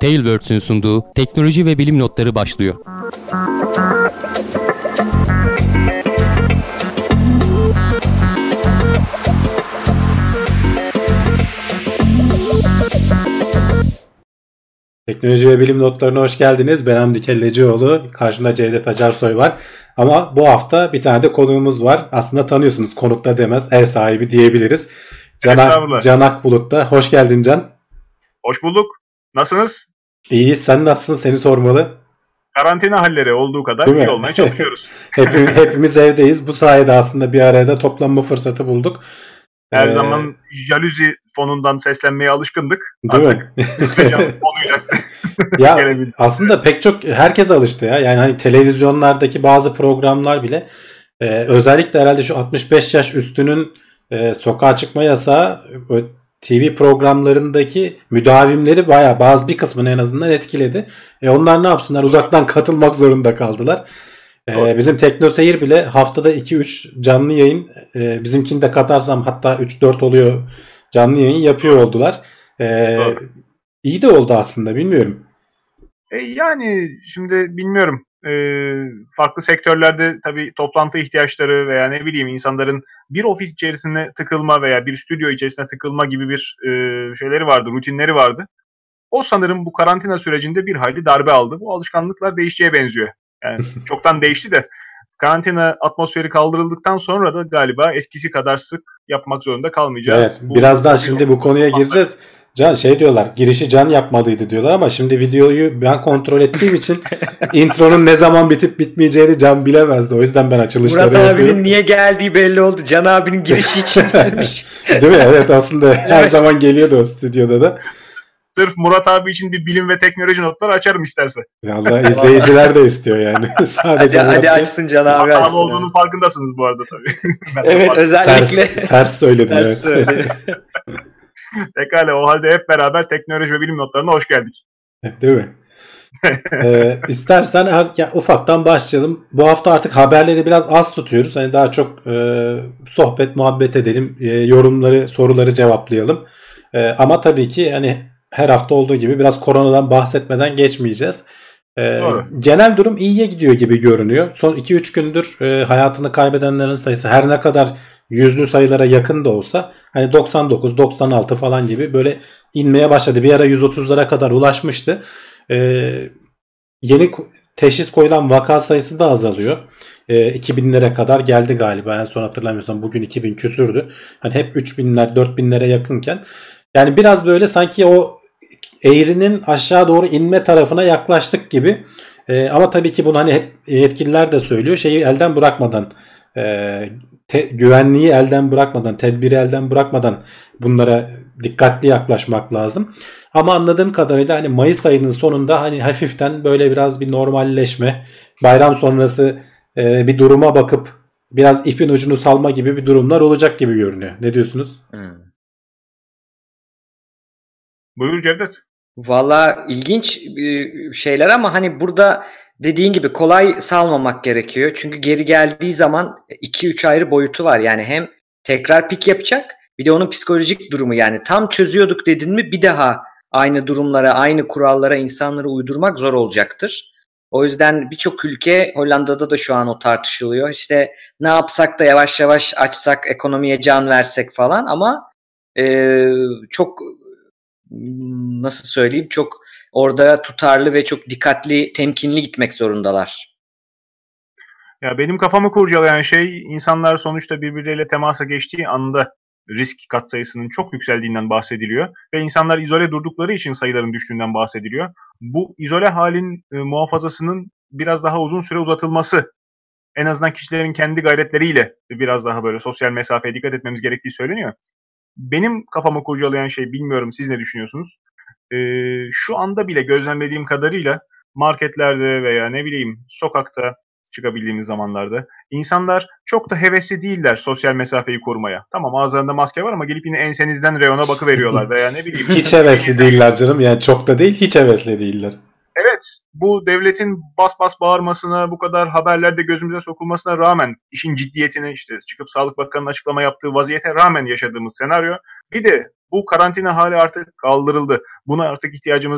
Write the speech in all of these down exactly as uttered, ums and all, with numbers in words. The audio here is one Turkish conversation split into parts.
Tailwords'ün sunduğu teknoloji ve bilim notları başlıyor. Teknoloji ve bilim notlarına hoş geldiniz. Ben Hamdi Kellecioğlu. Karşımda Cevdet Acarsoy var. Ama bu hafta bir tane de konuğumuz var. Aslında tanıyorsunuz, konuk da demez, ev sahibi diyebiliriz. Can, Can Akbulut'ta. Hoş geldin Can. Hoş bulduk. Nasılsınız? İyiyiz. Sen nasılsın? Seni sormalı. Karantina halleri olduğu kadar iyi olmaya çalışıyoruz. hepimiz, hepimiz evdeyiz. Bu sayede aslında bir araya da toplanma fırsatı bulduk. Her ee, zaman jaluzi fonundan seslenmeye alışkındık. Değil Artık mi? fonuyla ya aslında pek çok herkes alıştı ya. Yani hani televizyonlardaki bazı programlar bile e, özellikle herhalde şu altmış beş yaş üstünün e, sokağa çıkma yasağı T V programlarındaki müdavimleri bayağı, bazı bir kısmını en azından etkiledi. E onlar ne yapsınlar? Uzaktan katılmak zorunda kaldılar. Ee, bizim TeknoSeyir bile haftada iki üç canlı yayın, e, bizimkini de katarsam hatta üç dört oluyor, canlı yayın yapıyor oldular. Ee, iyi de oldu aslında, bilmiyorum. E yani şimdi bilmiyorum. Ee, farklı sektörlerde tabii toplantı ihtiyaçları veya ne bileyim insanların bir ofis içerisine tıkılma veya bir stüdyo içerisine tıkılma gibi bir e, şeyleri vardı, rutinleri vardı. O sanırım bu karantina sürecinde bir hayli darbe aldı. Bu alışkanlıklar değişeceğe benziyor. Yani çoktan değişti de karantina atmosferi kaldırıldıktan sonra da galiba eskisi kadar sık yapmak zorunda kalmayacağız. Evet, bu, birazdan şimdi bu konuya gireceğiz. Can şey diyorlar, girişi Can yapmalıydı diyorlar ama şimdi videoyu ben kontrol ettiğim için intronun ne zaman bitip bitmeyeceğini Can bilemezdi. O yüzden ben açılışları Murat yapıyorum. abinin niye geldiği belli oldu. Can abinin girişi için gelmiş. Değil mi? Evet, aslında her evet. zaman geliyordu o stüdyoda da. Sırf Murat abi için bir bilim ve teknoloji notları açarım isterse. Allah, izleyiciler de istiyor yani. Sadece hadi, hadi açsın Can abi. Murat abi olduğunun farkındasınız bu arada tabii. Evet, özellikle. Ters, ters söyledin. Ters evet. Pekala, o halde hep beraber teknoloji ve bilim notlarına hoş geldik. Değil mi? ee, istersen ya, ufaktan başlayalım. Bu hafta artık haberleri biraz az tutuyoruz. Hani daha çok e, sohbet, muhabbet edelim. E, yorumları, soruları cevaplayalım. E, ama tabii ki hani her hafta olduğu gibi biraz koronadan bahsetmeden geçmeyeceğiz. Ee, genel durum iyiye gidiyor gibi görünüyor. Son iki üç gündür e, hayatını kaybedenlerin sayısı her ne kadar yüzlü sayılara yakın da olsa hani doksan dokuz doksan altı falan gibi böyle inmeye başladı. Bir ara yüz otuzlara kadar ulaşmıştı. Ee, yeni teşhis koyulan vaka sayısı da azalıyor. Ee, iki binlere kadar geldi galiba. En son hatırlamıyorsam bugün iki bin küsürdü. Hani hep üç binler dört binlere yakınken. Yani biraz böyle sanki o eğrinin aşağı doğru inme tarafına yaklaştık gibi. Ee, ama tabii ki bunu hani hep yetkililer de söylüyor. Şeyi elden bırakmadan, e, te, güvenliği elden bırakmadan, tedbiri elden bırakmadan bunlara dikkatli yaklaşmak lazım. Ama anladığım kadarıyla hani Mayıs ayının sonunda hani hafiften böyle biraz bir normalleşme, bayram sonrası e, bir duruma bakıp biraz ipin ucunu salma gibi bir durumlar olacak gibi görünüyor. Ne diyorsunuz? Hmm. Buyur Cevdet. Valla ilginç şeyler ama hani burada dediğin gibi kolay salmamak gerekiyor. Çünkü geri geldiği zaman iki üç ayrı boyutu var. Yani hem tekrar pik yapacak, bir de onun psikolojik durumu, yani tam çözüyorduk dedin mi bir daha aynı durumlara, aynı kurallara insanları uydurmak zor olacaktır. O yüzden birçok ülke, Hollanda'da da şu an o tartışılıyor. İşte ne yapsak da yavaş yavaş açsak, ekonomiye can versek falan ama ee, çok nasıl söyleyeyim, çok orada tutarlı ve çok dikkatli, temkinli gitmek zorundalar. Ya benim kafamı kurcalayan şey, insanlar sonuçta birbirleriyle temasa geçtiği anda risk katsayısının çok yükseldiğinden bahsediliyor ve insanlar izole durdukları için sayıların düştüğünden bahsediliyor. Bu izole halin e, muhafazasının biraz daha uzun süre uzatılması, en azından kişilerin kendi gayretleriyle biraz daha böyle sosyal mesafeye dikkat etmemiz gerektiği söyleniyor. Benim kafamı kurcalayan şey, bilmiyorum siz ne düşünüyorsunuz? Ee, şu anda bile gözlemlediğim kadarıyla marketlerde veya ne bileyim sokakta çıkabildiğimiz zamanlarda insanlar çok da hevesli değiller sosyal mesafeyi korumaya. Tamam, ağızlarında maske var ama gelip yine ensenizden reyona bakıveriyorlar veya ne bileyim. Hiç hevesli değiller canım, yani çok da değil, hiç hevesli değiller. Evet, bu devletin bas bas bağırmasına, bu kadar haberlerde gözümüze sokulmasına rağmen, işin ciddiyetine, işte çıkıp Sağlık Bakanı'nın açıklama yaptığı vaziyete rağmen yaşadığımız senaryo. Bir de bu karantina hali artık kaldırıldı. Buna artık ihtiyacımız yok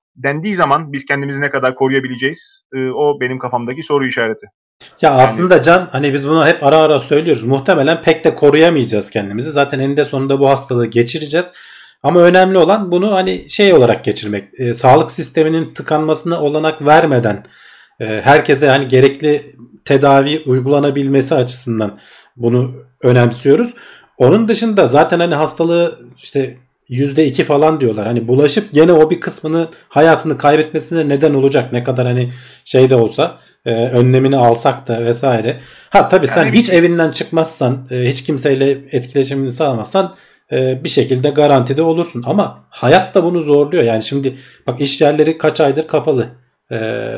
dendiği zaman biz kendimizi ne kadar koruyabileceğiz? E, o benim kafamdaki soru işareti. Ya aslında yani, Can, hani biz bunu hep ara ara söylüyoruz. Muhtemelen pek de koruyamayacağız kendimizi. Zaten eninde sonunda bu hastalığı geçireceğiz. Ama önemli olan bunu hani şey olarak geçirmek. E, sağlık sisteminin tıkanmasına olanak vermeden e, herkese hani gerekli tedavi uygulanabilmesi açısından bunu önemsiyoruz. Onun dışında zaten hani hastalığı işte yüzde iki falan diyorlar. Hani bulaşıp gene o bir kısmını hayatını kaybetmesine neden olacak. Ne kadar hani şey de olsa e, önlemini alsak da vesaire. Ha tabii yani sen hiç evinden çıkmazsan, e, hiç kimseyle etkileşimini sağlamazsan e, bir şekilde garantide olursun. Ama hayat da bunu zorluyor. Yani şimdi bak iş yerleri kaç aydır kapalı. E,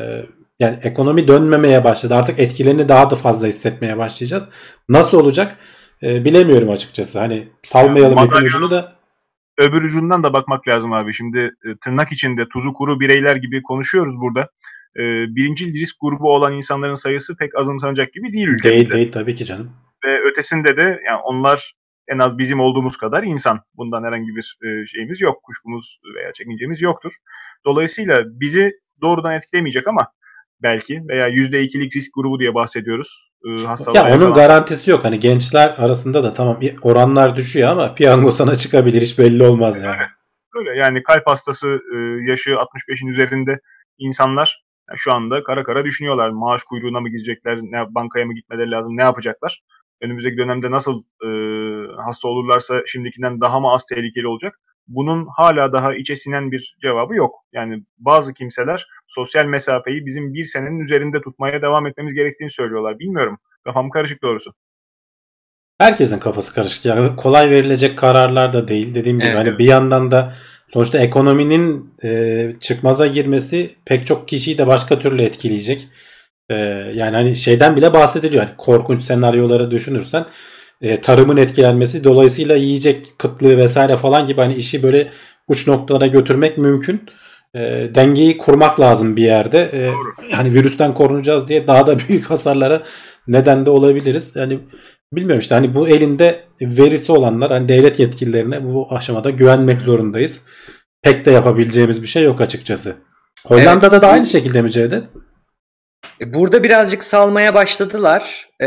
yani ekonomi dönmemeye başladı. Artık etkilerini daha da fazla hissetmeye başlayacağız. Nasıl olacak? E, bilemiyorum açıkçası. Hani salmayalım yani ipin ucunu da. Öbür ucundan da bakmak lazım abi. Şimdi e, tırnak içinde tuzu kuru bireyler gibi konuşuyoruz burada. E, birincil risk grubu olan insanların sayısı pek azımsanacak gibi değil ülkemizde. Değil değil tabii ki canım. Ve ötesinde de yani onlar en az bizim olduğumuz kadar insan. Bundan herhangi bir e, şeyimiz yok. Kuşkumuz veya çekincemiz yoktur. Dolayısıyla bizi doğrudan etkilemeyecek ama belki veya yüzde ikilik risk grubu diye bahsediyoruz. E, ya onun garantisi yok. Hani gençler arasında da tamam oranlar düşüyor ama piyango sana çıkabilir. Hiç belli olmaz yani. Öyle, öyle. Yani kalp hastası e, yaşı altmış beşin üzerinde insanlar yani şu anda kara kara düşünüyorlar. Maaş kuyruğuna mı gidecekler? Ne, bankaya mı gitmeleri lazım? Ne yapacaklar? Önümüzdeki dönemde nasıl e, hasta olurlarsa şimdikinden daha mı az tehlikeli olacak? Bunun hala daha içe sinen bir cevabı yok. Yani bazı kimseler sosyal mesafeyi bizim bir senenin üzerinde tutmaya devam etmemiz gerektiğini söylüyorlar. Bilmiyorum. Kafam karışık doğrusu. Herkesin kafası karışık. Yani kolay verilecek kararlar da değil. Dediğim gibi evet, hani evet. Bir yandan da sonuçta ekonominin e, çıkmaza girmesi pek çok kişiyi de başka türlü etkileyecek. E, yani hani şeyden bile bahsediliyor. Yani korkunç senaryoları düşünürsen e, tarımın etkilenmesi, dolayısıyla yiyecek kıtlığı vesaire falan gibi hani işi böyle uç noktalara götürmek mümkün. E, dengeyi kurmak lazım bir yerde. E, hani virüsten korunacağız diye daha da büyük hasarlara neden de olabiliriz. Yani bilmiyorum işte hani bu elinde verisi olanlar hani devlet yetkililerine bu aşamada güvenmek zorundayız. Pek de yapabileceğimiz bir şey yok açıkçası. Hollanda'da evet. Da aynı şekilde mi Cevdet? Burada birazcık salmaya başladılar ee,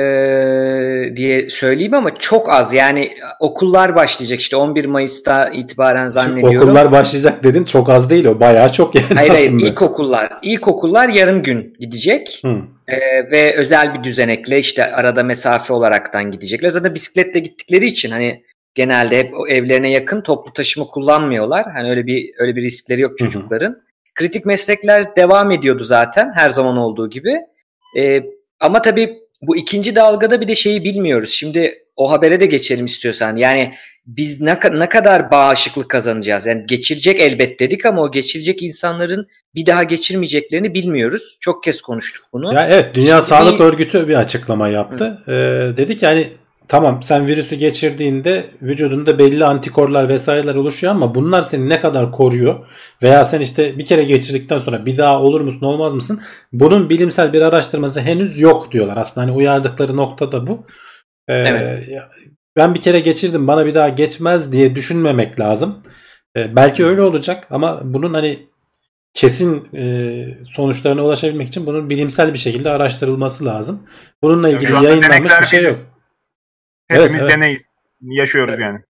diye söyleyeyim ama çok az. Yani okullar başlayacak işte on bir Mayıs'ta itibaren zannediyorum. Şimdi okullar başlayacak dedin, çok az değil o, bayağı çok yani hayır, aslında. Hayır ilkokullar. İlkokullar yarım gün gidecek ee, ve özel bir düzenekle işte arada mesafe olaraktan gidecekler. Zaten bisikletle gittikleri için hani genelde hep evlerine yakın toplu taşıma kullanmıyorlar. Hani öyle bir öyle bir riskleri yok çocukların. Hı hı. Kritik meslekler devam ediyordu zaten her zaman olduğu gibi. Ee, ama tabii bu ikinci dalgada bir de şeyi bilmiyoruz. Şimdi o habere de geçelim istiyorsan. Yani biz ne, ne kadar bağışıklık kazanacağız? Yani geçirecek elbet dedik ama o geçirecek insanların bir daha geçirmeyeceklerini bilmiyoruz. Çok kez konuştuk bunu. Ya evet, Dünya Şimdi Sağlık bir... Örgütü bir açıklama yaptı. Ee, dedi ki hani tamam sen virüsü geçirdiğinde vücudunda belli antikorlar vesaireler oluşuyor ama bunlar seni ne kadar koruyor veya sen işte bir kere geçirdikten sonra bir daha olur musun olmaz mısın? Bunun bilimsel bir araştırması henüz yok diyorlar. Aslında hani uyardıkları nokta da bu. Ee, evet. Ben bir kere geçirdim bana bir daha geçmez diye düşünmemek lazım. Ee, belki öyle olacak ama bunun hani kesin e, sonuçlarına ulaşabilmek için bunun bilimsel bir şekilde araştırılması lazım. Bununla ilgili yani yayınlanmış bir şey yok. Hepimiz evet, deneyiz. Evet. Yaşıyoruz evet. yani.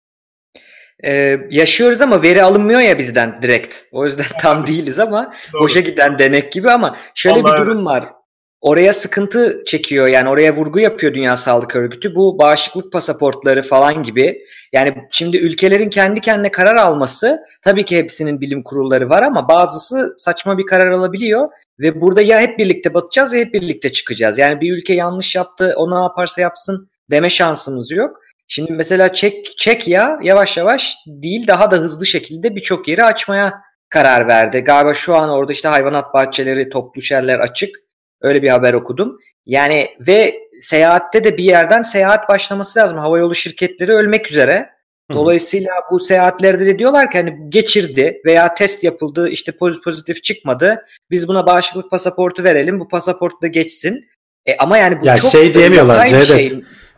Ee, yaşıyoruz ama veri alınmıyor ya bizden direkt. O yüzden tam değiliz ama Doğru. boşa giden denek gibi ama şöyle Vallahi bir durum var. Oraya sıkıntı çekiyor yani oraya vurgu yapıyor Dünya Sağlık Örgütü. Bu bağışıklık pasaportları falan gibi. Yani şimdi ülkelerin kendi kendine karar alması tabii ki hepsinin bilim kurulları var ama bazısı saçma bir karar alabiliyor. Ve burada ya hep birlikte batacağız ya hep birlikte çıkacağız. Yani bir ülke yanlış yaptı o ne yaparsa yapsın deme şansımız yok. Şimdi mesela Çek, Çekya yavaş yavaş değil daha da hızlı şekilde birçok yeri açmaya karar verdi. Galiba şu an orada işte hayvanat bahçeleri, toplu yerler açık. Öyle bir haber okudum. Yani ve seyahatte de bir yerden seyahat başlaması lazım. Havayolu şirketleri ölmek üzere. Dolayısıyla Hı. bu seyahatlerde de diyorlar ki hani geçirdi veya test yapıldı işte pozitif çıkmadı. Biz buna bağışıklık pasaportu verelim. Bu pasaport da geçsin. E ama yani bu ya çok şey diyemiyorlar Cevdet. Şey.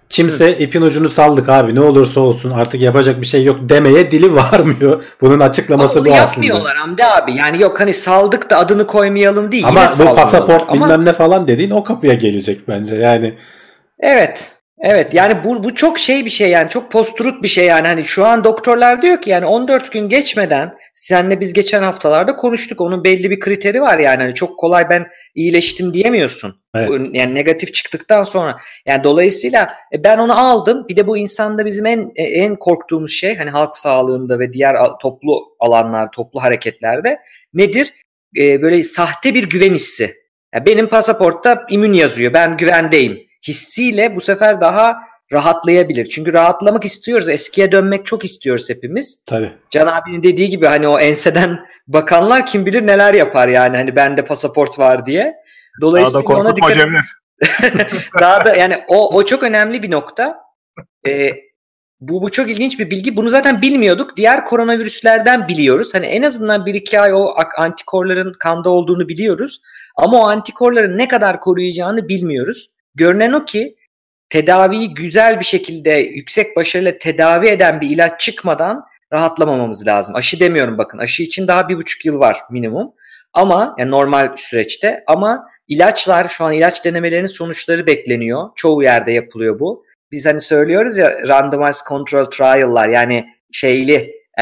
kimse ipin ucunu saldık abi ne olursa olsun artık yapacak bir şey yok demeye dili varmıyor. Bunun açıklaması bu aslında. Yapmıyorlar Hamdi abi. Yani yok hani saldık da adını koymayalım değil. Ama bu pasaport ama... bilmem ne falan dediğin o kapıya gelecek bence yani. Evet. Evet yani bu bu çok şey bir şey yani çok post-truth bir şey yani hani şu an doktorlar diyor ki yani on dört gün geçmeden seninle biz geçen haftalarda konuştuk onun belli bir kriteri var yani hani çok kolay ben iyileştim diyemiyorsun. Evet. Yani negatif çıktıktan sonra yani dolayısıyla ben onu aldım bir de bu insanda bizim en en korktuğumuz şey hani halk sağlığında ve diğer toplu alanlar toplu hareketlerde nedir? Ee, böyle sahte bir güven hissi. Yani benim pasaportta immün yazıyor ben güvendeyim. Hissiyle bu sefer daha rahatlayabilir. Çünkü rahatlamak istiyoruz. Eskiye dönmek çok istiyoruz hepimiz. Tabii. Can abinin dediği gibi hani o enseden bakanlar kim bilir neler yapar yani hani bende pasaport var diye. Dolayısıyla ona dikkat daha da yani o o çok önemli bir nokta. Ee, bu bu çok ilginç bir bilgi. Bunu zaten bilmiyorduk. Diğer koronavirüslerden biliyoruz. Hani en azından bir iki ay o antikorların kanda olduğunu biliyoruz. Ama o antikorların ne kadar koruyacağını bilmiyoruz. Görünen o ki tedaviyi güzel bir şekilde yüksek başarıyla tedavi eden bir ilaç çıkmadan rahatlamamamız lazım. Aşı demiyorum bakın. Aşı için daha bir buçuk yıl var minimum. Ama yani normal süreçte ama ilaçlar şu an ilaç denemelerinin sonuçları bekleniyor. Çoğu yerde yapılıyor bu. Biz hani söylüyoruz ya randomized control trial'lar yani şeyli e,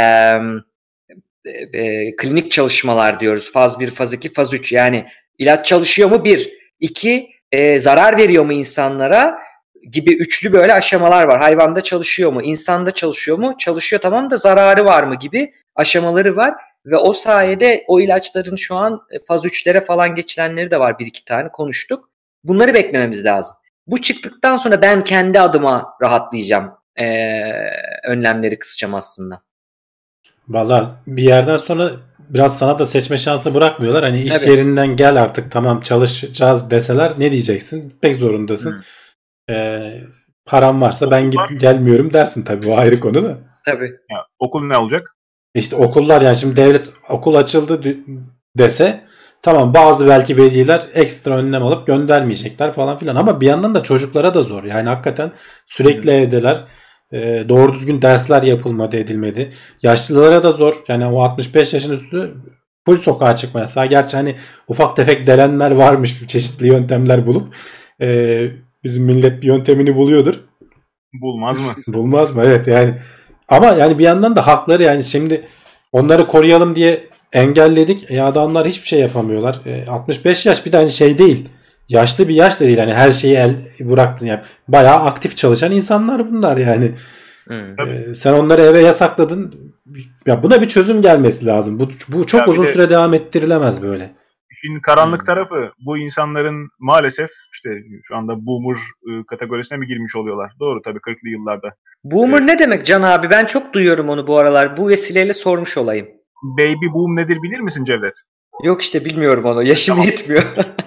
e, klinik çalışmalar diyoruz. Faz bir, faz iki, faz üç yani ilaç çalışıyor mu? Bir. İki, e, zarar veriyor mu insanlara? Gibi üçlü böyle aşamalar var. Hayvanda çalışıyor mu? İnsanda çalışıyor mu? Çalışıyor tamam da zararı var mı gibi aşamaları var. Ve o sayede o ilaçların şu an faz üçlere falan geçilenleri de var bir iki tane konuştuk. Bunları beklememiz lazım. Bu çıktıktan sonra ben kendi adıma rahatlayacağım. Ee, önlemleri kısacağım aslında. Vallahi bir yerden sonra biraz sana da seçme şansı bırakmıyorlar. Hani iş Tabii. yerinden gel artık tamam çalışacağız deseler ne diyeceksin? Pek zorundasın. Ee, param varsa ben git gelmiyorum dersin tabii o ayrı konu da. Tabii. Ya, okul ne olacak? İşte okullar yani şimdi devlet okul açıldı dese tamam bazı belki veliler ekstra önlem alıp göndermeyecekler falan filan ama bir yandan da çocuklara da zor. Yani hakikaten sürekli hmm. evdeler. Ee, doğru düzgün dersler yapılmadı edilmedi. Yaşlılara da zor. Yani o altmış beş yaşın üstü full sokağa çıkma yasağı. Gerçi hani ufak tefek delenler varmış çeşitli yöntemler bulup e, bizim millet bir yöntemini buluyordur. Bulmaz mı? Bulmaz mı? Evet yani. Ama yani bir yandan da hakları yani şimdi onları koruyalım diye engelledik. E adamlar hiçbir şey yapamıyorlar. E, altmış beş yaş bir de hani şey değil. Yaşlı bir yaş da değil. Hani her şeyi el bıraktın yani. Bayağı aktif çalışan insanlar bunlar yani. Hmm. E, sen onları eve yasakladın. Ya buna bir çözüm gelmesi lazım. Bu, bu çok ya uzun de, süre devam ettirilemez böyle. İşin karanlık hmm. tarafı bu insanların maalesef işte şu anda boomer kategorisine mi girmiş oluyorlar? Doğru tabii kırklı yıllarda. Boomer evet. Ne demek Can abi? Ben çok duyuyorum onu bu aralar. Bu vesileyle sormuş olayım. Baby boom nedir bilir misin Cevdet? Yok işte bilmiyorum onu. Yaşım tamam. yetmiyor.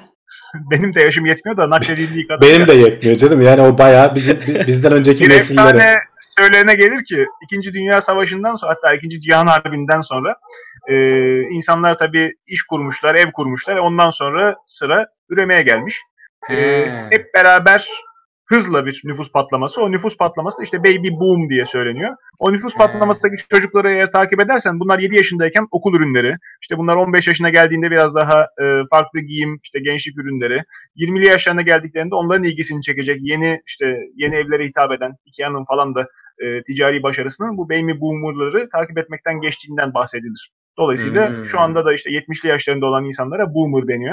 Benim de yaşım yetmiyor da nakledildiği kadar. Benim de yetmiyor canım. Yani o bayağı bizim bizden önceki bir nesillere. Bir efsane söylene gelir ki İkinci Dünya Savaşı'ndan sonra hatta İkinci Cihan Harbi'nden sonra e, insanlar tabii iş kurmuşlar, ev kurmuşlar. Ondan sonra sıra üremeye gelmiş. E, hep beraber hızla bir nüfus patlaması. O nüfus patlaması işte baby boom diye söyleniyor. O nüfus patlamasındaki çocukları eğer takip edersen bunlar yedi yaşındayken okul ürünleri. İşte bunlar on beş yaşına geldiğinde biraz daha e, farklı giyim, işte gençlik ürünleri. yirmili yaşlarına geldiklerinde onların ilgisini çekecek yeni işte yeni evlere hitap eden Ikea'nın falan da e, ticari başarısının bu baby boomerları takip etmekten geçtiğinden bahsedilir. Dolayısıyla hmm. şu anda da işte yetmişli yaşlarında olan insanlara boomer deniyor.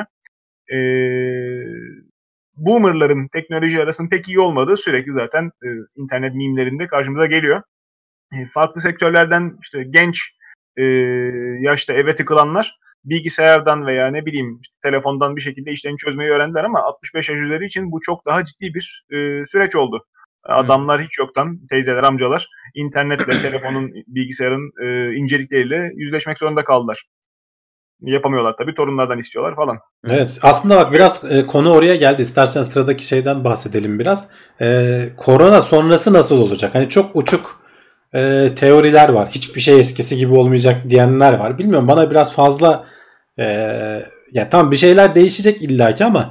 Eee Boomerların teknoloji arasının pek iyi olmadığı sürekli zaten e, internet mimlerinde karşımıza geliyor. E, farklı sektörlerden işte genç e, yaşta eve tıkılanlar bilgisayardan veya ne bileyim işte telefondan bir şekilde işlerini çözmeyi öğrendiler ama altmış beş yaş üzeri için bu çok daha ciddi bir e, süreç oldu. Adamlar hiç yoktan teyzeler, amcalar internetle, telefonun, bilgisayarın e, incelikleriyle yüzleşmek zorunda kaldılar. Yapamıyorlar tabii. Torunlardan istiyorlar falan. Evet. Aslında bak biraz e, konu oraya geldi. İstersen sıradaki şeyden bahsedelim biraz. E, korona sonrası nasıl olacak? Hani çok uçuk e, teoriler var. Hiçbir şey eskisi gibi olmayacak diyenler var. Bilmiyorum bana biraz fazla e, ya tamam bir şeyler değişecek illaki ama hmm.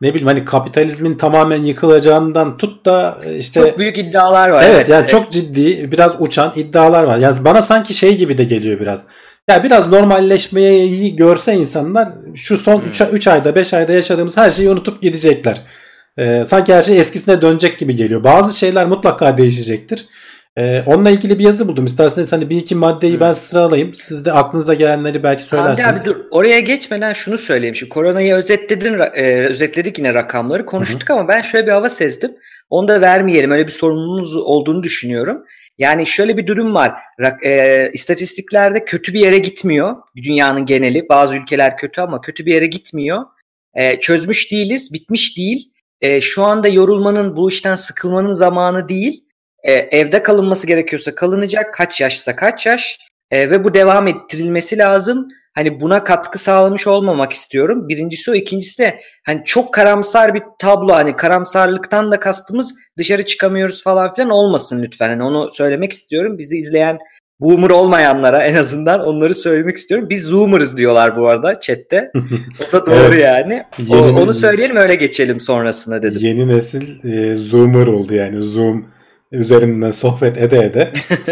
ne bileyim hani kapitalizmin tamamen yıkılacağından tut da işte çok büyük iddialar var. Evet, evet yani evet. çok ciddi biraz uçan iddialar var. Yani bana sanki şey gibi de geliyor biraz. Ya biraz normalleşmeyi görse insanlar şu son üç hmm. ayda beş ayda yaşadığımız her şeyi unutup gidecekler. Ee, sanki her şey eskisine dönecek gibi geliyor. Bazı şeyler mutlaka değişecektir. Ee, onunla ilgili bir yazı buldum. İsterseniz hani bir iki maddeyi hmm. ben sıralayayım. Siz de aklınıza gelenleri belki söylersiniz. Abi dur, oraya geçmeden şunu söyleyeyim. Şimdi koronayı özetledin, e, özetledik yine rakamları konuştuk Hı-hı. ama ben şöyle bir hava sezdim. Onu da vermeyelim. Öyle bir sorunumuz olduğunu düşünüyorum. Yani şöyle bir durum var. E, istatistiklerde kötü bir yere gitmiyor. Dünyanın geneli. Bazı ülkeler kötü ama kötü bir yere gitmiyor. E, çözmüş değiliz. Bitmiş değil. E, şu anda yorulmanın, bu işten sıkılmanın zamanı değil. E, evde kalınması gerekiyorsa kalınacak. Kaç yaşsa kaç yaş. E, ve bu devam ettirilmesi lazım. Hani buna katkı sağlamış olmamak istiyorum. Birincisi o. İkincisi de hani çok karamsar bir tablo. Hani karamsarlıktan da kastımız dışarı çıkamıyoruz falan filan olmasın lütfen. Hani onu söylemek istiyorum. Bizi izleyen boomer olmayanlara en azından onları söylemek istiyorum. Biz zoomer'ız diyorlar bu arada chatte. O da doğru evet. yani. O, onu söyleyelim öyle geçelim sonrasına dedim. Yeni nesil e, zoomer oldu yani. Zoom üzerinden sohbet ede ede.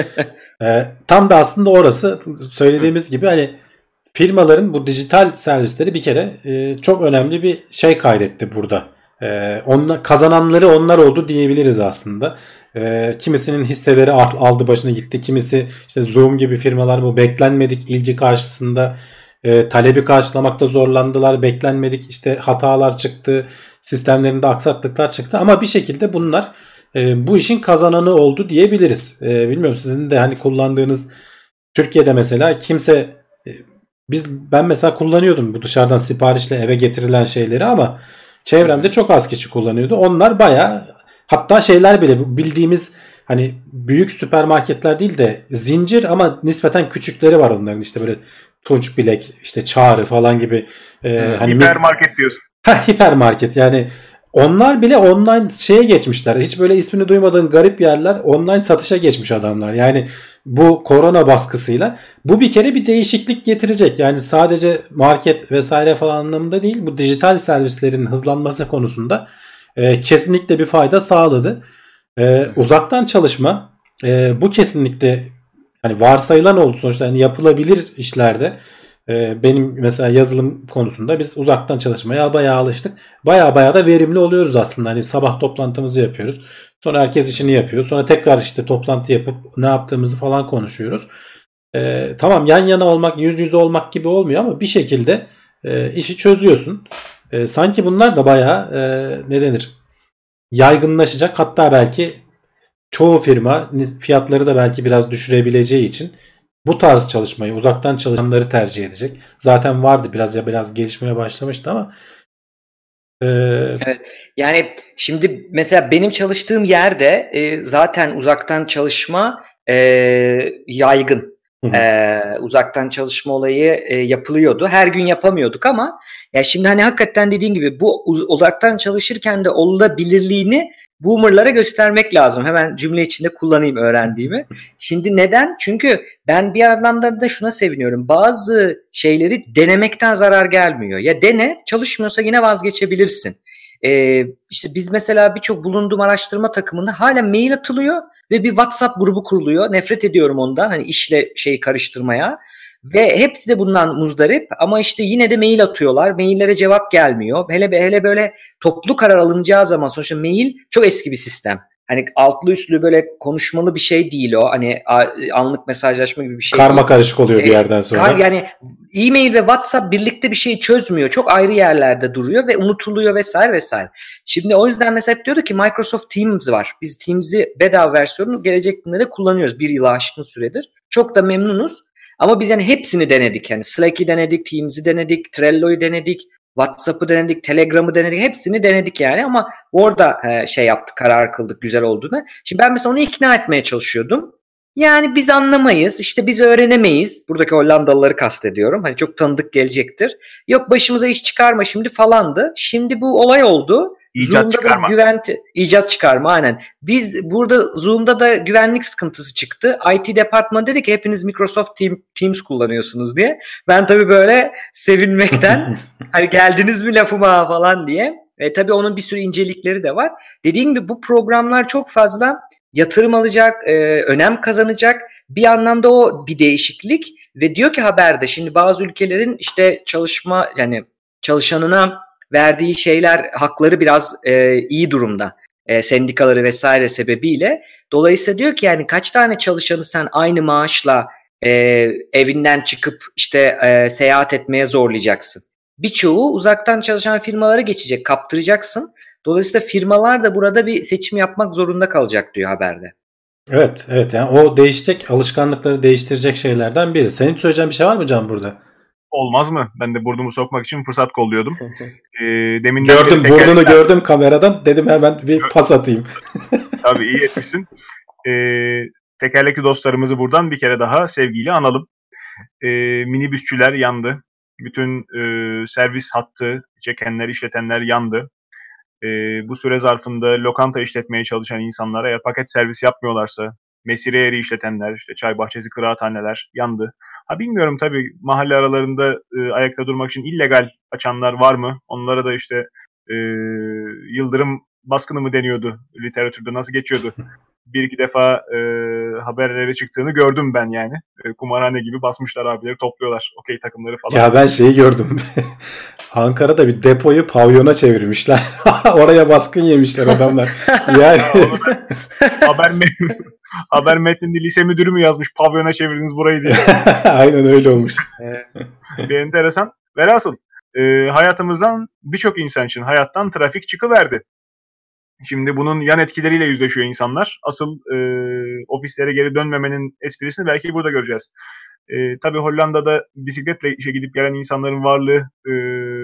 e, tam da aslında orası söylediğimiz gibi hani firmaların bu dijital servisleri bir kere e, çok önemli bir şey kaydetti burada. E, onlar, kazananları onlar oldu diyebiliriz aslında. E, kimisinin hisseleri aldı başına gitti. Kimisi işte Zoom gibi firmalar bu beklenmedik ilgi karşısında e, talebi karşılamakta zorlandılar. Beklenmedik işte hatalar çıktı. Sistemlerinde aksaklıklar çıktı. Ama bir şekilde bunlar e, bu işin kazananı oldu diyebiliriz. E, bilmiyorum sizin de hani kullandığınız Türkiye'de mesela kimse e, Biz ben mesela kullanıyordum bu dışarıdan siparişle eve getirilen şeyleri ama çevremde çok az kişi kullanıyordu. Onlar bayağı hatta şeyler bile bildiğimiz hani büyük süpermarketler değil de zincir ama nispeten küçükleri var onların işte böyle Tunç Bilek işte Çağrı falan gibi. E, hani hipermarket diyorsun. Ha, hipermarket yani onlar bile online şeye geçmişler. Hiç böyle ismini duymadığın garip yerler online satışa geçmiş adamlar. Yani bu korona baskısıyla bu bir kere bir değişiklik getirecek. Yani sadece market vesaire falan anlamında değil. Bu dijital servislerin hızlanması konusunda e, kesinlikle bir fayda sağladı. E, uzaktan çalışma e, bu kesinlikle hani varsayılan oldu sonuçta yani yapılabilir işlerde. Benim mesela yazılım konusunda biz uzaktan çalışmaya bayağı alıştık. Bayağı bayağı da verimli oluyoruz aslında. Hani sabah toplantımızı yapıyoruz. Sonra herkes işini yapıyor. Sonra tekrar işte toplantı yapıp ne yaptığımızı falan konuşuyoruz. Ee, tamam yan yana olmak, yüz yüze olmak gibi olmuyor ama bir şekilde e, işi çözüyorsun. E, sanki bunlar da bayağı e, ne denir? Yaygınlaşacak. Hatta belki çoğu firma fiyatları da belki biraz düşürebileceği için bu tarz çalışmayı uzaktan çalışanları tercih edecek. Zaten vardı biraz ya biraz gelişmeye başlamıştı ama e... evet. Yani şimdi mesela benim çalıştığım yerde e, zaten uzaktan çalışma e, yaygın. Ee, uzaktan çalışma olayı e, yapılıyordu. Her gün yapamıyorduk ama ya şimdi hani hakikaten dediğin gibi bu uz- uzaktan çalışırken de olabilirliğini boomerlara göstermek lazım. Hemen cümle içinde kullanayım öğrendiğimi. Şimdi neden? Çünkü ben bir anlamda da şuna seviniyorum. Bazı şeyleri denemekten zarar gelmiyor. Ya dene, çalışmıyorsa yine vazgeçebilirsin. Ee, işte biz mesela birçok bulunduğum araştırma takımında hala mail atılıyor ve bir WhatsApp grubu kuruluyor. Nefret ediyorum ondan hani işle şeyi karıştırmaya. Ve hepsi de bundan muzdarip ama işte yine de mail atıyorlar. Maillere cevap gelmiyor. Hele hele böyle toplu karar alınacağı zaman sonuçta mail çok eski bir sistem. Hani altlı üstlü böyle konuşmalı bir şey değil o. Hani anlık mesajlaşma gibi bir şey Karma değil. karışık oluyor ee, bir yerden sonra. Yani e-mail ve WhatsApp birlikte bir şeyi çözmüyor. Çok ayrı yerlerde duruyor ve unutuluyor vesaire vesaire. Şimdi o yüzden mesela hep diyordu ki Microsoft Teams var. Biz Teams'i bedava versiyonunu gelecek günlerde kullanıyoruz. Bir yıla aşkın süredir. Çok da memnunuz. Ama biz yani hepsini denedik. Yani Slack'i denedik, Teams'i denedik, Trello'yu denedik, WhatsApp'ı denedik, Telegram'ı denedik. Hepsini denedik yani ama orada e, şey yaptık, karar kıldık güzel olduğunu. Şimdi ben mesela onu ikna etmeye çalışıyordum. Yani biz anlamayız, işte biz öğrenemeyiz. Buradaki Hollandalıları kastediyorum. Hani çok tanıdık gelecektir. Yok başımıza iş çıkarma şimdi falandı. Şimdi bu olay oldu. İcat Zoom'da çıkarma. Da güvent, icat çıkarma aynen. Biz burada Zoom'da da güvenlik sıkıntısı çıktı. I T departmanı dedi ki hepiniz Microsoft Team, Teams kullanıyorsunuz diye. Ben tabii böyle sevinmekten hani geldiniz mi lafıma falan diye. E, tabii onun bir sürü incelikleri de var. Dediğim gibi bu programlar çok fazla yatırım alacak, e, önem kazanacak. Bir anlamda o bir değişiklik ve diyor ki haberde şimdi bazı ülkelerin işte çalışma yani çalışanına verdiği şeyler, hakları biraz e, iyi durumda. E, sendikaları vesaire sebebiyle. Dolayısıyla diyor ki yani kaç tane çalışanı sen aynı maaşla e, evinden çıkıp işte e, seyahat etmeye zorlayacaksın. Birçoğu uzaktan çalışan firmalara geçecek, kaptıracaksın. Dolayısıyla firmalar da burada bir seçim yapmak zorunda kalacak diyor haberde. Evet, evet yani o değişecek, alışkanlıkları değiştirecek şeylerden biri. Senin söyleyeceğin bir şey var mı Can burada? Olmaz mı? Ben de burnumu sokmak için fırsat kolluyordum. e, deminden gördüm, beri burnunu tekerlekler... gördüm kameradan. Dedim hemen bir pas atayım. Tabii iyi etmişsin. E, tekerlekli dostlarımızı buradan bir kere daha sevgiyle analım. E, minibüsçüler yandı. Bütün e, servis hattı çekenler, işletenler yandı. E, bu süre zarfında lokanta işletmeye çalışan insanlar eğer paket servis yapmıyorlarsa, mesire yeri işletenler, işte çay bahçesi, kıraathaneler yandı. Ha bilmiyorum tabii mahalle aralarında e, ayakta durmak için illegal açanlar var mı? Onlara da işte e, yıldırım baskını mı deniyordu literatürde, nasıl geçiyordu? Bir iki defa e, haberlere çıktığını gördüm ben yani. E, kumarhane gibi basmışlar abileri, topluyorlar okey takımları falan. Ya ben şeyi gördüm. Ankara'da bir depoyu pavyona çevirmişler. Oraya baskın yemişler adamlar. Yani haber me- haber metninde lise müdürü mü yazmış pavyona çevirdiniz burayı diye. aynen öyle olmuş. Bir enteresan. Velhasıl e, hayatımızdan birçok insan için hayattan trafik çıkıverdi. Şimdi bunun yan etkileriyle yüzleşiyor insanlar. Asıl e, ofislere geri dönmemenin esprisini belki burada göreceğiz. E, tabii Hollanda'da bisikletle işe gidip gelen insanların varlığı e,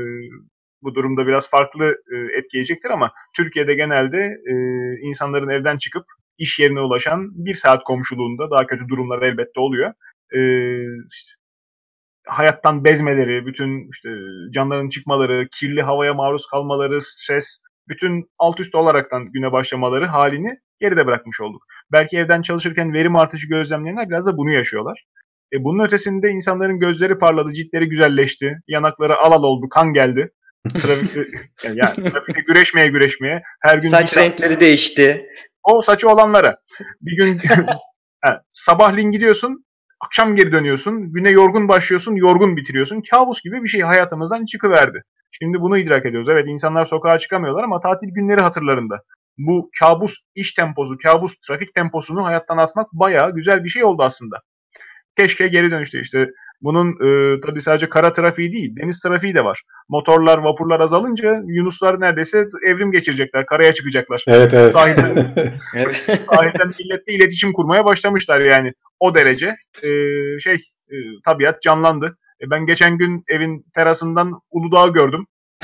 bu durumda biraz farklı e, etkileyecektir ama Türkiye'de genelde e, insanların evden çıkıp iş yerine ulaşan bir saat komşuluğunda daha kötü durumlar elbette oluyor. E, işte, hayattan bezmeleri, bütün işte canların çıkmaları, kirli havaya maruz kalmaları, stres, bütün alt üst olaraktan güne başlamaları halini geride bırakmış olduk. Belki evden çalışırken verim artışı gözlemleyenler biraz da bunu yaşıyorlar. E bunun ötesinde insanların gözleri parladı, ciltleri güzelleşti, yanakları alal oldu, kan geldi. Trafikte, yani, yani trafikte güreşmeye güreşmeye her gün saç saat, renkleri değişti. O saçı olanlara bir gün ha, sabahleyin gidiyorsun, akşam geri dönüyorsun, güne yorgun başlıyorsun, yorgun bitiriyorsun. Kabus gibi bir şey hayatımızdan çıkıverdi. Şimdi bunu idrak ediyoruz. Evet insanlar sokağa çıkamıyorlar ama tatil günleri hatırlarında. Bu kabus iş temposu, kabus trafik temposunu hayattan atmak bayağı güzel bir şey oldu aslında. Keşke geri dönüşte işte. Bunun e, tabii sadece kara trafiği değil, deniz trafiği de var. Motorlar, vapurlar azalınca Yunuslar neredeyse evrim geçirecekler, karaya çıkacaklar. Evet evet. Sahilden, sahilden milletle iletişim kurmaya başlamışlar yani. O derece e, şey e, tabiat canlandı. E, ben geçen gün evin terasından Uludağ'ı gördüm.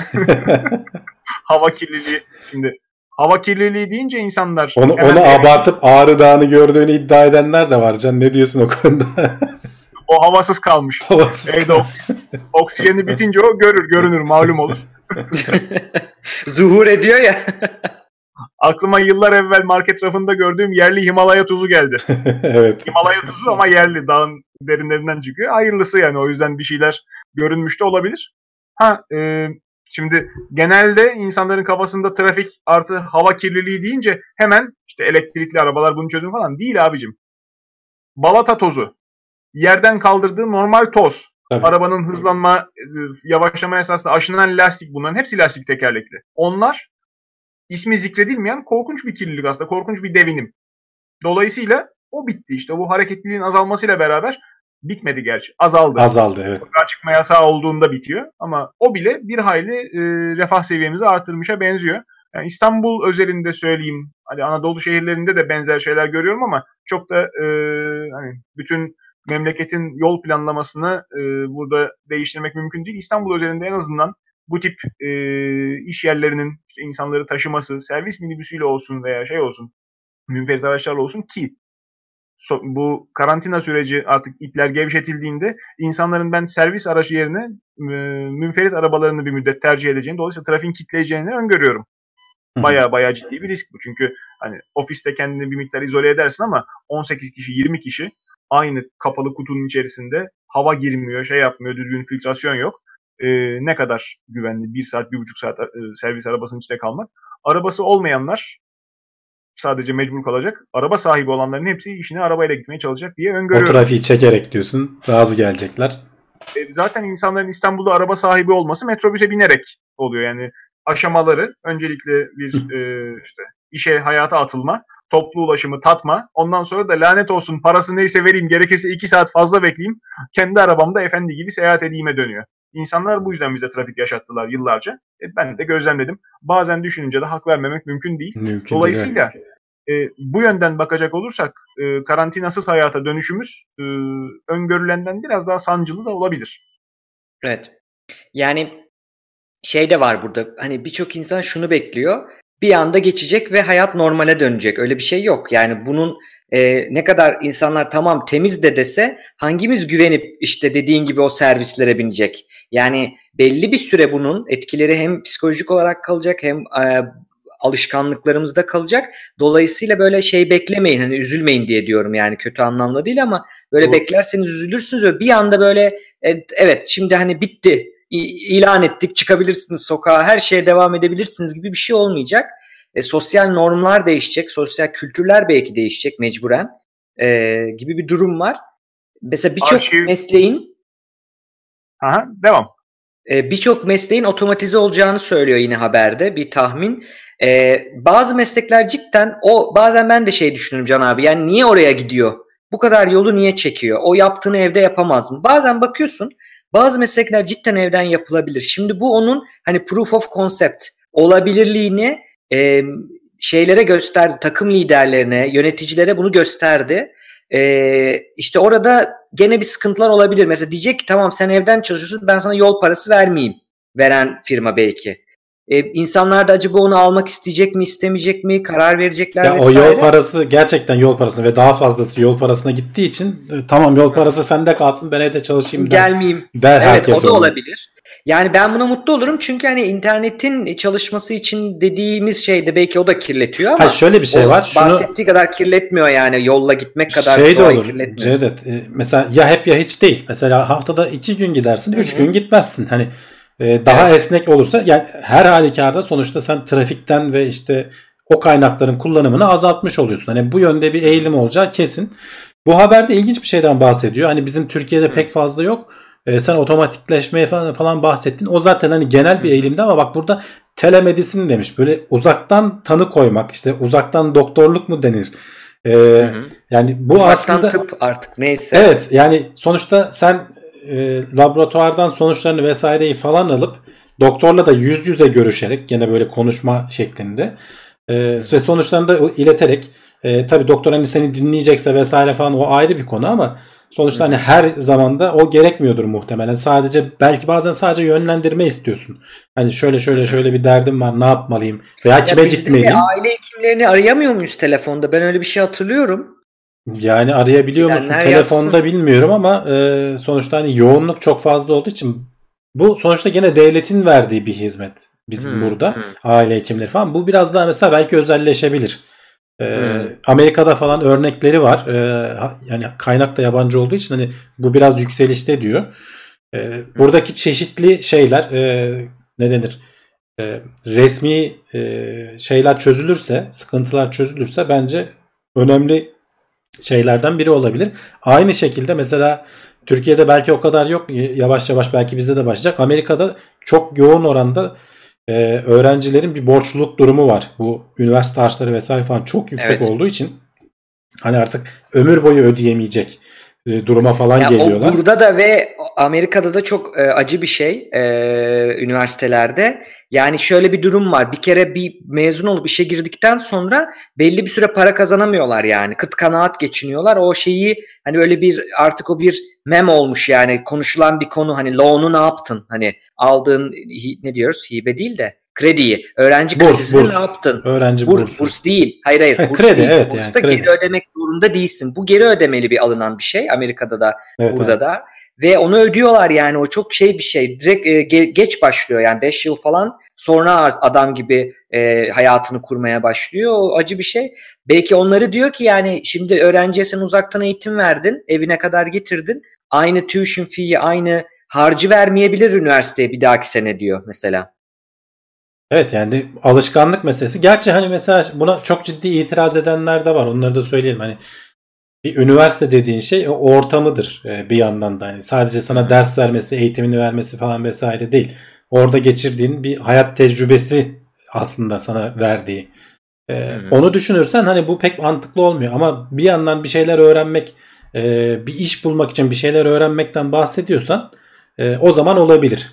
Hava kirliliği. Şimdi hava kirliliği deyince insanlar... Onu, onu abartıp Ağrı Dağı'nı gördüğünü iddia edenler de var. Can ne diyorsun o konuda? O havasız kalmış. Havasız Evde kalmış. oksijeni bitince o görür, görünür, malum olur. Zuhur ediyor ya. Aklıma yıllar evvel market rafında gördüğüm yerli Himalaya tuzu geldi. Evet. Himalaya tuzu ama yerli, dağın derinlerinden çıkıyor. Hayırlısı yani, o yüzden bir şeyler görünmüş de olabilir. Ha, e, şimdi genelde insanların kafasında trafik artı hava kirliliği deyince hemen işte elektrikli arabalar bunun çözümü falan değil abicim. Balata tozu. Yerden kaldırdığı normal toz. Tabii. Arabanın hızlanma, yavaşlama esasında aşınan lastik, bunların hepsi lastik tekerlekli. Onlar ismi zikredilmeyen korkunç bir kirlilik aslında, korkunç bir devinim. Dolayısıyla o bitti işte. Bu hareketliliğin azalmasıyla beraber bitmedi gerçi. Azaldı. Azaldı evet. Sokağa çıkma yasağı olduğunda bitiyor. Ama o bile bir hayli e, refah seviyemizi artırmışa benziyor. Yani İstanbul özelinde söyleyeyim. Hadi Anadolu şehirlerinde de benzer şeyler görüyorum ama çok da e, hani bütün memleketin yol planlamasını e, burada değiştirmek mümkün değil. İstanbul özelinde en azından bu tip e, iş yerlerinin işte insanları taşıması, servis minibüsüyle olsun veya şey olsun, münferit araçlarla olsun ki so, bu karantina süreci artık ipler gevşetildiğinde insanların ben servis aracı yerine e, münferit arabalarını bir müddet tercih edeceğini, dolayısıyla trafiğin kitleyeceğini öngörüyorum. Baya baya ciddi bir risk bu. Çünkü hani ofiste kendini bir miktar izole edersin ama on sekiz kişi, yirmi kişi aynı kapalı kutunun içerisinde, hava girmiyor, şey yapmıyor, düzgün filtrasyon yok. e, ne kadar güvenli bir saat, bir buçuk saat e, servis arabasının içinde kalmak. Arabası olmayanlar sadece mecbur kalacak. Araba sahibi olanların hepsi işine arabayla gitmeye çalışacak diye O öngörüyorum. trafiği çekerek diyorsun. Razı gelecekler. E, zaten insanların İstanbul'da araba sahibi olması metrobüse binerek oluyor. Yani aşamaları öncelikle bir e, işte işe, hayata atılma, toplu ulaşımı tatma. Ondan sonra da lanet olsun parası neyse vereyim, gerekirse iki saat fazla bekleyeyim. Kendi arabamda efendi gibi seyahat edeyime dönüyor. İnsanlar bu yüzden bize trafik yaşattılar yıllarca. E, ben de gözlemledim. Bazen düşününce de hak vermemek mümkün değil. Mümkün Dolayısıyla e, bu yönden bakacak olursak e, karantinasız hayata dönüşümüz e, öngörülenden biraz daha sancılı da olabilir. Evet. Yani şey de var burada. Hani birçok insan şunu bekliyor. Bir anda geçecek ve hayat normale dönecek. Öyle bir şey yok. Yani bunun e, ne kadar insanlar tamam temiz de dese hangimiz güvenip işte dediğin gibi o servislere binecek? Yani belli bir süre bunun etkileri hem psikolojik olarak kalacak hem e, alışkanlıklarımızda kalacak. Dolayısıyla böyle şey beklemeyin. Hani üzülmeyin diye diyorum yani kötü anlamda değil ama böyle Doğru. Beklerseniz üzülürsünüz ve bir anda böyle e, evet şimdi hani bitti. İlan ettik, çıkabilirsiniz sokağa, her şeye devam edebilirsiniz gibi bir şey olmayacak. E, sosyal normlar değişecek, sosyal kültürler belki değişecek mecburen e, gibi bir durum var. Mesela birçok Arşiv... mesleğin Aha, devam. E, birçok mesleğin otomatize olacağını söylüyor yine haberde bir tahmin. E, bazı meslekler cidden o bazen ben de şey düşünürüm Can abi yani niye oraya gidiyor? Bu kadar yolu niye çekiyor? O yaptığını evde yapamaz mı? Bazen bakıyorsun bazı meslekler cidden evden yapılabilir. Şimdi bu onun hani proof of concept olabilirliğini e, şeylere gösterdi. Takım liderlerine, yöneticilere bunu gösterdi. E, işte orada gene bir sıkıntılar olabilir. Mesela diyecek ki tamam sen evden çalışıyorsun ben sana yol parası vermeyeyim. Veren firma belki. E, insanlar da acaba onu almak isteyecek mi istemeyecek mi karar verecekler ya vesaire. O yol parası gerçekten yol parası ve daha fazlası yol parasına gittiği için e, tamam yol parası sende kalsın ben evde çalışayım der, gelmeyeyim der evet, herkes. O da olur. olabilir. Yani ben buna mutlu olurum çünkü hani internetin çalışması için dediğimiz şeyde belki o da kirletiyor ama ha, şöyle bir şey var. Şunu, bahsettiği kadar kirletmiyor yani yolla gitmek kadar şey de kolay olur kirletmiyor. Cevdet e, mesela ya hep ya hiç değil. Mesela haftada iki gün gidersin, Hı-hı. üç gün gitmezsin. Hani e, daha evet. esnek olursa yani her halükarda sonuçta sen trafikten ve işte o kaynakların kullanımını azaltmış oluyorsun. Hani bu yönde bir eğilim olacağı kesin. Bu haberde ilginç bir şeyden bahsediyor. Hani bizim Türkiye'de Hı. pek fazla yok. Ee, sen otomatikleşmeye falan, falan bahsettin. O zaten hani genel bir eğilimde ama bak burada telemedicine demiş. Böyle uzaktan tanı koymak, işte uzaktan doktorluk mu denir? Ee, hı hı. Yani bu uzaktan aslında tıp artık neyse. Evet yani sonuçta sen e, laboratuvardan sonuçlarını vesaireyi falan alıp doktorla da yüz yüze görüşerek gene böyle konuşma şeklinde e, ve sonuçlarını da ileterek e, tabii doktor hani seni dinleyecekse vesaire falan o ayrı bir konu ama sonuçta hani her zamanda o gerekmiyordur muhtemelen. Sadece belki bazen sadece yönlendirme istiyorsun. Hani şöyle şöyle şöyle bir derdim var ne yapmalıyım veya kime ya gitmeliyim. Aile hekimlerini arayamıyor muyuz telefonda? Ben öyle bir şey hatırlıyorum. Yani arayabiliyor musun Bilenler telefonda yazsın. Bilmiyorum ama e, sonuçta hani yoğunluk çok fazla olduğu için bu sonuçta gene devletin verdiği bir hizmet bizim hmm, burada hmm. aile hekimleri falan. Bu biraz daha mesela belki özelleşebilir. Ee, hmm. Amerika'da falan örnekleri var. Ee, yani kaynak da yabancı olduğu için hani bu biraz yükselişte diyor. Ee, buradaki çeşitli şeyler e, ne denir? E, resmi e, şeyler çözülürse, sıkıntılar çözülürse bence önemli şeylerden biri olabilir. Aynı şekilde mesela Türkiye'de belki o kadar yok. Yavaş yavaş belki bizde de başlayacak. Amerika'da çok yoğun oranda Ee, öğrencilerin bir borçluluk durumu var. Bu üniversite harçları vesaire falan çok yüksek evet. olduğu için hani artık ömür boyu ödeyemeyecek e, duruma falan ya geliyorlar. Burada da ve Amerika'da da çok e, acı bir şey e, üniversitelerde. Yani şöyle bir durum var. Bir kere bir mezun olup işe girdikten sonra belli bir süre para kazanamıyorlar yani. Kıt kanaat geçiniyorlar. O şeyi hani öyle bir artık o bir mem olmuş yani konuşulan bir konu hani loan'u ne yaptın? Hani aldığın ne diyoruz? Hibe değil de krediyi, öğrenci burs, kredisini burs. ne yaptın? Öğrenci burs, bursu. Burs değil. Hayır hayır. He, burs kredi değil. evet Bursta yani. Kredi. Geri ödemek zorunda değilsin. Bu geri ödemeli bir alınan bir şey. Amerika'da da evet, burada evet. da. Ve onu ödüyorlar yani o çok şey bir şey. Direkt e, ge- geç başlıyor yani beş yıl falan sonra adam gibi e, hayatını kurmaya başlıyor. O acı bir şey. Belki onları diyor ki yani şimdi öğrenciye sen uzaktan eğitim verdin. Evine kadar getirdin. Aynı tuition fee'yi aynı harcı vermeyebilir üniversiteye bir dahaki sene diyor mesela. Evet, yani alışkanlık meselesi. Gerçi hani mesela buna çok ciddi itiraz edenler de var. Onları da söyleyelim. Hani bir üniversite dediğin şey o ortamıdır bir yandan da. Yani sadece sana ders vermesi, eğitimini vermesi falan vesaire değil. Orada geçirdiğin bir hayat tecrübesi aslında sana verdiği. Ee, onu düşünürsen hani bu pek mantıklı olmuyor. Ama bir yandan bir şeyler öğrenmek, e, bir iş bulmak için bir şeyler öğrenmekten bahsediyorsan e, o zaman olabilir.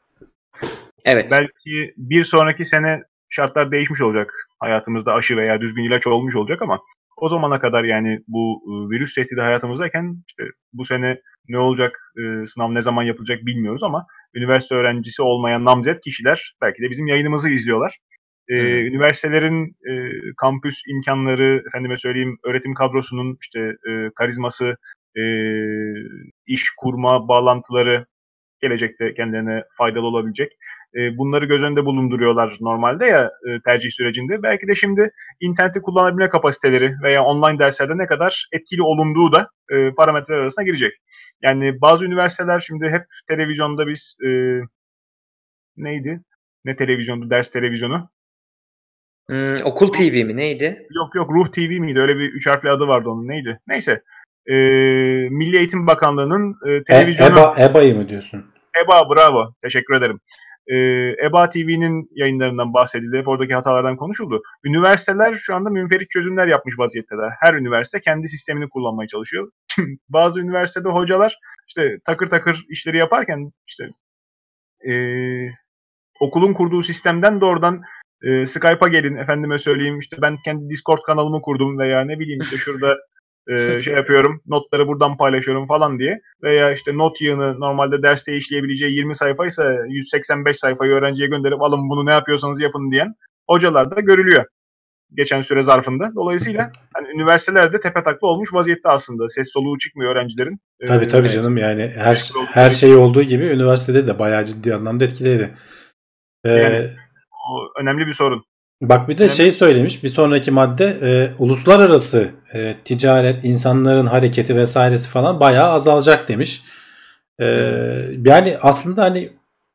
Evet. Belki bir sonraki sene şartlar değişmiş olacak. Hayatımızda aşı veya düzgün ilaç olmuş olacak ama o zamana kadar yani bu virüs tehdidi hayatımızdayken işte bu sene ne olacak, sınav ne zaman yapılacak bilmiyoruz ama üniversite öğrencisi olmayan namzet kişiler belki de bizim yayınımızı izliyorlar. Ee, üniversitelerin e, kampüs imkanları, efendime söyleyeyim öğretim kadrosunun işte e, karizması, e, iş kurma bağlantıları gelecekte kendilerine faydalı olabilecek. E, bunları göz önünde bulunduruyorlar normalde ya e, tercih sürecinde. Belki de şimdi interneti kullanabilme kapasiteleri veya online derslerde ne kadar etkili olunduğu da e, parametreler arasına girecek. Yani bazı üniversiteler şimdi hep televizyonda biz e, neydi? Ne televizyondu? Ders televizyonu. Hmm, okul T V mi neydi? Yok yok Ruh T V miydi? Öyle bir üç harfli adı vardı onun. Neydi? Neyse. E, Milli Eğitim Bakanlığı'nın e, televizyonu. E, EBA, EBA'yı mı diyorsun? EBA, bravo. Teşekkür ederim. E, EBA T V'nin yayınlarından bahsedildi. Hep oradaki hatalardan konuşuldu. Üniversiteler şu anda münferit çözümler yapmış vaziyetteler. Her üniversite kendi sistemini kullanmaya çalışıyor. Bazı üniversitede hocalar işte takır takır işleri yaparken işte e, okulun kurduğu sistemden doğrudan e, Skype'a gelin efendime söyleyeyim işte ben kendi Discord kanalımı kurdum veya ne bileyim işte şurada e, şey yapıyorum notları buradan paylaşıyorum falan diye veya işte not yığını normalde derste işleyebileceği yirmi sayfaysa yüz seksen beş sayfayı öğrenciye gönderip alın bunu ne yapıyorsanız yapın diyen hocalar da görülüyor geçen süre zarfında. Dolayısıyla hani üniversitelerde tepetaklı olmuş vaziyette aslında. Ses soluğu çıkmıyor öğrencilerin. Tabii tabii ee, canım yani her her şey olduğu gibi üniversitede de bayağı ciddi anlamda etkiledi. Ee, yani o önemli bir sorun. Bak bir de önemli. Şey söylemiş bir sonraki madde e, uluslararası e, ticaret, insanların hareketi vesairesi falan bayağı azalacak demiş. E, yani aslında hani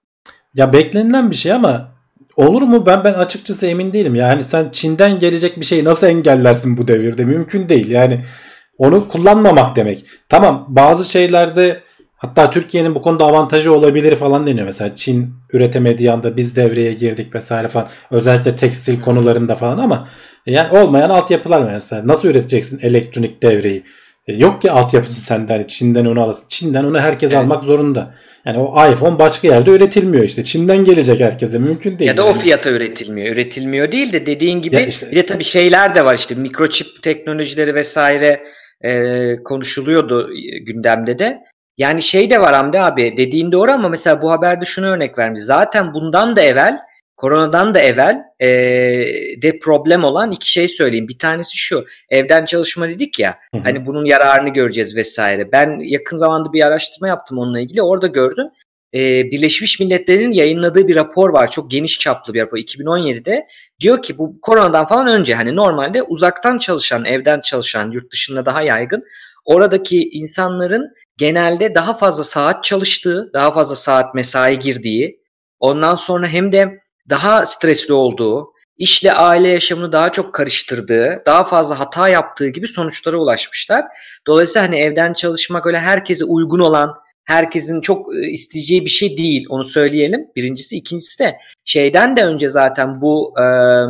ya beklenilen bir şey ama olur mu ben ben açıkçası emin değilim. Yani sen Çin'den gelecek bir şeyi nasıl engellersin bu devirde? Mümkün değil. Yani onu kullanmamak demek. Tamam bazı şeylerde hatta Türkiye'nin bu konuda avantajı olabilir falan deniyor. Mesela Çin üretemediği anda biz devreye girdik vesaire falan. Özellikle tekstil konularında falan ama yani olmayan altyapılar var mesela. Nasıl üreteceksin elektronik devreyi? Yok ki altyapısı sende hani Çin'den onu alasın. Çin'den onu herkes evet. almak zorunda. Yani o iPhone başka yerde üretilmiyor işte. Çin'den gelecek herkese mümkün değil. Ya da yani. o fiyata üretilmiyor. Üretilmiyor değil de dediğin gibi işte, bir de tabii şeyler de var işte mikroçip teknolojileri vesaire e, konuşuluyordu gündemde de. Yani şey de var Hamdi abi dediğin doğru ama mesela bu haberde şunu örnek vermiş. Zaten bundan da evvel koronadan da evvel e, de problem olan iki şey söyleyeyim. Bir tanesi şu evden çalışma dedik ya hı hı. Hani bunun yararını göreceğiz vesaire. Ben yakın zamanda bir araştırma yaptım onunla ilgili orada gördüm. E, Birleşmiş Milletler'in yayınladığı bir rapor var. Çok geniş çaplı bir rapor iki bin on yedide. Diyor ki bu koronadan falan önce hani normalde uzaktan çalışan evden çalışan yurt dışında daha yaygın. Oradaki insanların genelde daha fazla saat çalıştığı daha fazla saat mesai girdiği ondan sonra hem de daha stresli olduğu, işle aile yaşamını daha çok karıştırdığı, daha fazla hata yaptığı gibi sonuçlara ulaşmışlar. Dolayısıyla hani evden çalışmak öyle herkese uygun olan, herkesin çok isteyeceği bir şey değil. Onu söyleyelim. Birincisi. İkincisi de şeyden de önce zaten bu e,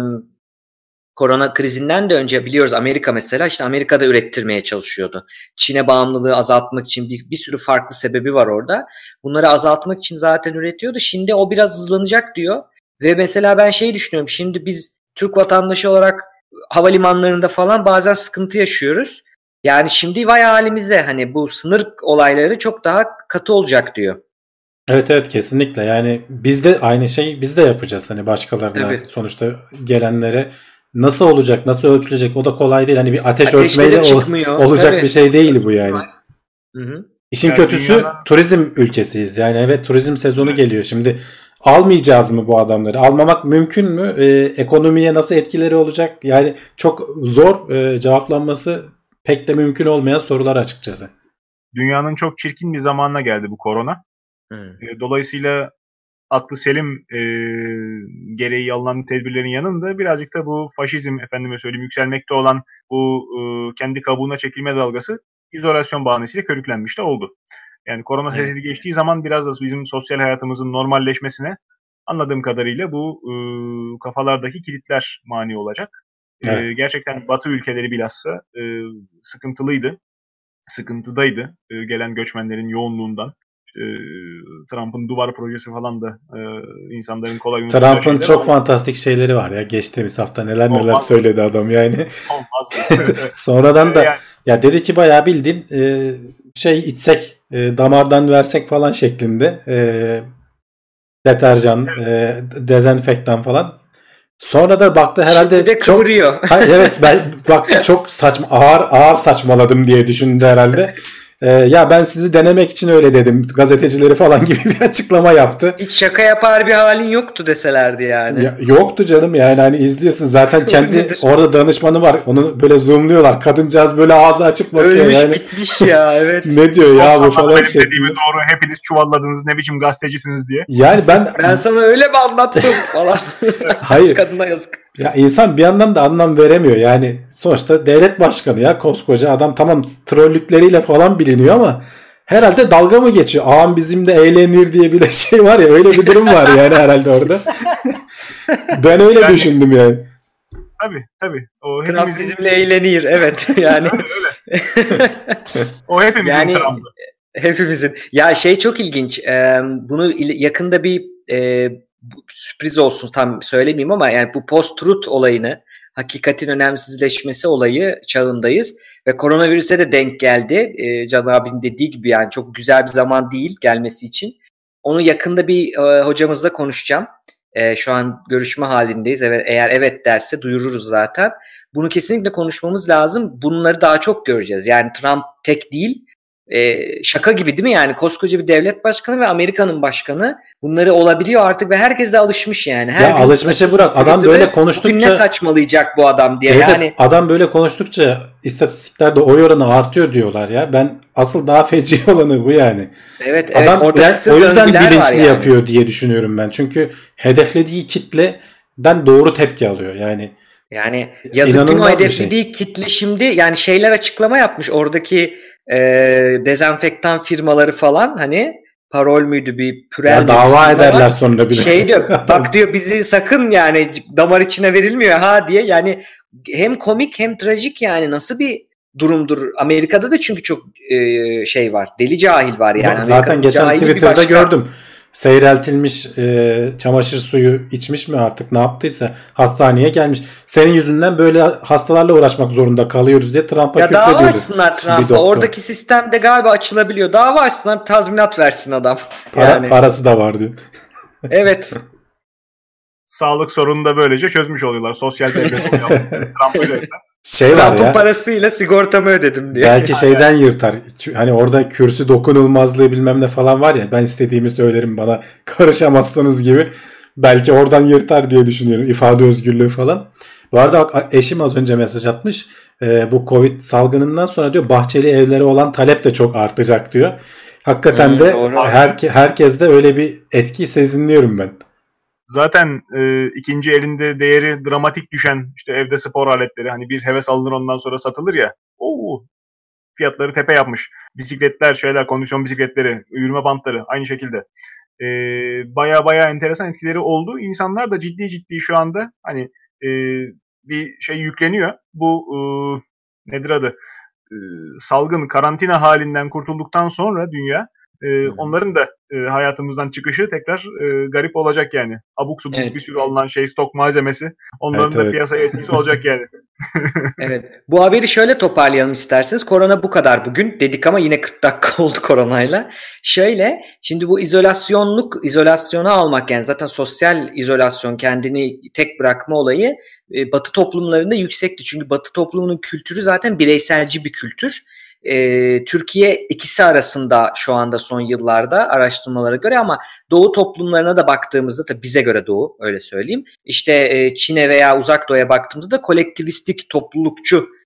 korona krizinden de önce biliyoruz Amerika mesela işte Amerika'da ürettirmeye çalışıyordu. Çin'e bağımlılığı azaltmak için bir, bir sürü farklı sebebi var orada. Bunları azaltmak için zaten üretiyordu. Şimdi o biraz hızlanacak diyor. Ve mesela ben şey düşünüyorum. Şimdi biz Türk vatandaşı olarak havalimanlarında falan bazen sıkıntı yaşıyoruz. Yani şimdi vay halimize hani bu sınır olayları çok daha katı olacak diyor. Evet evet kesinlikle yani biz de aynı şeyi biz de yapacağız hani başkalarına Tabii. sonuçta gelenlere nasıl olacak nasıl ölçülecek o da kolay değil hani bir ateş Ateşleri ölçmeyle ol, olacak Tabii. bir şey değil bu yani. Hı hı. İşin yani kötüsü dünyadan... turizm ülkesiyiz yani evet turizm sezonu evet. geliyor şimdi almayacağız mı bu adamları almamak mümkün mü ee, ekonomiye nasıl etkileri olacak yani çok zor e, cevaplanması pek de mümkün olmayan sorular açıkçası. Dünyanın çok çirkin bir zamanına geldi bu korona. Hmm. E, dolayısıyla aklı selim e, gereği alınan tedbirlerin yanında birazcık da bu faşizm, efendime söyleyeyim, yükselmekte olan bu e, kendi kabuğuna çekilme dalgası izolasyon bahanesiyle körüklenmiş de oldu. Yani korona Evet. tehdidi geçtiği zaman biraz da bizim sosyal hayatımızın normalleşmesine anladığım kadarıyla bu e, kafalardaki kilitler mani olacak. E, Evet. gerçekten Batı ülkeleri bilhassa e, sıkıntılıydı. Sıkıntıdaydı e, gelen göçmenlerin yoğunluğundan. İşte, e, Trump'ın duvar projesi falan da e, insanların kolay unutacağı Trump'ın şeyler çok oldu. fantastik şeyleri var ya. Geçtiğimiz hafta neler neler Olmaz. söyledi adam yani. Olmaz mı? Sonradan da Yani- ya dedi ki bayağı bildiğin e, şey içsek, e, damardan versek falan şeklinde e, deterjan, e, dezenfektan falan. Sonra da baktı herhalde Şimdi de çok kıvırıyor. Hayır, evet ben baktı çok saçma ağır ağır saçmaladım diye düşündü herhalde. Ee, ya ben sizi denemek için öyle dedim. Gazetecileri falan gibi bir açıklama yaptı. Hiç şaka yapar bir halin yoktu deselerdi yani. Ya, yoktu canım yani hani izliyorsun zaten kendi Nedir? orada danışmanı var. Onu böyle zoomluyorlar. Kadıncağız böyle ağzı açık bakıyor Ölmüş yani. bitmiş ya evet. Ne diyor ya bu doksanlarda falan benim şeklinde. dediğimi doğru, hepiniz çuvalladınız, ne biçim gazetecisiniz diye. Yani ben Ben sana öyle mi anlattım falan. hayır Kadına yazık. ya insan bir yandan da anlam veremiyor. Yani sonuçta devlet başkanı ya koskoca adam tamam trollükleriyle falan biliniyor ama herhalde dalga mı geçiyor? Ağam bizim de eğlenir diye bir de şey var ya öyle bir durum var yani herhalde orada. Ben öyle Yani- düşündüm yani. Tabii tabii. O Trump hepimizin, bizimle eğlenir evet yani. öyle öyle. O hepimizin Yani- Trump'ı. Hepimizin. Ya şey çok ilginç. Ee, bunu il- yakında bir e, bu- sürpriz olsun tam söylemeyeyim ama yani bu post-truth olayını, hakikatin önemsizleşmesi olayı çağındayız ve koronavirüse de denk geldi. Ee, Can abinin dediği gibi yani çok güzel bir zaman değil gelmesi için. Onu yakında bir e, hocamızla konuşacağım. E, şu an görüşme halindeyiz. Evet, eğer evet derse duyururuz zaten. Bunu kesinlikle konuşmamız lazım. Bunları daha çok göreceğiz. Yani Trump tek değil. E, şaka gibi değil mi yani koskoca bir devlet başkanı ve Amerika'nın başkanı bunları olabiliyor artık ve herkes de alışmış yani. Her Ya gün alışmışı bırak, adam Twitter'da, böyle bugün ne konuştukça saçmalayacak bu adam diye Cevdet, yani. adam böyle konuştukça istatistiklerde oy oranı artıyor diyorlar ya. Ben asıl daha feci olanı bu yani. Evet evet Adam orada yani kısır o yüzden döngüler var bilinçli yani. yapıyor diye düşünüyorum ben. Çünkü hedeflediği kitleden doğru tepki alıyor. Yani Yani yazık gün o İnanılmaz bir hedeflediği kitle şimdi yani şeyler açıklama yapmış oradaki e, dezenfektan firmaları falan hani parol müydü bir pürel ya mi bir dava firma ederler var. sonra bile. Şey diyor bak diyor bizi sakın yani damar içine verilmiyor ha diye yani hem komik hem trajik yani nasıl bir durumdur. Amerika'da da çünkü çok e, şey var deli cahil var yani. Zaten Amerika'nın geçen cahili bir Twitter'da başka. gördüm. Seyreltilmiş e, çamaşır suyu içmiş mi artık ne yaptıysa hastaneye gelmiş. Senin yüzünden böyle hastalarla uğraşmak zorunda kalıyoruz diye Trump'a Ya dava küfrediyordu. açsınlar Bir Trump'a. doktor. Oradaki sistemde galiba açılabiliyor. Dava açsınlar tazminat versin adam. Para, Yani. Parası da var diyor. Evet. Sağlık sorununu da böylece çözmüş oluyorlar. Sosyal devlet oluyor. Trump üzerinden. Şey var Trump'ın ya. parasıyla sigortamı ödedim diye. Belki şeyden yırtar. Hani orada kürsü dokunulmazlığı bilmem ne falan var ya. Ben istediğimi söylerim bana karışamazsınız gibi. Belki oradan yırtar diye düşünüyorum. İfade özgürlüğü falan. Bu arada bak, eşim az önce mesaj atmış. Ee, bu Covid salgınından sonra diyor bahçeli evlere olan talep de çok artacak diyor. Hakikaten Hmm, de doğru. herke, herkeste öyle bir etki sezinliyorum ben. Zaten e, ikinci elinde değeri dramatik düşen işte evde spor aletleri hani bir heves alınır ondan sonra satılır ya. Oo, fiyatları tepe yapmış. Bisikletler, şeyler, kondisyon bisikletleri, yürüme bantları aynı şekilde. E, baya baya enteresan etkileri oldu. İnsanlar da ciddi ciddi şu anda hani e, bir şey yükleniyor. Bu e, nedir adı? E, salgın, karantina halinden kurtulduktan sonra dünya e, onların da e, hayatımızdan çıkışı tekrar e, garip olacak yani. Abuk subuk Evet. bir sürü alınan şey, stok malzemesi. Onların Evet, da evet. piyasaya etkisi olacak yani. Evet. Bu haberi şöyle toparlayalım isterseniz. Korona bu kadar bugün dedik ama yine kırk dakika oldu koronayla. Şöyle şimdi bu izolasyonluk izolasyona almak yani zaten sosyal izolasyon kendini tek bırakma olayı e, Batı toplumlarında yüksekti. Çünkü Batı toplumunun kültürü zaten bireyselci bir kültür. E, Türkiye ikisi arasında şu anda son yıllarda araştırmalara göre ama Doğu toplumlarına da baktığımızda tabii bize göre Doğu öyle söyleyeyim. İşte e, Çin'e veya Uzak Doğu'ya baktığımızda kolektivistik, toplulukçu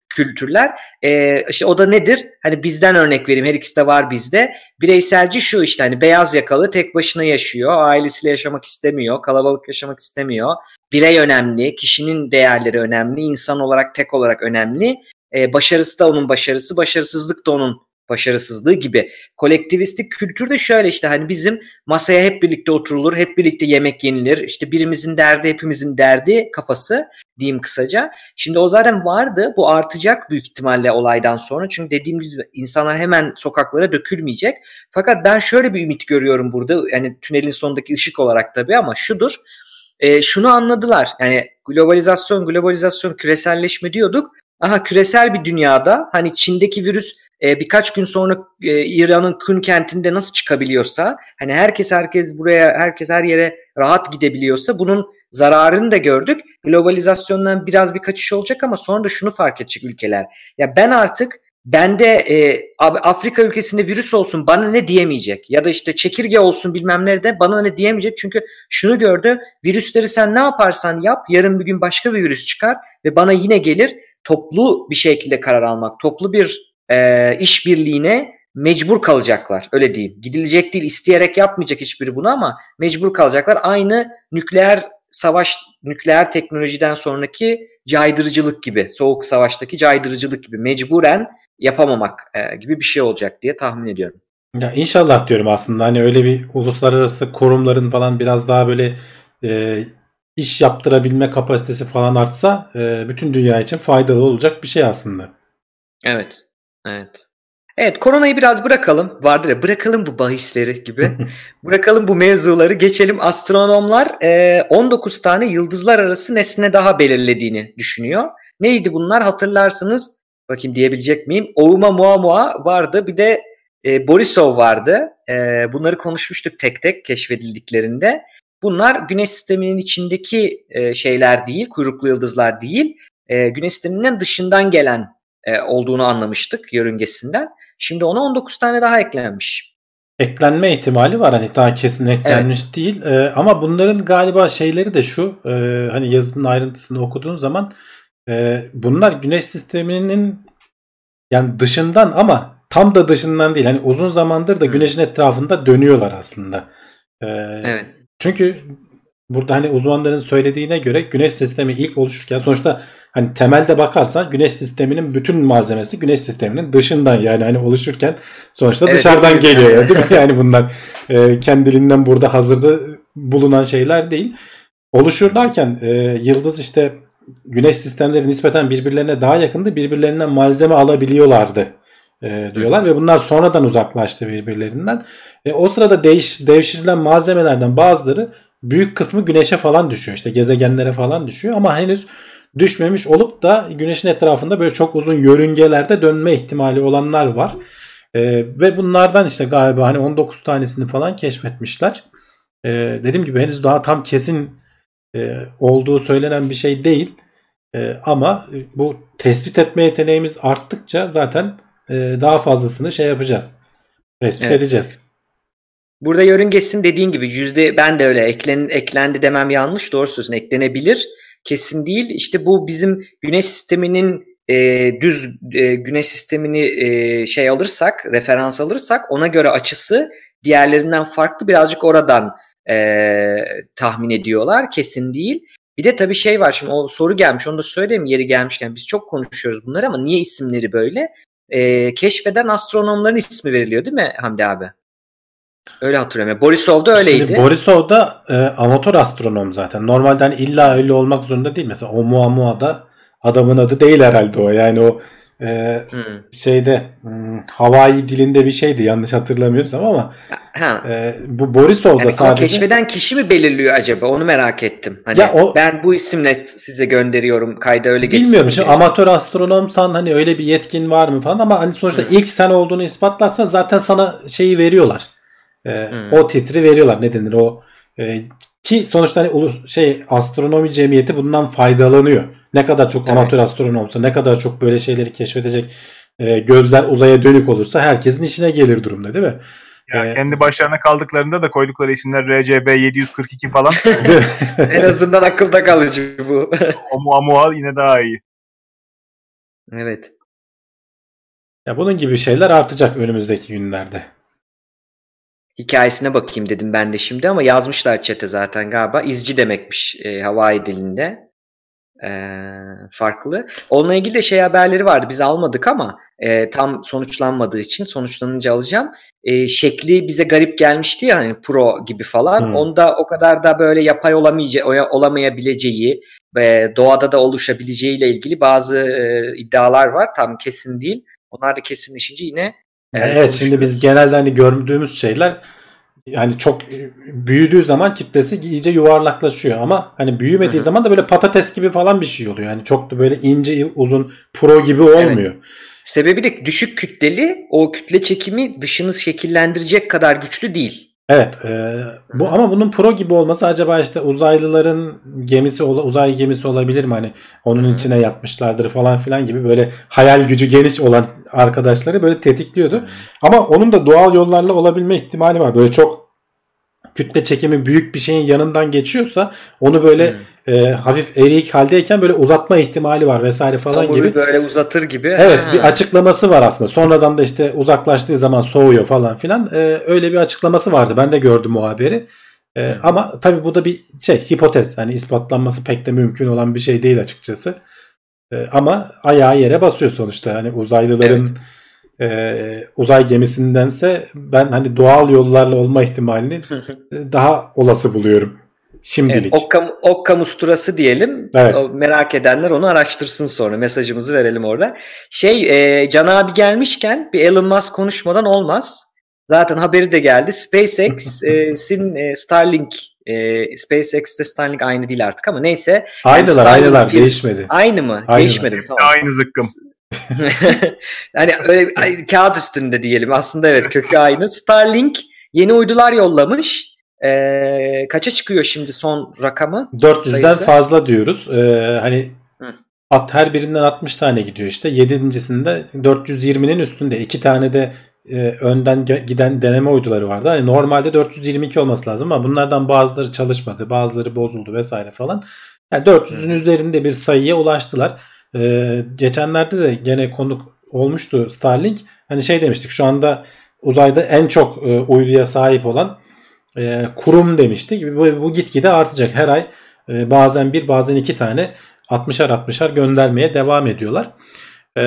kültürler. Ee, işte o da nedir? Hani bizden örnek vereyim. Her ikisi de var bizde. Bireyselci şu işte hani beyaz yakalı tek başına yaşıyor. Ailesiyle yaşamak istemiyor. Kalabalık yaşamak istemiyor. Birey önemli. Kişinin değerleri önemli. İnsan olarak tek olarak önemli. Ee, başarısı da onun başarısı. Başarısızlık da onun başarısızlığı gibi. Kolektivistik kültür de şöyle işte hani bizim masaya hep birlikte oturulur, hep birlikte yemek yenilir. İşte birimizin derdi hepimizin derdi kafası diyeyim kısaca. Şimdi o zaten vardı. Bu artacak büyük ihtimalle olaydan sonra. Çünkü dediğim gibi insanlar hemen sokaklara dökülmeyecek. Fakat ben şöyle bir ümit görüyorum burada. Yani tünelin sonundaki ışık olarak tabii ama şudur. E, şunu anladılar. Yani globalizasyon, globalizasyon, küreselleşme diyorduk. Aha küresel bir dünyada hani Çin'deki virüs e, birkaç gün sonra e, İran'ın Kün kentinde nasıl çıkabiliyorsa hani herkes herkes buraya herkes her yere rahat gidebiliyorsa bunun zararını da gördük. Globalizasyondan biraz bir kaçış olacak ama sonra da şunu fark edecek ülkeler. Ya ben artık bende e, Afrika ülkesinde virüs olsun bana ne diyemeyecek ya da işte çekirge olsun bilmem nerede bana ne diyemeyecek çünkü şunu gördü virüsleri sen ne yaparsan yap yarın bir gün başka bir virüs çıkar ve bana yine gelir toplu bir şekilde karar almak toplu bir e, işbirliğine mecbur kalacaklar öyle diyeyim gidilecek değil isteyerek yapmayacak hiçbiri bunu ama mecbur kalacaklar aynı nükleer savaş nükleer teknolojiden sonraki caydırıcılık gibi soğuk savaştaki caydırıcılık gibi mecburen yapamamak e, gibi bir şey olacak diye tahmin ediyorum. Ya inşallah diyorum aslında hani öyle bir uluslararası kurumların falan biraz daha böyle e, iş yaptırabilme kapasitesi falan artsa e, bütün dünya için faydalı olacak bir şey aslında. Evet. Evet. Evet koronayı biraz bırakalım. Vardır ya bırakalım bu bahisleri gibi. Bırakalım bu mevzuları. Geçelim astronomlar e, on dokuz tane yıldızlar arası nesne daha belirlediğini düşünüyor. Neydi bunlar hatırlarsınız. Bakayım diyebilecek miyim? Oumuamua vardı. Bir de e, Borisov vardı. E, bunları konuşmuştuk tek tek keşfedildiklerinde. Bunlar Güneş sisteminin içindeki e, şeyler değil. Kuyruklu yıldızlar değil. E, Güneş sisteminin dışından gelen e, olduğunu anlamıştık yörüngesinden. Şimdi ona on dokuz tane daha eklenmiş. Eklenme ihtimali var hani daha kesin eklenmiş evet. değil e, ama bunların galiba şeyleri de şu e, hani yazının ayrıntısını okuduğun zaman e, bunlar Güneş sisteminin yani dışından ama tam da dışından değil hani uzun zamandır da Güneş'in etrafında dönüyorlar aslında. E, evet. Çünkü burada hani uzmanların söylediğine göre Güneş sistemi ilk oluşurken sonuçta hani temelde bakarsan Güneş sisteminin bütün malzemesi Güneş sisteminin dışından yani hani oluşurken sonuçta evet, dışarıdan evet, geliyor yani. Değil mi? Yani bunlar e, kendiliğinden burada hazırda bulunan şeyler değil. Oluşurlarken e, yıldız işte Güneş sistemleri nispeten birbirlerine daha yakındı. Birbirlerinden malzeme alabiliyorlardı e, diyorlar ve bunlar sonradan uzaklaştı birbirlerinden. E, o sırada değiş, devşirilen malzemelerden bazıları büyük kısmı Güneş'e falan düşüyor. İşte gezegenlere falan düşüyor ama henüz düşmemiş olup da Güneş'in etrafında böyle çok uzun yörüngelerde dönme ihtimali olanlar var. Ee, ve bunlardan işte galiba hani on dokuz tanesini falan keşfetmişler. Ee, dediğim gibi henüz daha tam kesin e, olduğu söylenen bir şey değil. E, ama bu tespit etme yeteneğimiz arttıkça zaten e, daha fazlasını şey yapacağız. Tespit evet. edeceğiz. Burada yörüngesin dediğin gibi yüzde ben de öyle eklen, eklendi demem yanlış. Doğru söylüyorsun eklenebilir. Kesin değil. İşte bu bizim Güneş sisteminin e, düz e, Güneş sistemini e, şey alırsak, referans alırsak ona göre açısı diğerlerinden farklı birazcık oradan e, tahmin ediyorlar. Kesin değil. Bir de tabii şey var şimdi o soru gelmiş onu da söyleyeyim yeri gelmişken biz çok konuşuyoruz bunları ama niye isimleri böyle? E, keşfeden astronomların ismi veriliyor değil mi Hamdi abi? Öyle hatırlıyorum. Borisov da öyleydi. Şimdi Borisov da e, amatör astronom zaten. Normalde hani illa öyle olmak zorunda değil. Mesela Oumuamua'da adamın adı değil herhalde o. Yani o e, hmm. şeyde hmm, Hawaii dilinde bir şeydi. Yanlış hatırlamıyorsam ama ha. E, bu Borisov da yani sadece... keşfeden kişi mi belirliyor acaba? Onu merak ettim. Hani ya o... ben bu isimle size gönderiyorum. Kayda öyle geçsin. Bilmiyorum. Şimdi amatör astronomsan hani öyle bir yetkin var mı falan ama hani sonuçta hmm. ilk sen olduğunu ispatlarsan zaten sana şeyi veriyorlar. Ee, hmm. O titri veriyorlar ne denir o e, ki sonuçta hani ulus şey astronomi cemiyeti bundan faydalanıyor. Ne kadar çok amatör evet. astronomsa ne kadar çok böyle şeyleri keşfedecek e, gözler uzaya dönük olursa herkesin işine gelir durumda değil mi? Ya ee, kendi başlarına kaldıklarında da koydukları isimler R C B yedi yüz kırk iki falan. En azından akılda kalıcı bu. Oumuamua yine daha iyi. Evet. Ya bunun gibi şeyler artacak önümüzdeki günlerde. Hikayesine bakayım dedim ben de şimdi ama yazmışlar chat'e zaten galiba. İzci demekmiş e, Hawaii dilinde. E, farklı. Onunla ilgili de şey haberleri vardı. Biz almadık ama e, tam sonuçlanmadığı için sonuçlanınca alacağım. E, şekli bize garip gelmişti ya hani Pro gibi falan. Hmm. Onda o kadar da böyle yapay olamayacağı, olamayabileceği ve doğada da oluşabileceğiyle ilgili bazı e, iddialar var. Tam kesin değil. Onlar da kesinleşince yine e, evet konuşuruz. Şimdi biz genelde hani gördüğümüz şeyler yani çok büyüdüğü zaman kitlesi iyice yuvarlaklaşıyor ama hani büyümediği Hı-hı. zaman da böyle patates gibi falan bir şey oluyor. Yani çok da böyle ince uzun Pro gibi olmuyor. Evet. Sebebi de düşük kütleli, o kütle çekimi dışını şekillendirecek kadar güçlü değil. Evet. E, bu Hı-hı. Ama bunun Pro gibi olması acaba işte uzaylıların gemisi uzay gemisi olabilir mi? Hani onun Hı-hı. içine yapmışlardır falan filan gibi böyle hayal gücü geniş olan arkadaşları böyle tetikliyordu. Hı-hı. Ama onun da doğal yollarla olabilme ihtimali var. Böyle çok kütle çekimi büyük bir şeyin yanından geçiyorsa onu böyle hmm. e, hafif eriyik haldeyken böyle uzatma ihtimali var vesaire falan Hamuru gibi. Böyle uzatır gibi. Evet ha. Bir açıklaması var aslında. Sonradan da işte uzaklaştığı zaman soğuyor falan filan. E, öyle bir açıklaması vardı. Ben de gördüm o haberi. E, hmm. Ama tabii bu da bir şey hipotez. Yani ispatlanması pek de mümkün olan bir şey değil açıkçası. E, ama ayağı yere basıyor sonuçta. Hani uzaylıların evet. Ee, uzay gemisindense ben hani doğal yollarla olma ihtimalini daha olası buluyorum şimdilik. Evet, Okka, Okka musturası diyelim. Evet. O, merak edenler onu araştırsın sonra. Mesajımızı verelim orada. Şey e, Can abi gelmişken bir Elon Musk konuşmadan olmaz. Zaten haberi de geldi. SpaceX'in e, Starlink e, SpaceX'te Starlink aynı değil artık ama neyse. Aynılar yani aynılar bir, değişmedi. Aynı mı? Aynılar. Değişmedi mi? Tamam. Aynı zıkkım. Yani öyle kağıt üstünde diyelim. Aslında evet kökü aynı. Starlink yeni uydular yollamış. Ee, kaça çıkıyor şimdi son rakamı? dört yüzden sayısı? Fazla diyoruz. Ee, hani Hı. at her birinden altmış tane gidiyor işte. yedincisinde dört yüz yirminin üstünde. iki tane de e, önden giden deneme uyduları vardı. Hani normalde dört yüz yirmi iki olması lazım ama bunlardan bazıları çalışmadı. Bazıları bozuldu vesaire falan. Yani dört yüzün Hı. üzerinde bir sayıya ulaştılar. Ee, geçenlerde de gene konuk olmuştu Starlink. Hani şey demiştik şu anda uzayda en çok e, uyduya sahip olan e, kurum demiştik. Bu, bu gitgide artacak. Her ay e, bazen bir bazen iki tane altmışar altmışar göndermeye devam ediyorlar. E,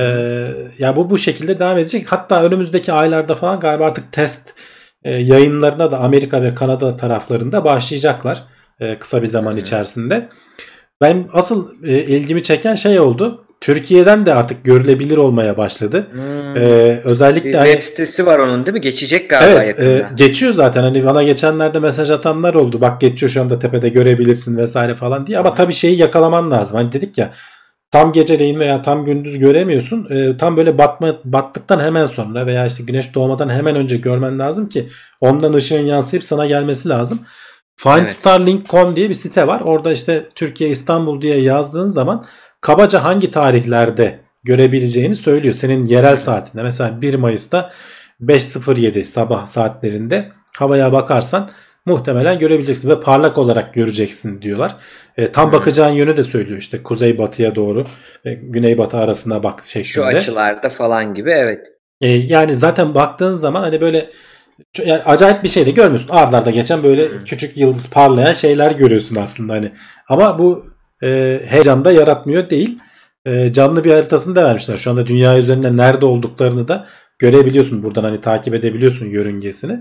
ya bu bu şekilde devam edecek. Hatta önümüzdeki aylarda falan galiba artık test e, yayınlarına da Amerika ve Kanada taraflarında başlayacaklar. E, kısa bir zaman içerisinde. Ben asıl e, ilgimi çeken şey oldu. Türkiye'den de artık görülebilir olmaya başladı. Hmm. Ee, özellikle bir web sitesi var onun değil mi? Geçecek galiba evet, yakında. Evet, e, geçiyor zaten. Hani bana geçenlerde mesaj atanlar oldu. Bak geçiyor şu anda tepede görebilirsin vesaire falan diye. Ama hmm. tabii şeyi yakalaman lazım. Hani dedik ya tam geceleyin veya tam gündüz göremiyorsun. E, tam böyle batma battıktan hemen sonra veya işte güneş doğmadan hemen önce görmen lazım ki ondan ışığın yansıyıp sana gelmesi lazım. find starlink nokta com diye bir site var. Orada işte Türkiye İstanbul diye yazdığın zaman kabaca hangi tarihlerde görebileceğini söylüyor. Senin yerel saatinde. Mesela bir Mayıs'ta beş sıfır yedi sabah saatlerinde havaya bakarsan muhtemelen görebileceksin ve parlak olarak göreceksin diyorlar. E, tam hmm. bakacağın yönü de söylüyor. İşte kuzey batıya doğru ve güney batı arasına bak şeklinde. Şu açılarda falan gibi evet. E, yani zaten baktığın zaman hani böyle yani acayip bir şey de görmüyorsun. Ardlarda geçen böyle hmm. küçük yıldız parlayan şeyler görüyorsun aslında hani. Ama bu e, heyecan da yaratmıyor değil. E, canlı bir haritasını da vermişler. Şu anda dünya üzerinde nerede olduklarını da görebiliyorsun. Buradan hani takip edebiliyorsun yörüngesini.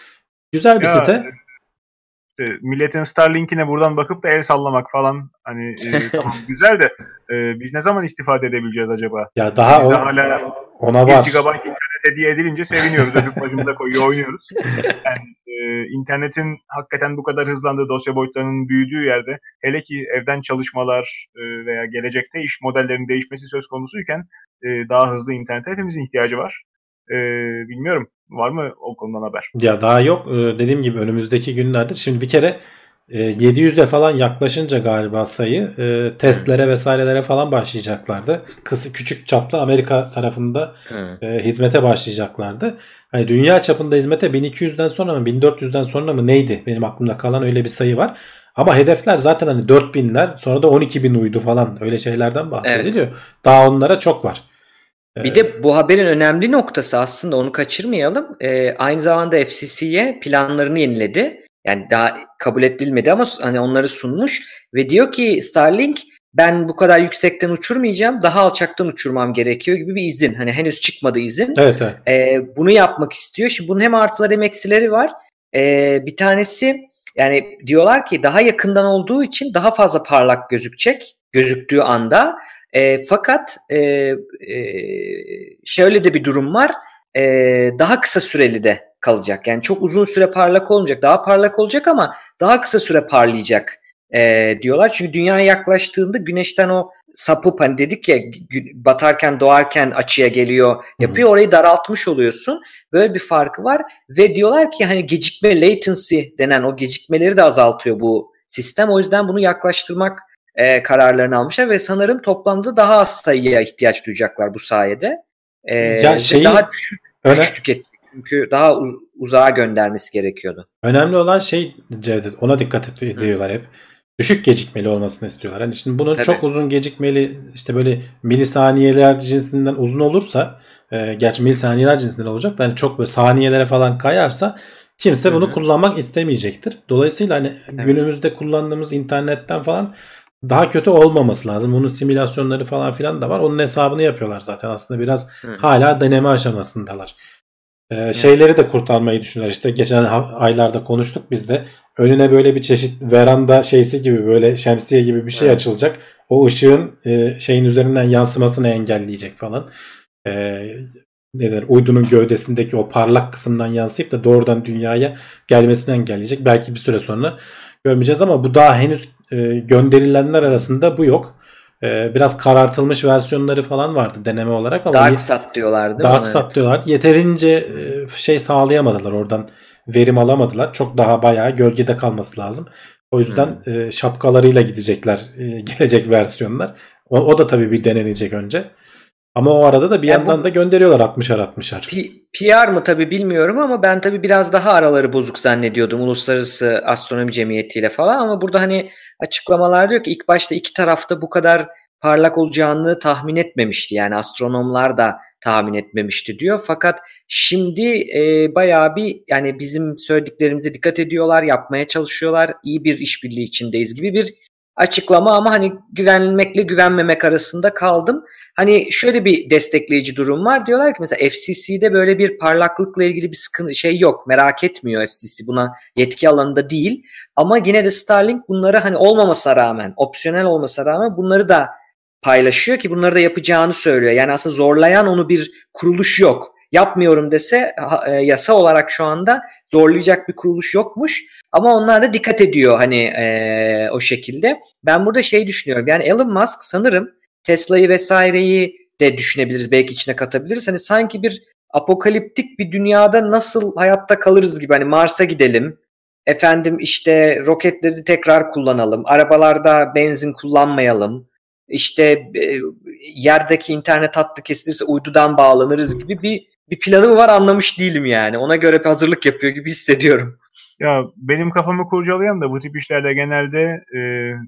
Güzel bir ya, site. İşte milletin Starlink'ine buradan bakıp da el sallamak falan hani e, tamam güzel de e, biz ne zaman istifade edebileceğiz acaba? Ya daha biz o, de hala ona var. bir gigabayt internet hediye edilince seviniyoruz. Öpüp başımıza koyuyor oynuyoruz. Yani e, internetin hakikaten bu kadar hızlandığı, dosya boyutlarının büyüdüğü yerde hele ki evden çalışmalar e, veya gelecekte iş modellerinin değişmesi söz konusuyken e, daha hızlı internete hepimizin ihtiyacı var. E, bilmiyorum. Var mı o konudan haber? Ya daha yok. Ee, dediğim gibi önümüzdeki günlerde şimdi bir kere e, yedi yüze falan yaklaşınca galiba sayı e, testlere vesairelere falan başlayacaklardı. Kısa küçük çaplı Amerika tarafında e, hizmete başlayacaklardı. Hani dünya çapında hizmete bin iki yüzden sonra mı bin dört yüzden sonra mı neydi? Benim aklımda kalan öyle bir sayı var. Ama hedefler zaten hani dört binler sonra da on iki bin uydu falan öyle şeylerden bahsediliyor. Evet. Daha onlara çok var. Bir de bu haberin önemli noktası aslında onu kaçırmayalım. Ee, aynı zamanda F C C'ye planlarını yeniledi. Yani daha kabul edilmedi ama hani onları sunmuş ve diyor ki Starlink ben bu kadar yüksekten uçurmayacağım, daha alçaktan uçurmam gerekiyor gibi bir izin. Hani henüz çıkmadı izin. Evet, evet. Ee, bunu yapmak istiyor. Şimdi bunun hem artıları hem eksileri var. Ee, bir tanesi yani diyorlar ki daha yakından olduğu için daha fazla parlak gözükecek gözüktüğü anda. E, fakat e, e, şöyle de bir durum var. E, daha kısa süreli de kalacak. Yani çok uzun süre parlak olmayacak. Daha parlak olacak ama daha kısa süre parlayacak e, diyorlar. Çünkü dünyaya yaklaştığında güneşten o sapıp hani dedik ya batarken doğarken açıya geliyor yapıyor. Hı-hı. Orayı daraltmış oluyorsun. Böyle bir farkı var. Ve diyorlar ki hani gecikme latency denen o gecikmeleri de azaltıyor bu sistem. O yüzden bunu yaklaştırmak E, kararlarını almışlar ve sanırım toplamda daha az sayıya ihtiyaç duyacaklar bu sayede. E, ya şeyi, daha düşük güç tüketecek çünkü daha uz- uzağa göndermesi gerekiyordu. Önemli olan şey Cevdet, ona dikkat ediyorlar hep. Düşük gecikmeli olmasını istiyorlar. Hani şimdi bunun Tabii. çok uzun gecikmeli işte böyle milisaniyeler cinsinden uzun olursa e, gerçi milisaniyeler cinsinden olacak da hani çok böyle saniyelere falan kayarsa kimse bunu Hı-hı. kullanmak istemeyecektir. Dolayısıyla hani evet. günümüzde kullandığımız internetten falan daha kötü olmaması lazım. Bunun simülasyonları falan filan da var. Onun hesabını yapıyorlar zaten. Aslında biraz Hı. hala deneme aşamasındalar. Ee, şeyleri de kurtarmayı düşünüyorlar. İşte geçen aylarda konuştuk biz de. Önüne böyle bir çeşit veranda şeysi gibi böyle şemsiye gibi bir şey Hı. açılacak. O ışığın e, şeyin üzerinden yansımasını engelleyecek falan. Ee, ne der, uydunun gövdesindeki o parlak kısımdan yansıyıp da doğrudan dünyaya gelmesini engelleyecek. Belki bir süre sonra görmeyeceğiz ama bu daha henüz e, gönderilenler arasında bu yok. E, biraz karartılmış versiyonları falan vardı deneme olarak ama DarkSat diyorlardı. DarkSat evet. diyorlar. Yeterince e, şey sağlayamadılar oradan. Verim alamadılar. Çok daha bayağı gölgede kalması lazım. O yüzden hmm. e, şapkalarıyla gidecekler e, gelecek versiyonlar. O, o da tabii bir denenecek önce. Ama o arada da bir yani yandan da gönderiyorlar altmışar altmışar. P- PR mı tabii bilmiyorum ama ben tabii biraz daha araları bozuk zannediyordum Uluslararası Astronomi Cemiyeti ile falan ama burada hani açıklamalar diyor ki ilk başta iki tarafta bu kadar parlak olacağını tahmin etmemişti. Yani astronomlar da tahmin etmemişti diyor. Fakat şimdi e, bayağı bir yani bizim söylediklerimize dikkat ediyorlar, yapmaya çalışıyorlar. İyi bir işbirliği içindeyiz gibi bir açıklama ama hani güvenmekle güvenmemek arasında kaldım. Hani şöyle bir destekleyici durum var. Diyorlar ki mesela F C C'de böyle bir parlaklıkla ilgili bir sıkıntı şey yok. Merak etmiyor F C C. Buna yetki alanında değil. Ama yine de Starlink bunları hani olmamasına rağmen, opsiyonel olmasına rağmen bunları da paylaşıyor ki bunları da yapacağını söylüyor. Yani aslında zorlayan onu bir kuruluş yok. Yapmıyorum dese yasa olarak şu anda zorlayacak bir kuruluş yokmuş. Ama onlar da dikkat ediyor hani e, o şekilde. Ben burada şey düşünüyorum. Yani Elon Musk sanırım Tesla'yı vesaireyi de düşünebiliriz. Belki içine katabiliriz. Hani sanki bir apokaliptik bir dünyada nasıl hayatta kalırız gibi. Hani Mars'a gidelim. Efendim işte roketleri tekrar kullanalım. Arabalarda benzin kullanmayalım. İşte e, yerdeki internet hattı kesilirse uydudan bağlanırız gibi bir bir planı mı var anlamış değilim yani. Ona göre bir hazırlık yapıyor gibi hissediyorum. Ya benim kafamı kurcalayan da bu tip işlerde genelde e,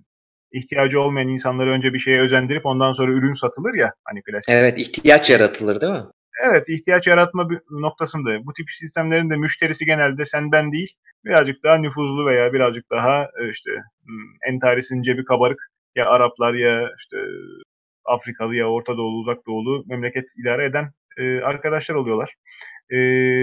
ihtiyacı olmayan insanları önce bir şeye özendirip ondan sonra ürün satılır ya hani klasik. Evet, ihtiyaç yaratılır değil mi? Evet, ihtiyaç yaratma noktasında bu tip sistemlerin de müşterisi genelde sen ben değil, birazcık daha nüfuzlu veya birazcık daha işte entarisinin cebi kabarık ya Araplar ya işte Afrikalı ya Orta Doğulu, Uzak Doğulu memleket idare eden e, arkadaşlar oluyorlar. E,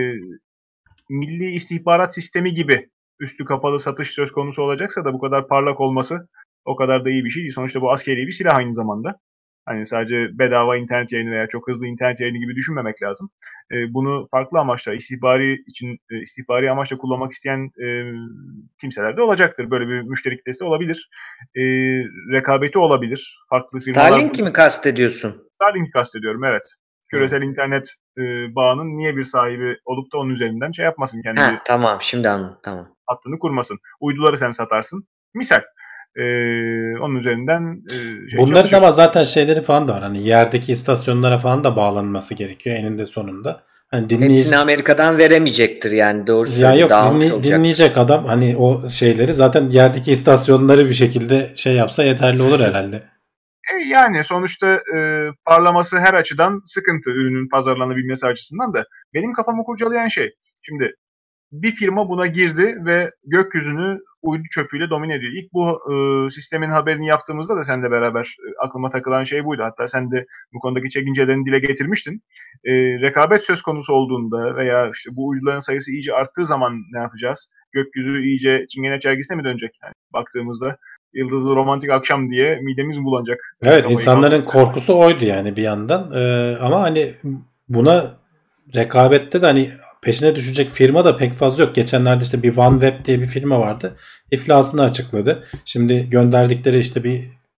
milli istihbarat sistemi gibi üstü kapalı satış söz konusu olacaksa da bu kadar parlak olması o kadar da iyi bir şey değil. Sonuçta bu askeri bir silah aynı zamanda. Hani sadece bedava internet yayını veya çok hızlı internet yayını gibi düşünmemek lazım. E, bunu farklı amaçla, istihbari için e, istihbari amaçla kullanmak isteyen e, kimseler de olacaktır. Böyle bir müşteri kitlesi olabilir. E, rekabeti olabilir. Farklı firmalar. Starlink'i mi kastediyorsun? Starlink'i kastediyorum, evet. Küresel hmm. internet e, bağının niye bir sahibi olup da onun üzerinden şey yapmasın kendi. Ha, tamam, şimdi anladım. Tamam. Hattını kurmasın. Uyduları sen satarsın. Misal. Ee, onun üzerinden e, şey bunların ama zaten şeyleri falan da var. Hani yerdeki istasyonlara falan da bağlanması gerekiyor eninde sonunda. Hani dinleyici... Hepsini Amerika'dan veremeyecektir yani doğrusu. Ya yok dinley- dinleyecek adam hani o şeyleri zaten yerdeki istasyonları bir şekilde şey yapsa yeterli olur herhalde. E yani sonuçta e, parlaması her açıdan sıkıntı ürünün pazarlanabilmesi açısından da. Benim kafamı kurcalayan şey, şimdi bir firma buna girdi ve gökyüzünü uydu çöpüyle domine ediyor. İlk bu e, sistemin haberini yaptığımızda da seninle beraber e, aklıma takılan şey buydu. Hatta sen de bu konudaki çekincelerini dile getirmiştin. E, rekabet söz konusu olduğunda veya işte bu uyduların sayısı iyice arttığı zaman ne yapacağız? Gökyüzü iyice Çingene çergisine mi dönecek? Yani baktığımızda Yıldızlı Romantik Akşam diye midemiz bulanacak. Evet, insanların korkusu oydu yani bir yandan. Ee, ama hani buna rekabette de hani peşine düşecek firma da pek fazla yok. Geçenlerde işte bir OneWeb diye bir firma vardı. İflasını açıkladı. Şimdi gönderdikleri işte bir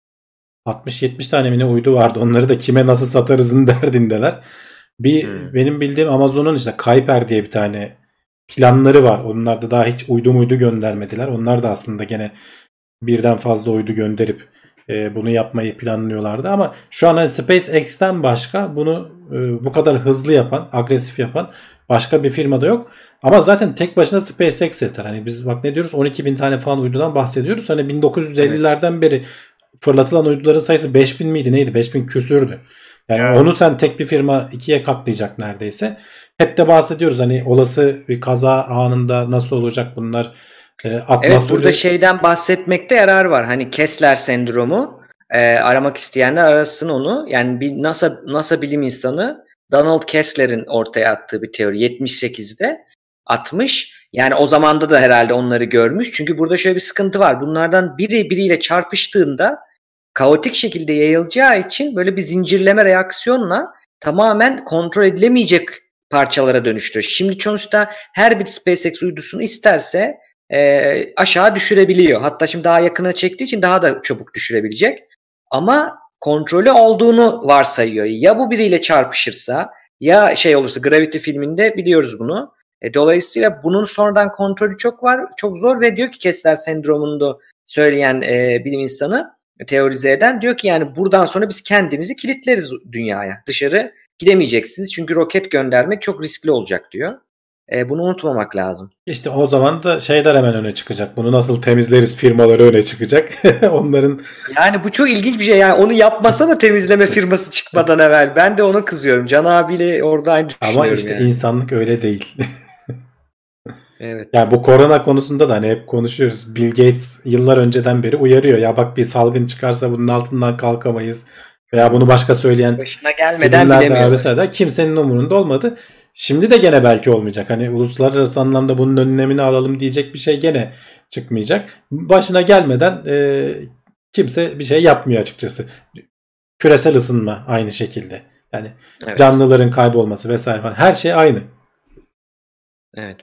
altmış yetmiş tane mi ne uydu vardı. Onları da kime nasıl satarızın derdindeler. Bir hmm. benim bildiğim Amazon'un işte Kuiper diye bir tane planları var. Onlar da daha hiç uydu muydu göndermediler. Onlar da aslında gene birden fazla uydu gönderip e, bunu yapmayı planlıyorlardı. Ama şu an hani SpaceX'ten başka bunu e, bu kadar hızlı yapan, agresif yapan başka bir firma da yok. Ama zaten tek başına SpaceX yeter. Hani biz bak ne diyoruz, on iki bin tane falan uydudan bahsediyoruz. Hani bin dokuz yüz ellilerden evet. beri fırlatılan uyduların sayısı beş bin miydi neydi? beş bin küsürdü. Yani evet. onu sen tek bir firma ikiye katlayacak neredeyse. Hep de bahsediyoruz hani olası bir kaza anında nasıl olacak bunlar. E, evet, burada şeyden bahsetmekte yarar var. Hani Kessler sendromu, e, aramak isteyenler arasın onu. Yani bir NASA NASA bilim insanı Donald Kessler'in ortaya attığı bir teori yetmiş sekizde atmış. Yani o zamanda da herhalde onları görmüş. Çünkü burada şöyle bir sıkıntı var. Bunlardan biri biriyle çarpıştığında kaotik şekilde yayılacağı için böyle bir zincirleme reaksiyonla tamamen kontrol edilemeyecek parçalara dönüştürüyor. Şimdi sonuçta her bir SpaceX uydusunu isterse e, aşağı düşürebiliyor. Hatta şimdi daha yakına çektiği için daha da çabuk düşürebilecek. Ama kontrolü olduğunu varsayıyor. Ya bu biriyle çarpışırsa ya şey olursa, Gravity filminde biliyoruz bunu. E, dolayısıyla bunun sonradan kontrolü çok var, çok zor ve diyor ki Kessler sendromunu söyleyen e, bilim insanı, teorize eden diyor ki yani buradan sonra biz kendimizi kilitleriz dünyaya. Dışarı gidemeyeceksiniz çünkü roket göndermek çok riskli olacak diyor. E, bunu unutmamak lazım. İşte o zaman da şeyler hemen öne çıkacak. Bunu nasıl temizleriz firmaları öne çıkacak. Onların yani bu çok ilginç bir şey. Yani onu yapmasa da temizleme firması çıkmadan evvel. Ben de ona kızıyorum. Can abiyle orada aynı düşünüyorum. Ama işte yani. insanlık öyle değil. Evet. Yani bu korona konusunda da hani hep konuşuyoruz. Bill Gates yıllar önceden beri uyarıyor. Ya bak bir salgın çıkarsa bunun altından kalkamayız. Veya bunu başka söyleyen başına gelmeden bilemiyorlar. Kimsenin umurunda olmadı. Şimdi de gene belki olmayacak. Hani uluslararası anlamda bunun önlemini alalım diyecek bir şey gene çıkmayacak. Başına gelmeden e, kimse bir şey yapmıyor açıkçası. Küresel ısınma aynı şekilde. Yani evet. Canlıların kaybolması vesaire falan. Her şey aynı. Evet.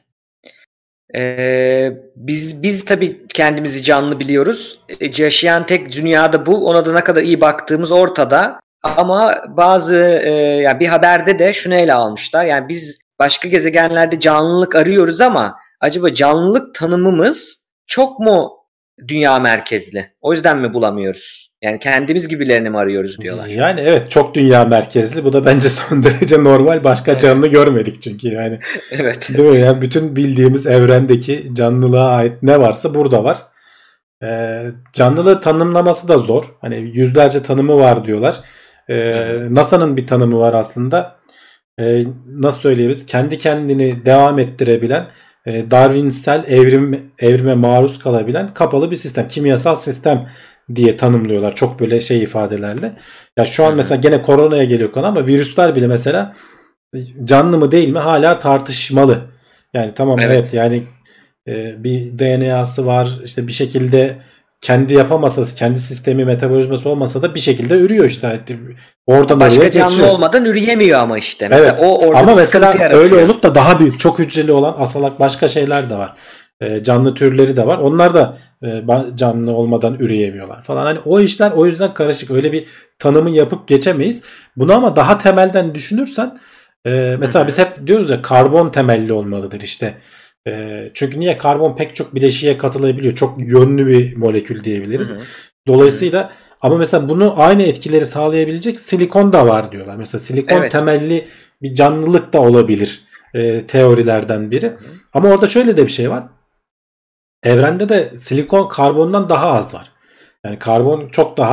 Ee, biz biz tabii kendimizi canlı biliyoruz. E, yaşayan tek dünyada bu. Ona da ne kadar iyi baktığımız ortada. Ama bazı e, yani bir haberde de şunu ele almışlar. Yani biz başka gezegenlerde canlılık arıyoruz ama acaba canlılık tanımımız çok mu dünya merkezli? O yüzden mi bulamıyoruz? Yani kendimiz gibilerini mi arıyoruz diyorlar. Yani evet, çok dünya merkezli. Bu da bence son derece normal. Başka evet. canlı görmedik çünkü yani. Evet. Değil mi? Yani bütün bildiğimiz evrendeki canlılığa ait ne varsa burada var. Ee, canlılığı tanımlaması da zor. Hani yüzlerce tanımı var diyorlar. Ee, NASA'nın bir tanımı var aslında. Ee, nasıl söyleyebiliriz? Kendi kendini devam ettirebilen, e, Darwinsel evrim evrime maruz kalabilen kapalı bir sistem, kimyasal sistem diye tanımlıyorlar. Çok böyle şey ifadelerle. Ya şu an mesela gene koronaya geliyor konu ama virüsler bile mesela canlı mı değil mi hala tartışmalı. Yani tamam evet, evet yani e, bir D N A'sı var, işte bir şekilde kendi yapamasa, kendi sistemi, metabolizması olmasa da bir şekilde ürüyor işte. Oradan başka canlı geçiyor. Olmadan üreyemiyor ama işte. Mesela evet. o orada ama mesela öyle olup da daha büyük, çok hücreli olan asalak başka şeyler de var. E, canlı türleri de var. Onlar da e, canlı olmadan üreyemiyorlar falan. Hani o işler o yüzden karışık. Öyle bir tanımı yapıp geçemeyiz. Bunu ama daha temelden düşünürsen e, mesela biz hep diyoruz ya karbon temelli olmalıdır işte. E, çünkü niye? Karbon pek çok bileşiğe katılabiliyor. Çok yönlü bir molekül diyebiliriz. Hı hı. Dolayısıyla hı hı. ama mesela bunu aynı etkileri sağlayabilecek silikon da var diyorlar. Mesela silikon evet. temelli bir canlılık da olabilir. E, teorilerden biri. Hı hı. Ama orada şöyle de bir şey var. Evrende de silikon karbondan daha az var. Yani karbon çok daha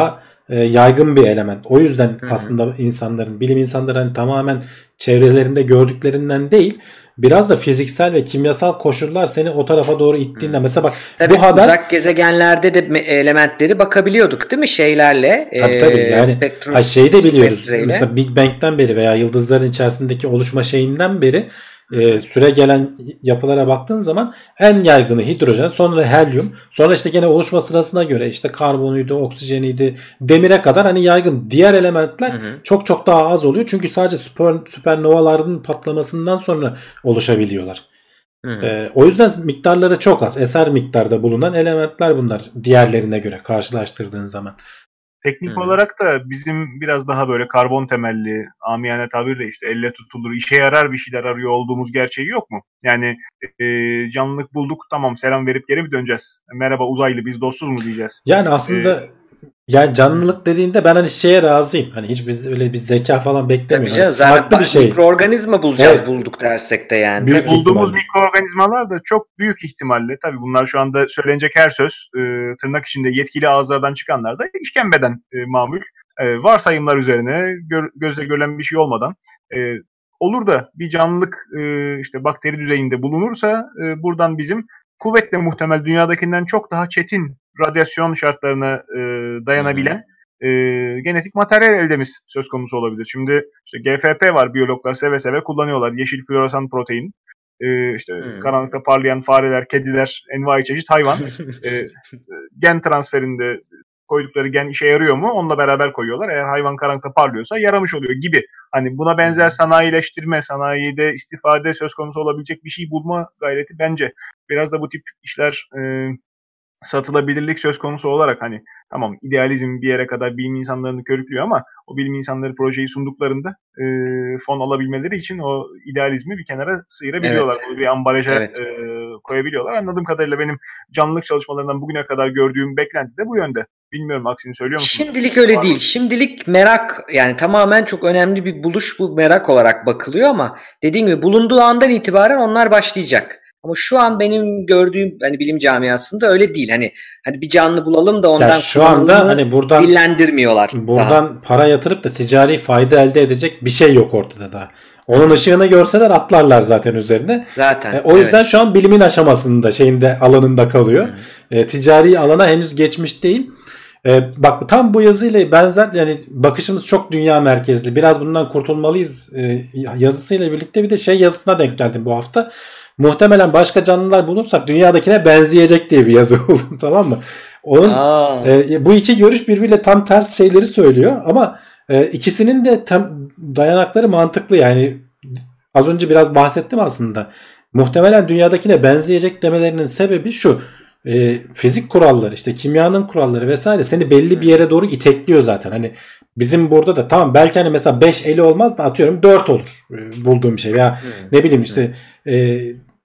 e, yaygın bir element. O yüzden Hı hı. aslında insanların, bilim insanları hani tamamen çevrelerinde gördüklerinden değil, biraz da fiziksel ve kimyasal koşullar seni o tarafa doğru ittiğinde. Hı. Mesela bak Tabii bu haber uzak gezegenlerde de me- elementleri bakabiliyorduk değil mi şeylerle? tabii e, tabii yani spektrum ha, şeyi de biliyoruz. metreyle. Mesela Big Bang'den beri veya yıldızların içerisindeki oluşma şeyinden beri e, süre gelen yapılara baktığın zaman en yaygını hidrojen, sonra helyum, sonra işte gene oluşma sırasına göre işte karbonuydu, oksijeniydi, demire kadar hani yaygın. Diğer elementler Hı hı. çok çok daha az oluyor. Çünkü sadece süper, süpernovaların patlamasından sonra oluşabiliyorlar. Hı hı. E, o yüzden miktarları çok az. Eser miktarda bulunan elementler bunlar diğerlerine göre karşılaştırdığın zaman. Teknik Hı. olarak da bizim biraz daha böyle karbon temelli, amiyane tabirle işte elle tutulur, işe yarar bir şeyler arıyor olduğumuz gerçeği yok mu? Yani e, canlılık bulduk, tamam selam verip geri mi döneceğiz? Merhaba uzaylı, biz dostuz mu diyeceğiz? Yani aslında E, yani canlılık dediğinde ben hani şeye razıyım. Hani hiç biz öyle bir zeka falan Tabii beklemiyorum. canım, Hani zaten farklı bir ba- şey. mikroorganizma bulacağız Evet. bulduk dersek de yani. Büyük Tabii. bulduğumuz ihtimalle. mikroorganizmalar da çok büyük ihtimalle, tabii bunlar şu anda söylenecek her söz e, tırnak içinde yetkili ağızlardan çıkanlar da işkembeden e, mamül. E, varsayımlar üzerine gö- gözle görülen bir şey olmadan e, olur da bir canlılık e, işte bakteri düzeyinde bulunursa e, buradan bizim kuvvetle muhtemel dünyadakinden çok daha çetin radyasyon şartlarına e, dayanabilen e, genetik materyal eldemiz söz konusu olabilir. Şimdi işte G F P var, biyologlar seve seve kullanıyorlar. Yeşil floresan protein. E, işte Hmm. karanlıkta parlayan fareler, kediler, envai çeşit hayvan. e, gen transferinde koydukları gen işe yarıyor mu? Onunla beraber koyuyorlar. Eğer hayvan karanlıkta parlıyorsa yaramış oluyor gibi. Hani buna benzer sanayileştirme, sanayide istifade söz konusu olabilecek bir şey bulma gayreti bence. Biraz da bu tip işler e, satılabilirlik söz konusu olarak hani tamam idealizm bir yere kadar bilim insanlarını körüklüyor ama o bilim insanları projeyi sunduklarında e, fon alabilmeleri için o idealizmi bir kenara sıyırabiliyorlar. Evet. Bunu bir ambalaja Evet. e, koyabiliyorlar. Anladığım kadarıyla benim canlılık çalışmalarından bugüne kadar gördüğüm beklenti de bu yönde. Bilmiyorum, aksini söylüyor musunuz? Şimdilik öyle değil. Şimdilik merak, yani tamamen çok önemli bir buluş, bu merak olarak bakılıyor ama dediğim gibi bulunduğu andan itibaren onlar başlayacak. Ama şu an benim gördüğüm hani bilim camiasında öyle değil. Hani hani bir canlı bulalım da ondan Yani şu anda hani buradan dillendirmiyorlar. buradan daha. para yatırıp da ticari fayda elde edecek bir şey yok ortada daha. Onun ışığını görseler atlarlar zaten üzerine. Zaten. E, o yüzden evet. şu an bilimin aşamasında, şeyinde, alanında kalıyor. E, ticari alana henüz geçmiş değil. E, bak tam bu yazıyla benzer, yani bakışımız çok dünya merkezli. Biraz bundan kurtulmalıyız e, yazısıyla birlikte bir de şey yazısına denk geldim bu hafta. Muhtemelen başka canlılar bulursak dünyadakine benzeyecek diye bir yazı buldum, tamam mı? Onun e, bu iki görüş birbiriyle tam ters şeyleri söylüyor ama e, ikisinin de tam dayanakları mantıklı. Yani az önce biraz bahsettim aslında. Muhtemelen dünyadakine benzeyecek demelerinin sebebi şu. E, fizik kuralları, işte kimyanın kuralları vesaire seni belli bir yere doğru itekliyor zaten. Hani bizim burada da tamam belki hani mesela beş eli olmaz da atıyorum dört olur e, bulduğum bir şey. Ya ne bileyim işte e,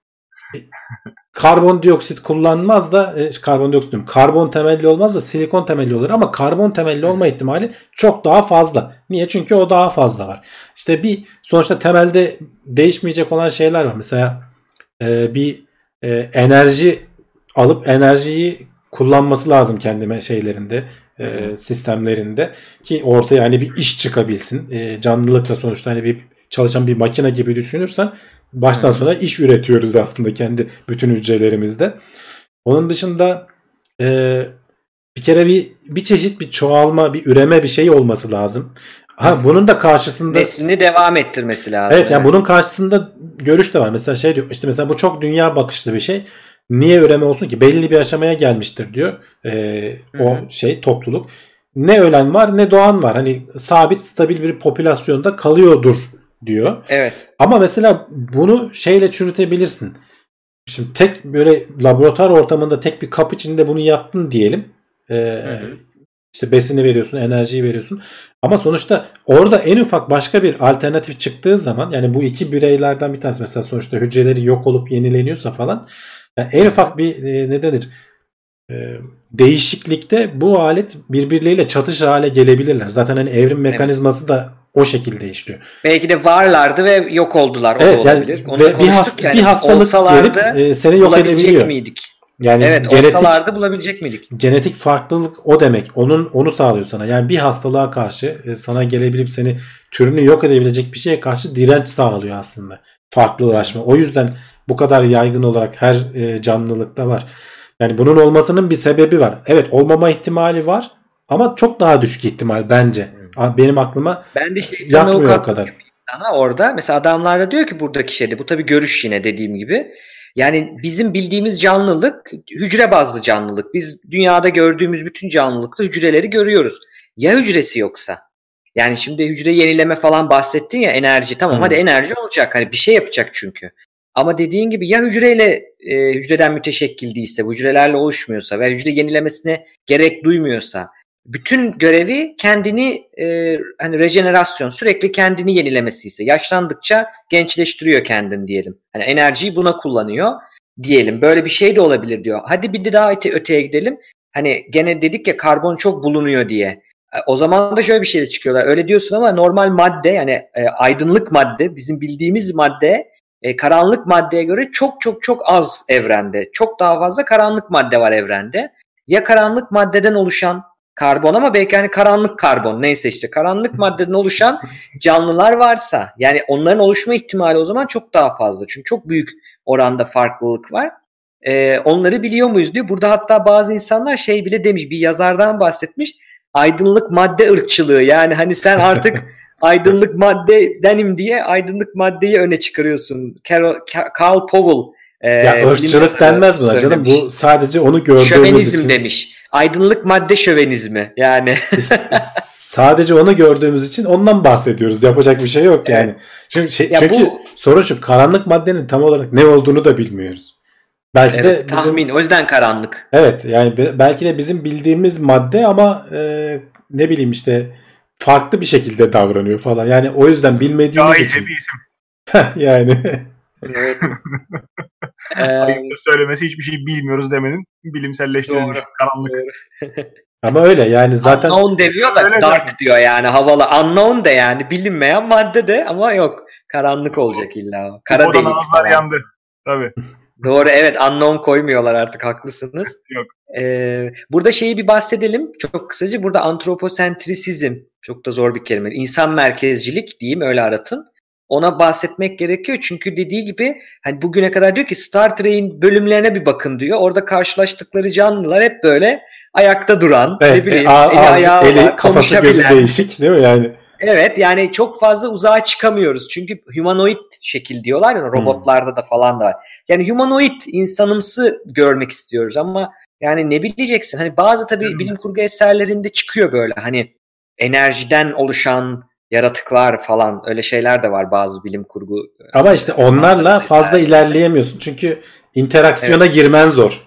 karbondioksit kullanmaz da e, karbondioksit diyorum, karbon temelli olmaz da silikon temelli olur ama karbon temelli olma ihtimali çok daha fazla. Niye? Çünkü o daha fazla var. İşte bir sonuçta temelde değişmeyecek olan şeyler var. Mesela e, bir e, enerji alıp enerjiyi kullanması lazım kendi şeylerinde, e, sistemlerinde ki ortaya hani bir iş çıkabilsin. E, canlılıkla sonuçta hani bir çalışan bir makine gibi düşünürsen baştan sona iş üretiyoruz aslında kendi bütün hücrelerimizde. Onun dışında e, bir kere bir bir çeşit bir çoğalma, bir üreme bir şey olması lazım. Ha bunun da karşısında neslini devam ettirmesi lazım. Evet yani bunun karşısında görüş de var. Mesela şey diyor işte mesela bu çok dünya bakışlı bir şey. Niye üreme olsun ki? Belli bir aşamaya gelmiştir diyor. Ee, o şey topluluk. Ne ölen var ne doğan var. Hani sabit stabil bir popülasyonda kalıyordur diyor. Evet. Ama mesela bunu şeyle çürütebilirsin. Şimdi tek böyle laboratuvar ortamında tek bir kap içinde bunu yaptın diyelim. Ee, işte besini veriyorsun, enerjiyi veriyorsun. Ama sonuçta orada en ufak başka bir alternatif çıktığı zaman yani bu iki bireylerden bir tanesi mesela sonuçta hücreleri yok olup yenileniyorsa falan yani en ufak bir e, ne denir e, değişiklikte bu alet birbirleriyle çatışır hale gelebilirler. Zaten hani evrim mekanizması evet. da o şekilde işliyor. Belki de varlardı ve yok oldular. O evet, da olabilir. Yani, ve bir, hast- yani bir hastalık gelip e, seni yok edebiliyor. Miydik? Yani evet, genetik, olsalardı bulabilecek miydik? Genetik farklılık o demek. Onun onu sağlıyor sana. Yani bir hastalığa karşı e, sana gelebilip seni türünü yok edebilecek bir şeye karşı direnç sağlıyor aslında. Farklılaşma. O yüzden bu kadar yaygın olarak her e, canlılıkta var. Yani bunun olmasının bir sebebi var. Evet, olmama ihtimali var ama çok daha düşük ihtimal bence. Benim aklıma ben de şey, yatmıyor o kadar. Sana orada mesela adamlar da diyor ki buradaki şeyde, bu tabii görüş yine dediğim gibi. Yani bizim bildiğimiz canlılık hücre bazlı canlılık. Biz dünyada gördüğümüz bütün canlılıkta hücreleri görüyoruz. Ya hücresi yoksa? Yani şimdi hücre yenileme falan bahsettin ya, enerji. Tamam, hmm. hadi enerji olacak. Hani bir şey yapacak çünkü. Ama dediğin gibi ya hücreyle e, hücreden müteşekkil değilse, bu hücrelerle oluşmuyorsa ve hücre yenilemesine gerek duymuyorsa, bütün görevi kendini e, hani rejenerasyon, sürekli kendini yenilemesi ise, yaşlandıkça gençleştiriyor kendini diyelim. Hani enerjiyi buna kullanıyor diyelim. Böyle bir şey de olabilir diyor. Hadi bir de daha öte, öteye gidelim. Hani gene dedik ya karbon çok bulunuyor diye. O zaman da şöyle bir şeyle çıkıyorlar. Öyle diyorsun ama normal madde, yani e, aydınlık madde, bizim bildiğimiz madde e, karanlık maddeye göre çok çok çok az evrende. Çok daha fazla karanlık madde var evrende. Ya karanlık maddeden oluşan karbon, ama belki hani karanlık karbon, neyse işte karanlık maddeden oluşan canlılar varsa, yani onların oluşma ihtimali o zaman çok daha fazla. Çünkü çok büyük oranda farklılık var. Ee, onları biliyor muyuz diyor. Burada hatta bazı insanlar şey bile demiş, bir yazardan bahsetmiş. Aydınlık madde ırkçılığı, yani hani sen artık aydınlık maddedenim diye aydınlık maddeyi öne çıkarıyorsun. Carol, Karl Powell ya ırkçılık denmez buna canım. Bu sadece onu gördüğümüz şövenizm için. demiş. Aydınlık madde şövenizmi. Yani işte sadece onu gördüğümüz için ondan bahsediyoruz. Yapacak bir şey yok yani. Evet. Çünkü şey, çünkü bu, soru şu, karanlık maddenin tam olarak ne olduğunu da bilmiyoruz. Belki evet, de bizim, tahmin. O yüzden karanlık. Evet, yani belki de bizim bildiğimiz madde ama e, ne bileyim işte farklı bir şekilde davranıyor falan. Yani o yüzden bilmediğimiz için. Bir isim. yani. Evet. Ayıptır söylemesi, hiçbir şey bilmiyoruz demenin bilimselleştirilmiş karanlık. Ama öyle yani zaten. Unknown demiyor da öyle dark zaten diyor yani, havalı. Unknown de yani bilinmeyen madde de, ama yok. Karanlık olacak illa o. Kara delik. Ağızlar yandı. Tabii. Doğru, evet, unknown koymuyorlar artık, haklısınız. Yok. Ee, burada şeyi bir bahsedelim çok kısaca. Burada antroposentrisizm, çok da zor bir kelime. İnsan merkezcilik diyeyim, öyle aratın. Ona bahsetmek gerekiyor çünkü dediği gibi hani bugüne kadar diyor ki Star Trek'in bölümlerine bir bakın diyor. Orada karşılaştıkları canlılar hep böyle ayakta duran, evet, ne bileyim, e, eli ayağı eli, var, kafası gözü değişik değil mi yani? Evet, yani çok fazla uzağa çıkamıyoruz. Çünkü humanoid şekil diyorlar ya, robotlarda hmm. da falan da var. Yani humanoid, insanımsı görmek istiyoruz ama yani ne bileceksin? Hani bazı tabii hmm. bilim kurgu eserlerinde çıkıyor böyle hani enerjiden oluşan yaratıklar falan, öyle şeyler de var bazı bilim kurgu. Ama işte onlarla fazla ilerleyemiyorsun. Çünkü interaksiyona evet. girmen zor.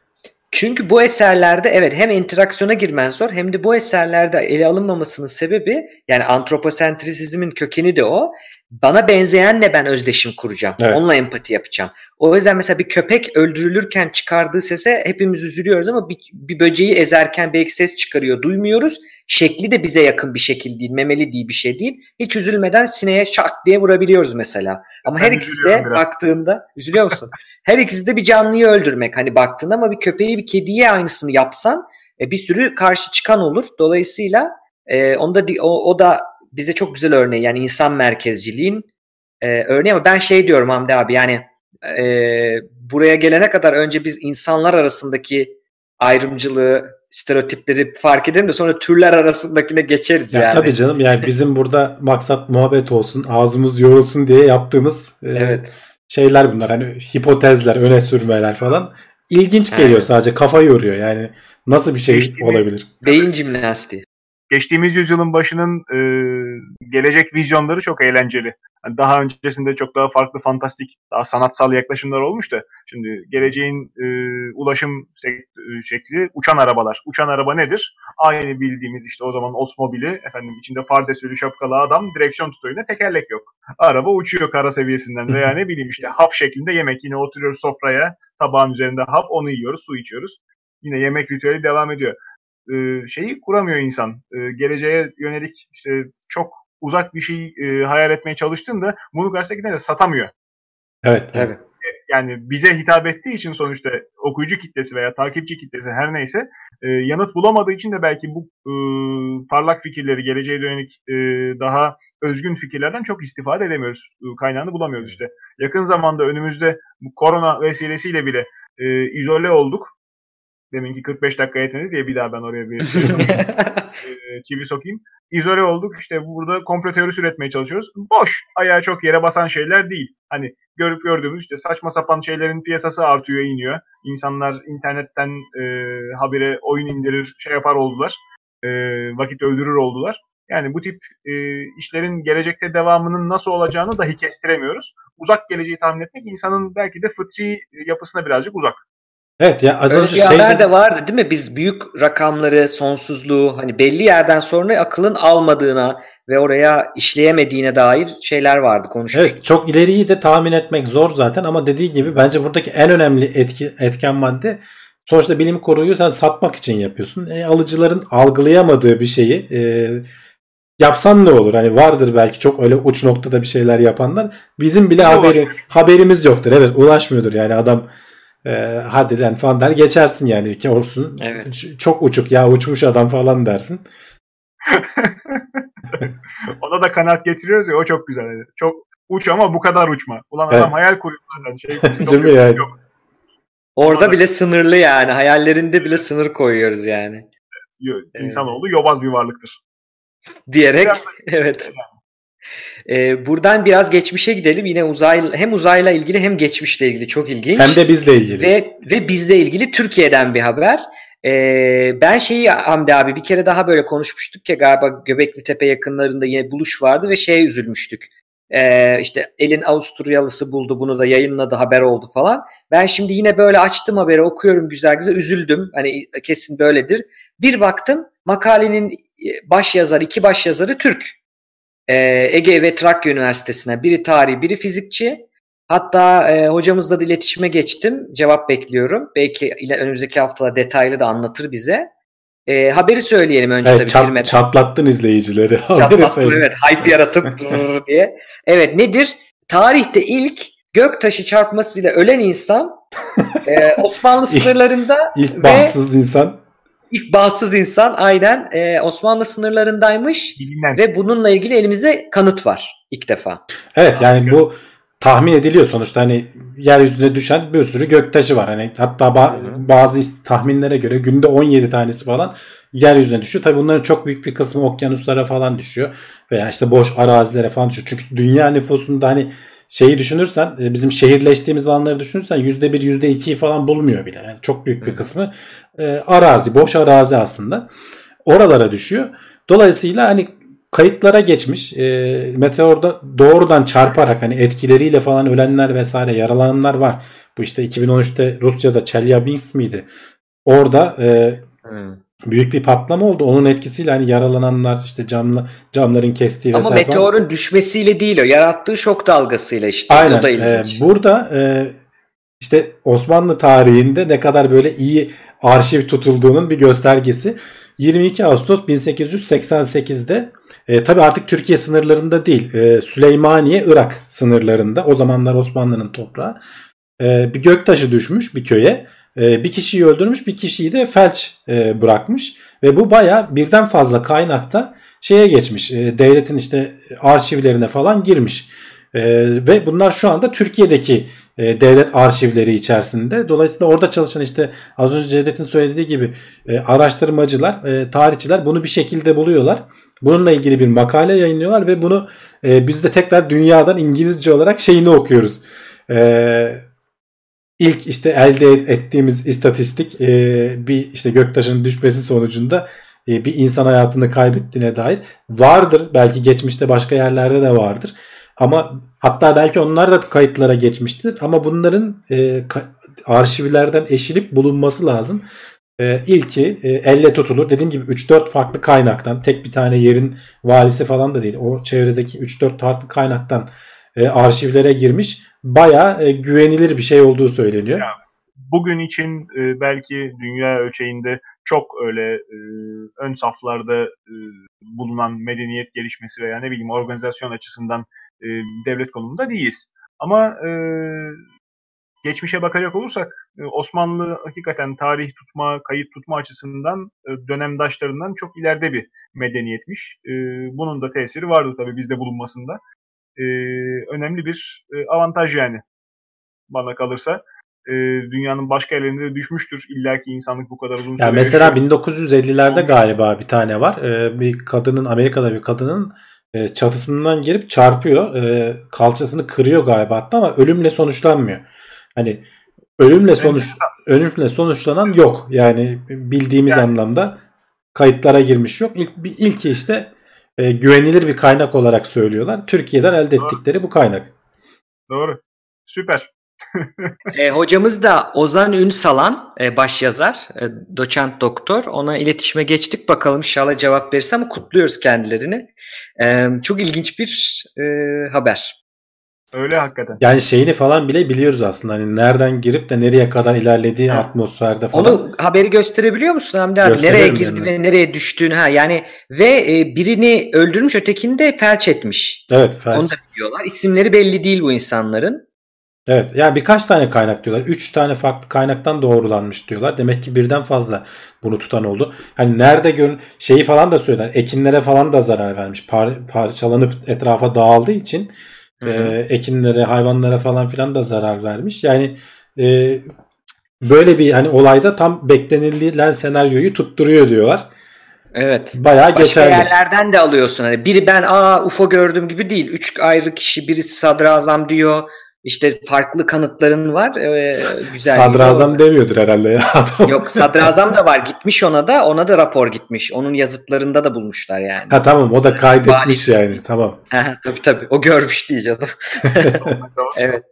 Çünkü bu eserlerde evet hem interaksiyona girmen zor, hem de bu eserlerde ele alınmamasının sebebi, yani antroposentrisizmin kökeni de o. Bana benzeyenle ben özdeşim kuracağım. Evet. Onunla empati yapacağım. O yüzden mesela bir köpek öldürülürken çıkardığı sese hepimiz üzülüyoruz ama bir, bir böceği ezerken belki ses çıkarıyor, duymuyoruz. Şekli de bize yakın bir şekil değil, memeli değil, bir şey değil. Hiç üzülmeden sineğe şak diye vurabiliyoruz mesela. Ama ben her ikisi de biraz baktığında, üzülüyor musun? Her ikisi de bir canlıyı öldürmek hani baktığında, ama bir köpeği bir kediye aynısını yapsan e, bir sürü karşı çıkan olur. Dolayısıyla e, onda o, o da bize çok güzel örneği, yani insan merkezciliğin e, örneği. Ama ben şey diyorum Hamdi abi, yani e, buraya gelene kadar önce biz insanlar arasındaki ayrımcılığı, stereotipleri fark edelim de sonra türler arasındakine geçeriz ya yani. Tabii canım, yani bizim burada maksat muhabbet olsun, ağzımız yorulsun diye yaptığımız e, evet. şeyler bunlar. Hani hipotezler, öne sürmeler falan. İlginç geliyor, evet. Sadece kafa yoruyor. Yani nasıl bir şey Geçtiğimiz, olabilir? Beyin jimnastiği. Geçtiğimiz yüzyılın başının e, gelecek vizyonları çok eğlenceli. Yani daha öncesinde çok daha farklı, fantastik, daha sanatsal yaklaşımlar olmuş da şimdi geleceğin e, ulaşım şekli uçan arabalar. Uçan araba nedir? Aynı bildiğimiz işte o zaman otomobili, efendim içinde pardesülü şapkalı adam direksiyon tutuyor, yine tekerlek yok. Araba uçuyor kara seviyesinden veya ne bileyim işte hap şeklinde yemek, yine oturuyoruz sofraya, tabağın üzerinde hap, onu yiyoruz, su içiyoruz. Yine yemek ritüeli devam ediyor. Ee, şeyi kuramıyor insan. Ee, geleceğe yönelik işte çok uzak bir şey e, hayal etmeye çalıştığında bunu karşısındakine de satamıyor. Evet. Evet. yani bize hitap ettiği için sonuçta okuyucu kitlesi veya takipçi kitlesi her neyse e, yanıt bulamadığı için de belki bu e, parlak fikirleri, geleceğe dönük e, daha özgün fikirlerden çok istifade edemiyoruz. E, kaynağını bulamıyoruz işte. Yakın zamanda önümüzde bu korona vesilesiyle bile e, izole olduk. Deminki kırk beş dakika yetmedi diye bir daha ben oraya bir e, çivi sokayım. İzole olduk. İşte burada komplo teorisi üretmeye çalışıyoruz. Boş. Ayağı çok yere basan şeyler değil. Hani görüp gördüğümüz işte saçma sapan şeylerin piyasası artıyor, iniyor. İnsanlar internetten e, habire oyun indirir, şey yapar oldular. E, vakit öldürür oldular. Yani bu tip e, işlerin gelecekte devamının nasıl olacağını dahi kestiremiyoruz. Uzak geleceği tahmin etmek insanın belki de fıtri yapısına birazcık uzak. Evet ya az Öyle önce bir şey haber de vardı değil mi? Biz büyük rakamları, sonsuzluğu hani belli yerden sonra akılın almadığına ve oraya işleyemediğine dair şeyler vardı, konuşmuştuk. Evet, çok ileriyi de tahmin etmek zor zaten ama dediği gibi bence buradaki en önemli etki, etken madde sonuçta bilim kurguyu sen satmak için yapıyorsun. E, alıcıların algılayamadığı bir şeyi e, yapsan ne olur? Hani vardır belki çok öyle uç noktada bir şeyler yapanlar. Bizim bile haberi, haberimiz yoktur. Evet, ulaşmıyordur yani adam e, hadi lan falan der geçersin yani ki olsun. Evet. Çok uçuk ya uçmuş adam falan dersin. Ona da kanaat getiriyoruz ya, o çok güzel. Yani. Çok uç ama bu kadar uçma. Ulan adam Evet. hayal kuruyor zaten. Şey, Değil mi yani? Yok. Orada bile sınırlı yani. Hayallerinde bile sınır koyuyoruz yani. İnsanoğlu yobaz bir varlıktır. Diyerek Biraz da, evet. Ee, buradan biraz geçmişe gidelim. Yine uzay, hem uzayla ilgili hem geçmişle ilgili çok ilginç. Hem de bizle ilgili. Ve, ve bizle ilgili Türkiye'den bir haber. Ee, ben şeyi Hamdi abi bir kere daha böyle konuşmuştuk ya galiba Göbekli Tepe yakınlarında yine buluş vardı ve şeye üzülmüştük. Ee, işte elin Avusturyalısı buldu bunu da yayınladı, haber oldu falan. Ben şimdi yine böyle açtım haberi, okuyorum güzel güzel, üzüldüm. Hani kesin böyledir. Bir baktım makalenin baş yazarı, iki baş yazarı Türk. Ee, Ege ve Trakya Üniversitesi'ne, biri tarih biri fizikçi. Hatta e, hocamızla da iletişime geçtim. Cevap bekliyorum. Belki ile, önümüzdeki haftada detaylı da anlatır bize. E, haberi söyleyelim önce evet, tabii çat, girmeden. Çatlattın izleyicileri. Çatlattın evet. Hype yaratıp diye. Evet, nedir? Tarihte ilk göktaşı çarpmasıyla ölen insan e, Osmanlı sınırlarında ilk ve bağımsız insan. İlk bağımsız insan aynen e, Osmanlı sınırlarındaymış. Bilmem. Ve bununla ilgili elimizde kanıt var ilk defa. Evet yani bu tahmin ediliyor sonuçta, hani yeryüzüne düşen bir sürü göktaşı var. Hani hatta ba- bazı tahminlere göre günde on yedi tanesi falan yeryüzüne düşüyor. Tabii bunların çok büyük bir kısmı okyanuslara falan düşüyor veya işte boş arazilere falan düşüyor. Çünkü dünya nüfusunda hani şeyi düşünürsen, bizim şehirleştiğimiz alanları düşünürsen yüzde bir yüzde ikiyi falan bulmuyor bile. Yani çok büyük bir kısmı e, arazi, boş arazi aslında. Oralara düşüyor. Dolayısıyla hani kayıtlara geçmiş. E, meteorda doğrudan çarparak hani etkileriyle falan ölenler vesaire, yaralananlar var. Bu işte iki bin on üçte Rusya'da Chelyabinsk miydi? Orada e, hmm. büyük bir patlama oldu. Onun etkisiyle hani yaralananlar, işte camla, camların kestiği vesaire. Ama meteorun falan düşmesiyle değil o. Yarattığı şok dalgasıyla işte. Aynen. O da ilginç. E, burada e, işte Osmanlı tarihinde ne kadar böyle iyi arşiv tutulduğunun bir göstergesi. yirmi iki Ağustos bin sekiz yüz seksen sekizde e, tabi artık Türkiye sınırlarında değil, e, Süleymaniye Irak sınırlarında, o zamanlar Osmanlı'nın toprağı, e, bir göktaşı düşmüş bir köye, e, bir kişiyi öldürmüş, bir kişiyi de felç e, bırakmış ve bu baya birden fazla kaynakta şeye geçmiş, e, devletin işte arşivlerine falan girmiş. Ee, ve bunlar şu anda Türkiye'deki e, devlet arşivleri içerisinde. Dolayısıyla orada çalışan işte az önce Cevdet'in söylediği gibi e, araştırmacılar, e, tarihçiler bunu bir şekilde buluyorlar. Bununla ilgili bir makale yayınlıyorlar ve bunu e, biz de tekrar dünyadan İngilizce olarak şeyini okuyoruz. E, ilk işte elde ettiğimiz istatistik e, bir işte göktaşının düşmesi sonucunda e, bir insan hayatını kaybettiğine dair vardır. Belki geçmişte başka yerlerde de vardır. Ama hatta belki onlar da kayıtlara geçmiştir. Ama bunların e, ka- arşivlerden eşilip bulunması lazım. E, ilki e, elle tutulur. Dediğim gibi üç dört farklı kaynaktan, tek bir tane yerin valisi falan da değil. O çevredeki üç dört farklı kaynaktan e, arşivlere girmiş. Bayağı e, güvenilir bir şey olduğu söyleniyor. Ya, bugün için e, belki dünya ölçeğinde çok öyle e, ön saflarda e, bulunan medeniyet gelişmesi veya ne bileyim organizasyon açısından e, devlet konumunda değiliz. Ama e, geçmişe bakacak olursak Osmanlı hakikaten tarih tutma, kayıt tutma açısından dönemdaşlarından çok ileride bir medeniyetmiş. Bunun da tesiri vardı tabii bizde bulunmasında. Önemli bir avantaj yani bana kalırsa. Dünyanın başka yerlerinde de düşmüştür. İlla ki insanlık bu kadar uzun süre yani mesela yaşıyor. bin dokuz yüz ellilerde galiba bir tane var. Bir kadının, Amerika'da bir kadının çatısından girip çarpıyor. Kalçasını kırıyor galiba hatta ama ölümle sonuçlanmıyor. Hani ölümle sonuç ölümle sonuçlanan yok. Yani bildiğimiz yani. anlamda kayıtlara girmiş yok. İlk ilki işte e, güvenilir bir kaynak olarak söylüyorlar. Türkiye'den elde Doğru. ettikleri bu kaynak. Doğru. Süper. e, hocamız da Ozan Ünsalan e, başyazar, e, doçent doktor. Ona iletişime geçtik. Bakalım inşallah cevap verirse ama kutluyoruz kendilerini. E, çok ilginç bir e, haber. Öyle hakikaten. Yani şeyini falan bile biliyoruz aslında. Hani nereden girip de nereye kadar ilerlediği ha. atmosferde falan. Onu haberi gösterebiliyor musun Hamdi abi? Nereye girdi yani. Ve nereye düştüğünü. Ha yani ve e, birini öldürmüş, ötekini de felç etmiş. Evet, felç. Onu da biliyorlar. İsimleri belli değil bu insanların. Evet. Yani birkaç tane kaynak diyorlar. Üç tane farklı kaynaktan doğrulanmış diyorlar. Demek ki birden fazla bunu tutan oldu. Hani nerede görün şeyi falan da söyler. Ekinlere falan da zarar vermiş. Par- parçalanıp etrafa dağıldığı için Hı hı. E, ekinlere, hayvanlara falan filan da zarar vermiş. Yani e, böyle bir hani olayda tam beklenilen senaryoyu tutturuyor diyorlar. Evet. Bayağı Başka geçerli. yerlerden de alıyorsun. Hani biri ben aa U F O gördüm gibi değil. Üç ayrı kişi, birisi sadrazam diyor. İşte farklı kanıtların var. Ee, güzel. Sadrazam demiyordur herhalde ya. Yok, sadrazam da var. Gitmiş ona da. Ona da rapor gitmiş. Onun yazıtlarında da bulmuşlar yani. Ha tamam, o da kaydetmiş Bali. Yani. Tamam. tabii tabii. O görmüş diye canım. Evet.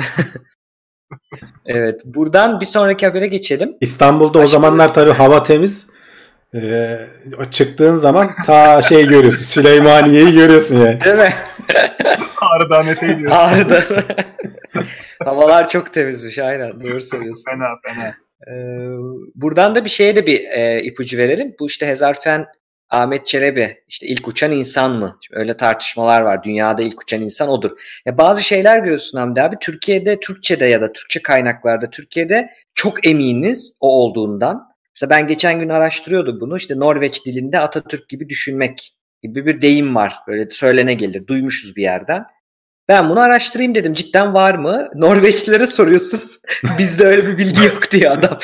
Evet. Buradan bir sonraki habere geçelim. İstanbul'da Başka o zamanlar tabii hava temiz. Ee, çıktığın zaman ta şey görüyorsun. Süleymaniye'yi görüyorsun yani. Değil mi? Ağrı'dan öteye diyorsun. Ağrı'dan. Havalar çok temizmiş. Aynen. Doğru söylüyorsun. Fena fena. Ee, buradan da bir şeye de bir e, ipucu verelim. Bu işte Hezarfen Ahmet Çelebi işte ilk uçan insan mı? Şimdi öyle tartışmalar var. Dünyada ilk uçan insan odur. Ya bazı şeyler görüyorsun Hamdi abi. Türkiye'de, Türkçe'de ya da Türkçe kaynaklarda Türkiye'de çok eminiz o olduğundan. Mesela ben geçen gün araştırıyordum bunu. İşte Norveç dilinde Atatürk gibi düşünmek gibi bir deyim var. Böyle söylene gelir. Duymuşuz bir yerden. Ben bunu araştırayım dedim. Cidden var mı? Norveçlilere soruyorsun. Bizde öyle bir bilgi yok diyor adam.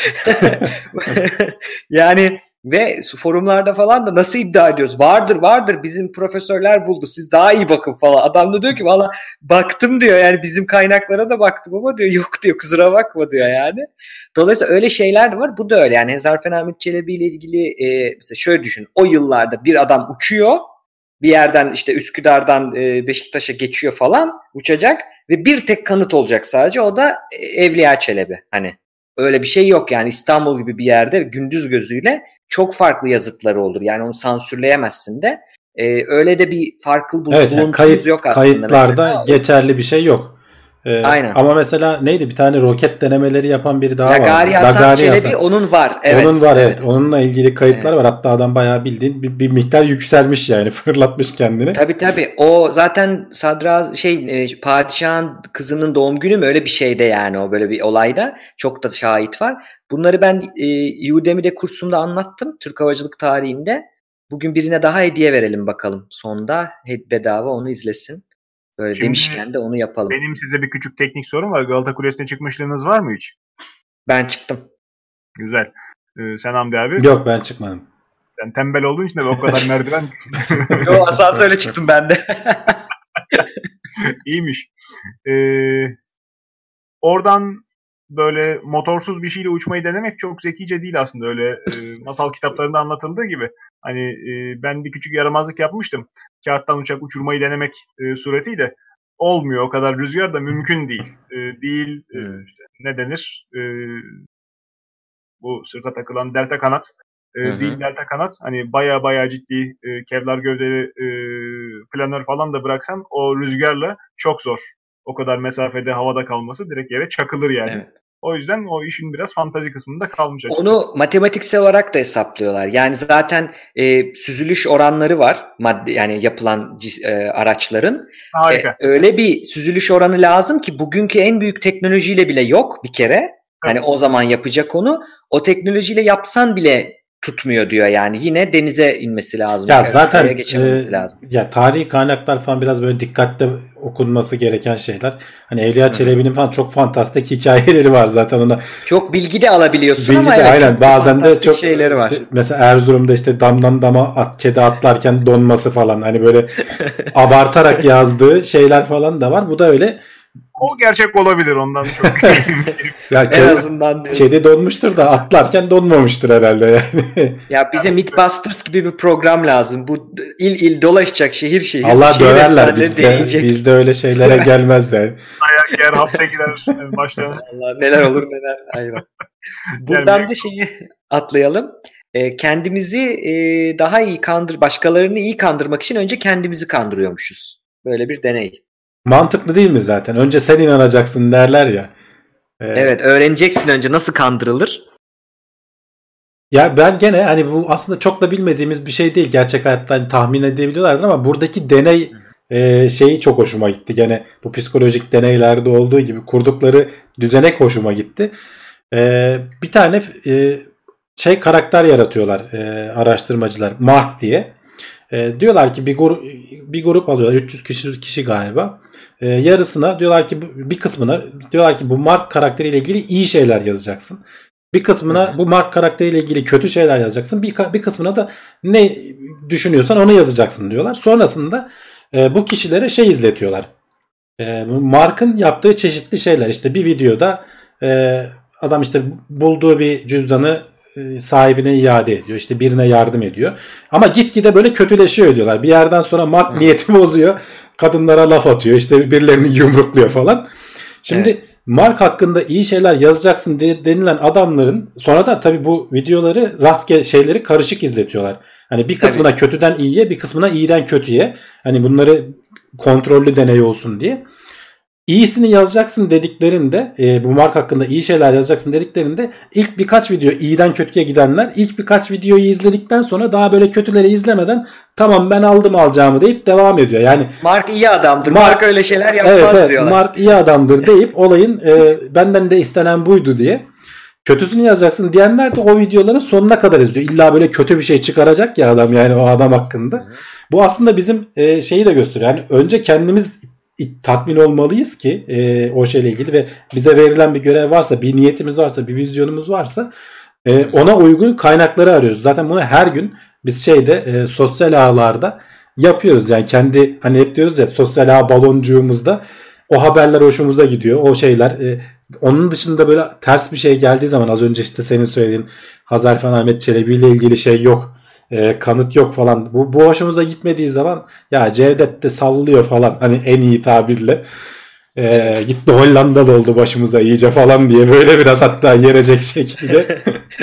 Yani ve forumlarda falan da nasıl iddia ediyoruz? Vardır vardır bizim profesörler buldu. Siz daha iyi bakın falan. Adam da diyor ki valla baktım diyor. Yani bizim kaynaklara da baktım ama diyor yok diyor. Kusura bakma diyor yani. Dolayısıyla öyle şeyler de var. Bu da öyle. Yani Hezarfen Ahmet Çelebi ile ilgili e, mesela şöyle düşün. O yıllarda bir adam uçuyor. Bir yerden işte Üsküdar'dan e, Beşiktaş'a geçiyor falan uçacak ve bir tek kanıt olacak sadece, o da Evliya Çelebi. Hani öyle bir şey yok yani İstanbul gibi bir yerde gündüz gözüyle çok farklı yazıtları olur. Yani onu sansürleyemezsin de. E, öyle de bir farklı bul- evet, yani kayıt, yok aslında. Kayıtlarda mesela. Geçerli bir şey yok. Ee, Aynen. Ama mesela neydi, bir tane roket denemeleri yapan biri daha Lagari var. Hasan Çelebi Hasan. Onun var. Evet. Onun var evet. evet. Onunla ilgili kayıtlar evet. var. Hatta adam bayağı bildiğin bir, bir miktar yükselmiş yani. Fırlatmış kendini. Tabii tabii. O zaten sadraz şey e, padişahın kızının doğum günü mü öyle bir şeyde yani, o böyle bir olayda. Çok da şahit var. Bunları ben e, Udemy'de kursumda anlattım. Türk havacılık tarihinde. Bugün birine daha hediye verelim bakalım. Sonda bedava onu izlesin. Böyle Şimdi demişken de onu yapalım. Benim size bir küçük teknik sorum var. Galata Kulesi'ne çıkmışlığınız var mı hiç? Ben çıktım. Güzel. Ee, sen Hamdi abi? Yok, ben çıkmadım. Sen tembel olduğun için de o kadar merdiven. Yok, asansörle çıktım ben de. İyiymiş. Ee, oradan böyle motorsuz bir şeyle uçmayı denemek çok zekice değil aslında, öyle e, masal kitaplarında anlatıldığı gibi. Hani e, ben bir küçük yaramazlık yapmıştım. Kağıttan uçak uçurmayı denemek e, suretiyle. Olmuyor, o kadar rüzgar da mümkün değil. E, değil e, işte, ne denir? E, bu sırta takılan delta kanat. E, değil delta kanat. Hani baya baya ciddi e, kevlar gövdeli e, planör falan da bıraksan o rüzgarla çok zor. O kadar mesafede havada kalması direkt yere çakılır yani. Evet. O yüzden o işin biraz fantazi kısmında kalmış açıkçası. Onu matematiksel olarak da hesaplıyorlar. Yani zaten e, süzülüş oranları var. Madde yani yapılan e, araçların. Harika. E, öyle bir süzülüş oranı lazım ki bugünkü en büyük teknolojiyle bile yok bir kere. Hani o zaman yapacak onu. O teknolojiyle yapsan bile tutmuyor diyor yani. Yine denize inmesi lazım. Ya zaten e, lazım. Ya tarihi kaynaklar falan biraz böyle dikkatli okunması gereken şeyler. Hani Evliya Çelebi'nin falan çok fantastik hikayeleri var zaten ona. Çok bilgi de alabiliyorsun bilgi ama de, evet, aynen bazen de çok şeyleri var. Işte, mesela Erzurum'da işte damdan dama at, kedi atlarken donması falan hani böyle abartarak yazdığı şeyler falan da var. Bu da öyle. O gerçek olabilir ondan çok. Ya en kedi, azından kedi donmuştur da atlarken donmamıştır herhalde yani. Ya bize Mythbusters gibi bir program lazım. Bu il il dolaşacak şehir şehir. Allah şehir döverler bizde. Bizde öyle şeylere gelmez yani. Ayak yer hapse gider başlarına. Allah neler olur neler. Aynen. Buradan yani, da şeyi atlayalım. E, kendimizi e, daha iyi kandır, başkalarını iyi kandırmak için önce kendimizi kandırıyormuşuz. Böyle bir deney. Mantıklı değil mi zaten? Önce sen inanacaksın derler ya. Ee, evet, öğreneceksin önce nasıl kandırılır. Ya ben gene hani bu aslında çok da bilmediğimiz bir şey değil. Gerçek hayatta hani tahmin edebiliyorlardır ama buradaki deney e, şeyi çok hoşuma gitti. Gene bu psikolojik deneylerde olduğu gibi kurdukları düzenek hoşuma gitti. E, bir tane e, şey karakter yaratıyorlar e, araştırmacılar. Mark diye. E, diyorlar ki bir grup bir grup alıyorlar. üç yüz kişi kişi galiba. E, yarısına diyorlar ki bir kısmına diyorlar ki bu Mark karakteriyle ilgili iyi şeyler yazacaksın. Bir kısmına bu Mark karakteriyle ilgili kötü şeyler yazacaksın. Bir, bir kısmına da ne düşünüyorsan onu yazacaksın diyorlar. Sonrasında e, bu kişilere şey izletiyorlar. E, Mark'ın yaptığı çeşitli şeyler. İşte bir videoda e, adam işte bulduğu bir cüzdanı sahibine iade ediyor. İşte birine yardım ediyor. Ama gitgide böyle kötüleşiyor diyorlar. Bir yerden sonra Mark niyeti bozuyor. Kadınlara laf atıyor. İşte birilerini yumrukluyor falan. Şimdi evet. Mark hakkında iyi şeyler yazacaksın denilen adamların sonra da tabii bu videoları rastgele şeyleri karışık izletiyorlar. Hani bir kısmına tabii. kötüden iyiye, bir kısmına iyiden kötüye. Hani bunları kontrollü deney olsun diye. İyisini yazacaksın dediklerinde e, bu Mark hakkında iyi şeyler yazacaksın dediklerinde ilk birkaç video iyiden kötüye gidenler ilk birkaç videoyu izledikten sonra daha böyle kötüleri izlemeden tamam ben aldım alacağımı deyip devam ediyor. Yani Mark iyi adamdır. Mark, Mark öyle şeyler yapmaz evet, evet, diyorlar. Mark iyi adamdır deyip olayın e, benden de istenen buydu diye. Kötüsünü yazacaksın diyenler de o videoların sonuna kadar izliyor. İlla böyle kötü bir şey çıkaracak ya adam yani o adam hakkında. Bu aslında bizim e, şeyi de gösteriyor. Yani önce kendimiz tatmin olmalıyız ki e, o şeyle ilgili ve bize verilen bir görev varsa, bir niyetimiz varsa, bir vizyonumuz varsa e, ona uygun kaynakları arıyoruz. Zaten bunu her gün biz şeyde e, sosyal ağlarda yapıyoruz. Yani kendi hani hep diyoruz ya sosyal ağ baloncuğumuzda o haberler hoşumuza gidiyor. O şeyler e, onun dışında böyle ters bir şey geldiği zaman az önce işte senin söylediğin Hazarfen Ahmet Çelebi ile ilgili şey yok. E, kanıt yok falan. Bu, bu hoşumuza gitmediği zaman ya Cevdet de sallıyor falan. Hani en iyi tabirle. E, gitti Hollandalı oldu başımıza iyice falan diye. Böyle biraz hatta yerecek şekilde.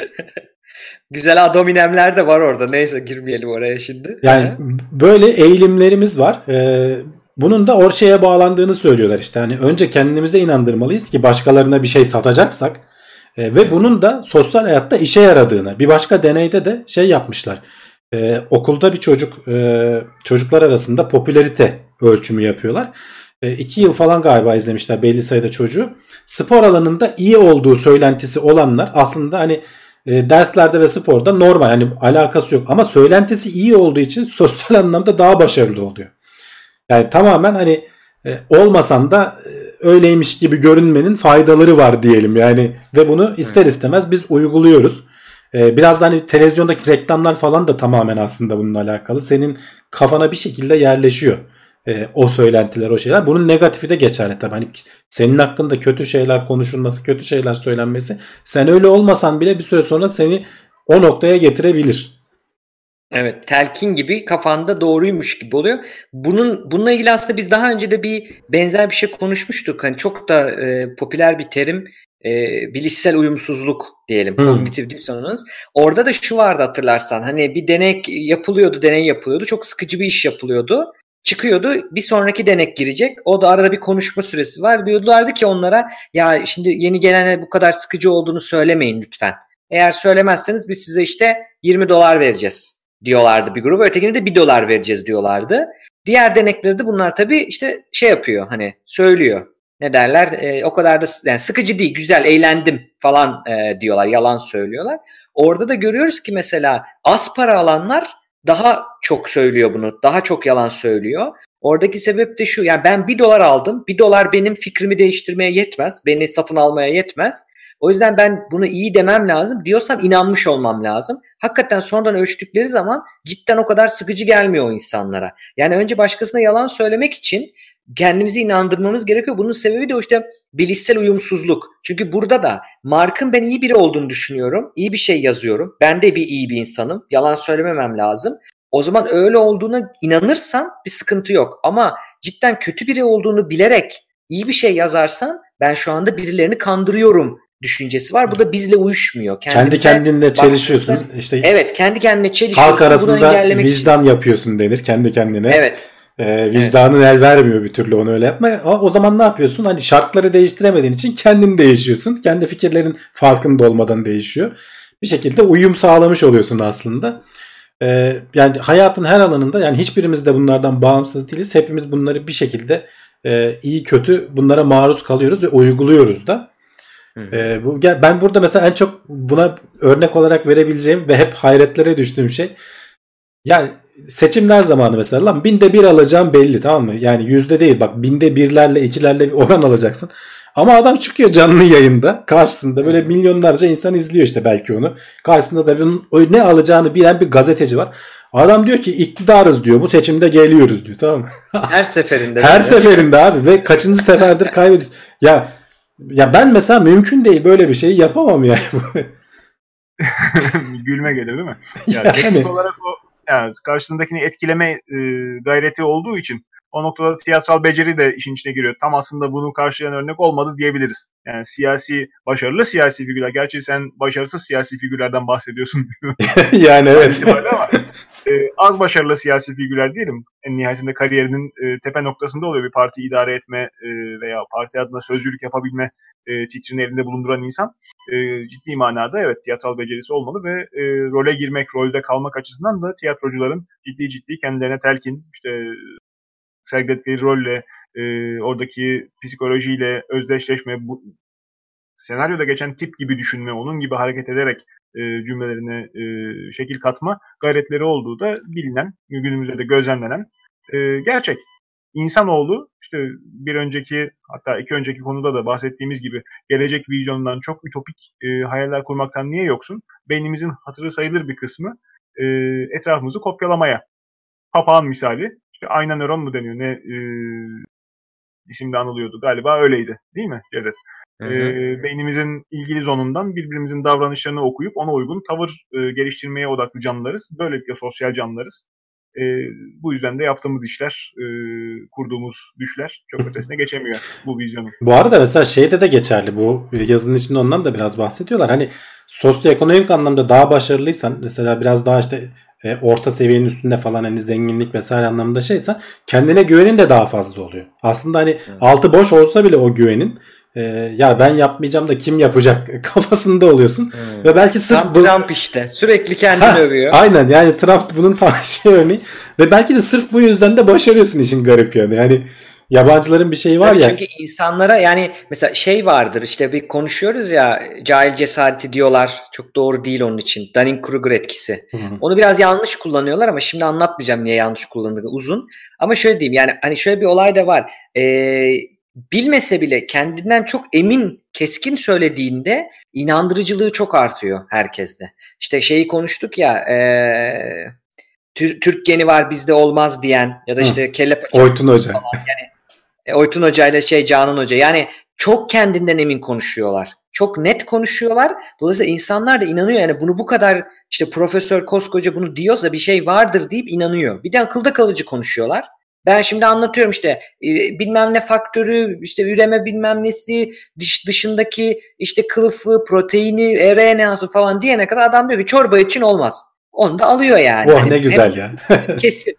Güzel adominemler de var orada. Neyse girmeyelim oraya şimdi. Yani böyle eğilimlerimiz var. E, bunun da ortaya bağlandığını söylüyorlar işte. Hani önce kendimize inandırmalıyız ki başkalarına bir şey satacaksak e, ve bunun da sosyal hayatta işe yaradığını. Bir başka deneyde de şey yapmışlar. Ee, okulda bir çocuk e, çocuklar arasında popülarite ölçümü yapıyorlar. E, iki yıl falan galiba izlemişler belli sayıda çocuğu. Spor alanında iyi olduğu söylentisi olanlar aslında hani e, derslerde ve sporda normal hani alakası yok ama söylentisi iyi olduğu için sosyal anlamda daha başarılı oluyor. Yani tamamen hani e, olmasan da e, öyleymiş gibi görünmenin faydaları var diyelim yani ve bunu ister istemez biz uyguluyoruz. Biraz da hani televizyondaki reklamlar falan da tamamen aslında bununla alakalı. Senin kafana bir şekilde yerleşiyor e, o söylentiler, o şeyler. Bunun negatifi de geçerli tabii. Hani senin hakkında kötü şeyler konuşulması, kötü şeyler söylenmesi sen öyle olmasan bile bir süre sonra seni o noktaya getirebilir. Evet, telkin gibi kafanda doğruymuş gibi oluyor. Bunun bununla ilgili aslında biz daha önce de bir benzer bir şey konuşmuştuk. Hani çok da e, popüler bir terim. E, bilişsel uyumsuzluk diyelim. Hmm. Kognitif dissonans. Orada da şu vardı hatırlarsan. Hani bir deney yapılıyordu, deney yapılıyordu. Çok sıkıcı bir iş yapılıyordu. Çıkıyordu, bir sonraki denek girecek. O da arada bir konuşma süresi var. Diyorlardı ki onlara, ya şimdi yeni gelene bu kadar sıkıcı olduğunu söylemeyin lütfen. Eğer söylemezseniz biz size işte yirmi dolar vereceğiz diyorlardı bir grup. Ötekine de bir dolar vereceğiz diyorlardı. Diğer denekleri de bunlar tabii işte şey yapıyor, hani söylüyor. Ne derler? E, o kadar da yani sıkıcı değil, güzel, eğlendim falan e, diyorlar. Yalan söylüyorlar. Orada da görüyoruz ki mesela az para alanlar daha çok söylüyor bunu. Daha çok yalan söylüyor. Oradaki sebep de şu. Yani ben bir dolar aldım. Bir dolar benim fikrimi değiştirmeye yetmez. Beni satın almaya yetmez. O yüzden ben bunu iyi demem lazım. Diyorsam inanmış olmam lazım. Hakikaten sonradan ölçtükleri zaman cidden o kadar sıkıcı gelmiyor o insanlara. Yani önce başkasına yalan söylemek için kendimizi inandırmamız gerekiyor. Bunun sebebi de o işte bilişsel uyumsuzluk. Çünkü burada da Mark'ın ben iyi biri olduğunu düşünüyorum. İyi bir şey yazıyorum. Ben de bir iyi bir insanım. Yalan söylememem lazım. O zaman öyle olduğuna inanırsan bir sıkıntı yok. Ama cidden kötü biri olduğunu bilerek iyi bir şey yazarsan ben şu anda birilerini kandırıyorum düşüncesi var. Bu da bizle uyuşmuyor. Kendimize kendi kendinle çelişiyorsun. İşte evet, kendi kendine çelişiyorsun. Halk arasında vicdan için yapıyorsun denir kendi kendine. Evet. Ee, vicdanın evet. el vermiyor bir türlü onu öyle yapma. Ama o zaman ne yapıyorsun? Hani şartları değiştiremediğin için kendini değişiyorsun. Kendi fikirlerin farkında olmadan değişiyor. Bir şekilde uyum sağlamış oluyorsun aslında. Ee, yani hayatın her alanında, yani hiçbirimiz de bunlardan bağımsız değiliz. Hepimiz bunları bir şekilde e, iyi kötü bunlara maruz kalıyoruz ve uyguluyoruz da. Ee, bu, ben burada mesela en çok buna örnek olarak verebileceğim ve hep hayretlere düştüğüm şey, yani seçimler zamanı mesela lan binde bir alacağım belli, tamam mı? Yani yüzde değil, bak binde birlerle ikilerle bir oran alacaksın. Ama adam çıkıyor canlı yayında, karşısında böyle milyonlarca insan izliyor işte belki onu. Karşısında da bunun ne alacağını bilen bir gazeteci var. Adam diyor ki iktidarız diyor, bu seçimde geliyoruz diyor, tamam mı? Her seferinde. Her seferinde abi ve kaçıncı seferdir kaybediyoruz. Ya ya ben mesela mümkün değil, böyle bir şeyi yapamam yani. Gülme gelir değil mi? Yani, yani. Teknik olarak o yani karşısındakini etkileme e, gayreti olduğu için o noktada tiyatral beceri de işin içine giriyor. Tam aslında bunu karşılayan örnek olmadı diyebiliriz. Yani siyasi, başarılı siyasi figürler. Gerçi sen başarısız siyasi figürlerden bahsediyorsun. Yani evet. Ama e, az başarılı siyasi figürler diyelim. En nihayetinde kariyerinin e, tepe noktasında oluyor bir parti idare etme e, veya parti adına sözcülük yapabilme e, titrini elinde bulunduran insan. E, ciddi manada evet tiyatral becerisi olmalı ve e, role girmek, rolde kalmak açısından da tiyatrocuların ciddi ciddi kendilerine telkin, işte sergiledikleri rolle, e, oradaki psikolojiyle özdeşleşme, bu senaryoda geçen tip gibi düşünme, onun gibi hareket ederek e, cümlelerine e, şekil katma gayretleri olduğu da bilinen, günümüzde de gözlemlenen e, gerçek. İnsanoğlu işte bir önceki, hatta iki önceki konuda da bahsettiğimiz gibi gelecek vizyonundan çok ütopik e, hayaller kurmaktan niye yoksun? Beynimizin hatırı sayılır bir kısmı e, etrafımızı kopyalamaya. Papağan misali. İşte ayna nöron mu deniyor? Ne e, isimle anılıyordu. Galiba öyleydi. Değil mi Cevdet? E, beynimizin ilgili zonundan birbirimizin davranışlarını okuyup ona uygun tavır e, geliştirmeye odaklı canlılarız. Böylelikle sosyal canlılarız. E, bu yüzden de yaptığımız işler, e, kurduğumuz düşler çok ötesine geçemiyor bu vizyonun. Bu arada mesela şeyde de geçerli, bu yazının içinde ondan da biraz bahsediyorlar. Hani sosyoekonomik anlamda daha başarılıysan, mesela biraz daha işte e, orta seviyenin üstünde falan, hani zenginlik vesaire anlamında şeysen, kendine güvenin de daha fazla oluyor. Aslında hani evet. altı boş olsa bile o güvenin, e, ya ben yapmayacağım da kim yapacak kafasında oluyorsun. Hmm. Ve belki sırf Trump, bu... Trump işte sürekli kendini ha, övüyor. Aynen, yani Trump bunun tam şey örneği. Ve belki de sırf bu yüzden de başarıyorsun, işin garip yani. Yani yabancıların bir şeyi var Tabii ya. Çünkü insanlara yani mesela şey vardır, işte bir konuşuyoruz ya, cahil cesareti diyorlar. Çok doğru değil onun için. Dunning-Kruger etkisi. Hı-hı. Onu biraz yanlış kullanıyorlar ama şimdi anlatmayacağım niye yanlış kullandığı, uzun. Ama şöyle diyeyim, yani hani şöyle bir olay da var. Ee, bilmese bile kendinden çok emin, keskin söylediğinde inandırıcılığı çok artıyor herkeste. İşte şeyi konuştuk ya, eee Türk geni var bizde olmaz diyen ya da işte kelle paça Oytun Hoca falan. Yani e, Oytun Hoca ile şey Canan Hoca, yani çok kendinden emin konuşuyorlar. Çok net konuşuyorlar. Dolayısıyla insanlar da inanıyor. Yani bunu bu kadar işte profesör koskoca bunu diyorsa bir şey vardır deyip inanıyor. Bir de akılda kalıcı konuşuyorlar. Ben şimdi anlatıyorum işte e, bilmem ne faktörü, işte üreme bilmem nesi, dış dışındaki işte kılıfı, proteini, R N A'sı falan diyene kadar adam diyor ki çorba için olmaz. Onu da alıyor yani. Oh yani ne güzel ya. Kesin.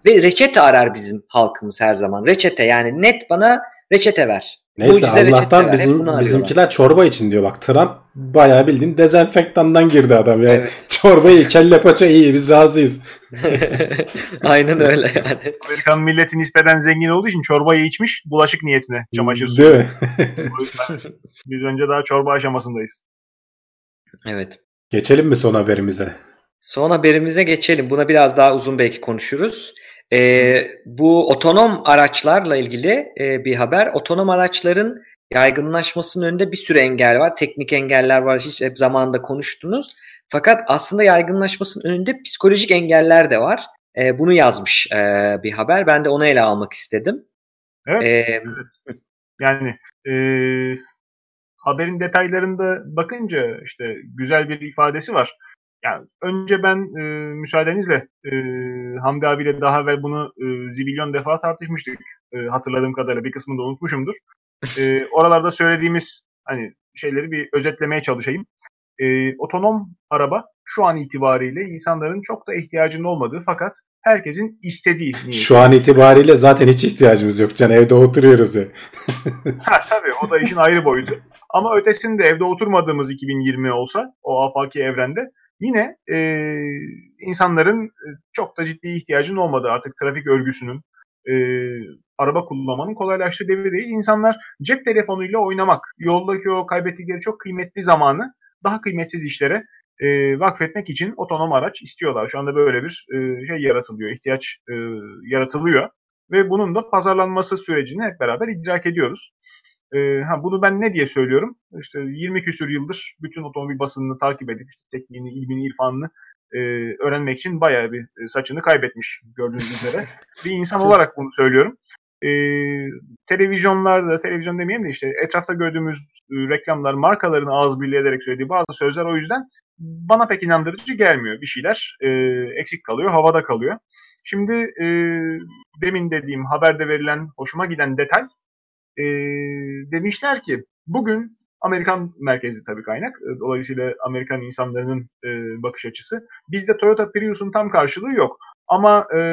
ve reçete arar bizim halkımız her zaman. Reçete, yani net bana reçete ver. Neyse Mucize reçete Allah'tan ver. Hep bizim bunu bizimkiler çorba için diyor bak. Trump bayağı bildiğin dezenfektandan girdi adam yani. Evet. Çorbayı kelle paça iyi, biz razıyız. Aynen öyle yani. Amerikan milleti nispeten zengin olduğu için çorbayı içmiş bulaşık niyetine çamaşır suyu. Değil mi? O yüzden biz önce daha çorba aşamasındayız. Evet. Geçelim mi son haberimize? Son haberimize geçelim. Buna biraz daha uzun belki konuşuruz. Ee, bu otonom araçlarla ilgili e, bir haber. Otonom araçların yaygınlaşmasının önünde bir sürü engel var. Teknik engeller var. Hiç hep zamanında konuştunuz. Fakat aslında yaygınlaşmasının önünde psikolojik engeller de var. E, bunu yazmış e, bir haber. Ben de onu ele almak istedim. Evet. Ee, evet. Yani e, haberin detaylarında bakınca işte güzel bir ifadesi var. Yani önce ben e, müsaadenizle e, Hamdi abiyle daha evvel bunu e, zibilyon defa tartışmıştık. E, hatırladığım kadarıyla bir kısmını da unutmuşumdur. E, oralarda söylediğimiz hani şeyleri bir özetlemeye çalışayım. E, otonom araba şu an itibariyle insanların çok da ihtiyacının olmadığı fakat herkesin istediği niyeti. Şu an itibariyle zaten hiç ihtiyacımız yok Can, evde oturuyoruz ya. Ha tabii, o da işin ayrı boyutu. Ama ötesinde evde oturmadığımız iki bin yirmi olsa o afaki evrende yine e, insanların çok da ciddi ihtiyacının olmadığı, artık trafik örgüsünün, e, araba kullanmanın kolaylaştığı devirdeyiz. İnsanlar cep telefonuyla oynamak, yoldaki o kaybettikleri çok kıymetli zamanı daha kıymetsiz işlere e, vakfetmek için otonom araç istiyorlar. Şu anda böyle bir e, şey yaratılıyor, ihtiyaç e, yaratılıyor ve bunun da pazarlanması sürecini hep beraber idrak ediyoruz. E, ha bunu ben ne diye söylüyorum? İşte yirmi küsur yıldır bütün otomobil basınını takip edip işte tekniğini, ilmini, irfanını e, öğrenmek için bayağı bir e, saçını kaybetmiş gördüğünüz üzere. Bir insan olarak bunu söylüyorum. E, televizyonlarda, televizyon demeyeyim de işte etrafta gördüğümüz e, reklamlar, markaların ağız birliği ederek söylediği bazı sözler o yüzden bana pek inandırıcı gelmiyor. Bir şeyler e, eksik kalıyor, havada kalıyor. Şimdi e, demin dediğim haberde verilen hoşuma giden detay, e, demişler ki bugün Amerikan merkezli tabii kaynak. Dolayısıyla Amerikan insanların e, bakış açısı. Bizde Toyota Prius'un tam karşılığı yok. Ama e,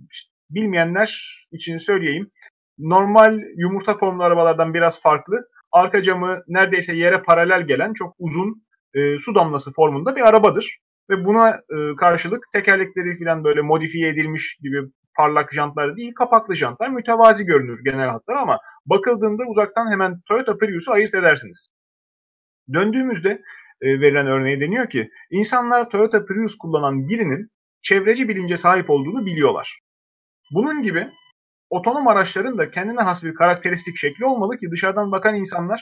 bilmeyenler için söyleyeyim. Normal yumurta formlu arabalardan biraz farklı. Arka camı neredeyse yere paralel gelen çok uzun e, su damlası formunda bir arabadır. Ve buna e, karşılık tekerlekleri falan böyle modifiye edilmiş gibi parlak jantlar değil, kapaklı jantlar, mütevazi görünür genel hatlar ama bakıldığında uzaktan hemen Toyota Prius'u ayırt edersiniz. Döndüğümüzde e, verilen örneğe deniyor ki insanlar Toyota Prius kullanan birinin çevreci bilince sahip olduğunu biliyorlar. Bunun gibi otonom araçların da kendine has bir karakteristik şekli olmalı ki dışarıdan bakan insanlar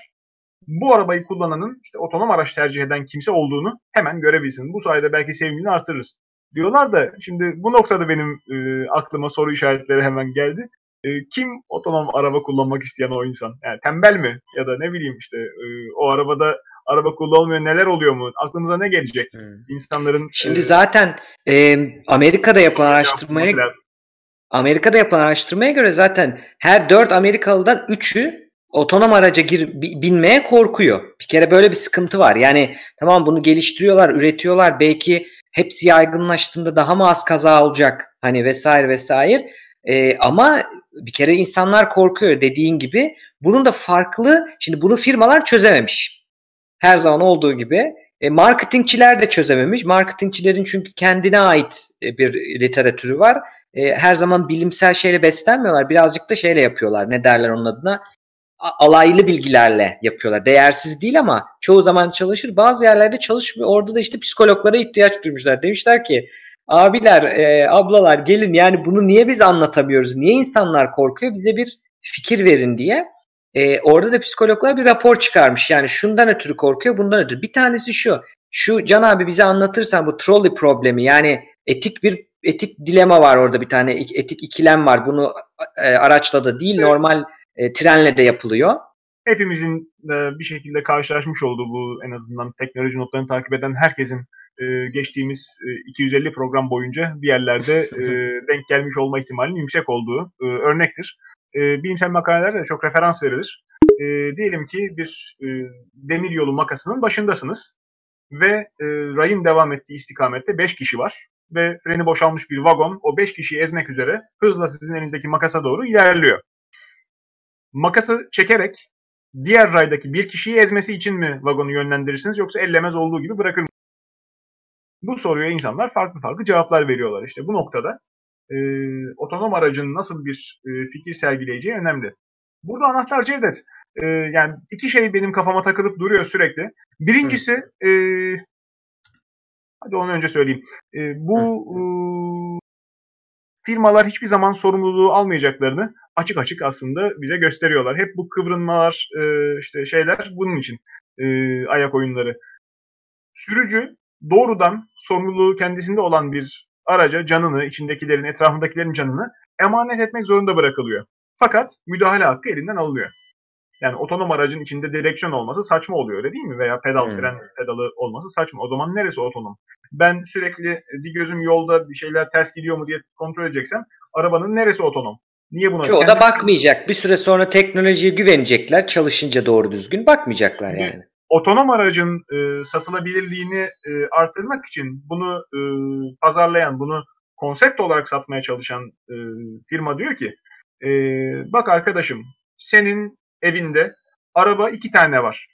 bu arabayı kullananın işte otonom araç tercih eden kimse olduğunu hemen görebilsin. Bu sayede belki sevimini artırırız diyorlar da şimdi bu noktada benim e, aklıma soru işaretleri hemen geldi. E, kim otonom araba kullanmak isteyen o insan? Yani tembel mi? Ya da ne bileyim işte e, o arabada araba kullanılmıyor, neler oluyor mu? Aklımıza ne gelecek? Hmm. İnsanların Şimdi e, zaten e, Amerika'da yapılan araştırmaya Amerika'da yapılan araştırmaya göre zaten her dört Amerikalı'dan üçü otonom araca gir, binmeye korkuyor. Bir kere böyle bir sıkıntı var. Yani tamam, bunu geliştiriyorlar, üretiyorlar. Belki hepsi yaygınlaştığında daha mı az kaza olacak? Hani vesaire vesaire. Ee, ama bir kere insanlar korkuyor dediğin gibi. Bunun da farklı, şimdi bunu firmalar çözememiş. Her zaman olduğu gibi. E, marketingçiler de çözememiş. Marketingçilerin çünkü kendine ait bir literatürü var. E, her zaman bilimsel şeyle beslenmiyorlar. Birazcık da şeyle yapıyorlar. Ne derler onun adına? Alaylı bilgilerle yapıyorlar. Değersiz değil ama çoğu zaman çalışır. Bazı yerlerde çalışmıyor. Orada da işte psikologlara ihtiyaç duymuşlar. Demişler ki abiler, e, ablalar gelin, yani bunu niye biz anlatamıyoruz? Niye insanlar korkuyor? Bize bir fikir verin diye. E, orada da psikologlar bir rapor çıkarmış. Yani şundan ötürü korkuyor, bundan ötürü. Bir tanesi şu. Şu Can abi bize anlatırsan bu trolley problemi, yani etik bir etik dilema var orada, bir tane etik ikilem var. Bunu e, araçla da değil, normal E, trenle de yapılıyor. Hepimizin e, bir şekilde karşılaşmış olduğu, bu en azından teknoloji notlarını takip eden herkesin e, geçtiğimiz e, iki yüz elli program boyunca bir yerlerde e, denk gelmiş olma ihtimalinin yüksek olduğu e, örnektir. E, bilimsel makalelerde de çok referans verilir. E, diyelim ki bir e, demir yolu makasının başındasınız ve e, rayın devam ettiği istikamette beş kişi var. ve freni boşalmış bir vagon o beş kişiyi ezmek üzere hızla sizin elinizdeki makasa doğru ilerliyor. Makası çekerek diğer raydaki bir kişiyi ezmesi için mi vagonu yönlendirirsiniz yoksa ellemez olduğu gibi bırakır mısınız? Bu soruya insanlar farklı farklı cevaplar veriyorlar. İşte bu noktada e, otonom aracın nasıl bir e, fikir sergileyeceği önemli. Burada anahtar Cevdet. E, yani iki şey benim kafama takılıp duruyor sürekli. Birincisi e, hadi onu önce söyleyeyim. E, bu e, firmalar hiçbir zaman sorumluluğu almayacaklarını açık açık aslında bize gösteriyorlar. Hep bu kıvrınmalar, e, işte şeyler bunun için e, ayak oyunları. Sürücü doğrudan sorumluluğu kendisinde olan bir araca canını, içindekilerin, etrafındakilerin canını emanet etmek zorunda bırakılıyor. Fakat müdahale hakkı elinden alınıyor. Yani otonom aracın içinde direksiyon olması saçma oluyor, öyle değil mi? Veya pedal, hmm. fren pedalı olması saçma. O zaman neresi otonom? Ben sürekli bir gözüm yolda bir şeyler ters gidiyor mu diye kontrol edeceksem arabanın neresi otonom? Niye buna? Ki o da bakmayacak. Bir süre sonra teknolojiye güvenecekler. Çalışınca doğru düzgün bakmayacaklar yani. Otonom aracın e, satılabilirliğini e, artırmak için bunu e, pazarlayan, bunu konsept olarak satmaya çalışan e, firma diyor ki e, bak arkadaşım, senin evinde araba iki tane var.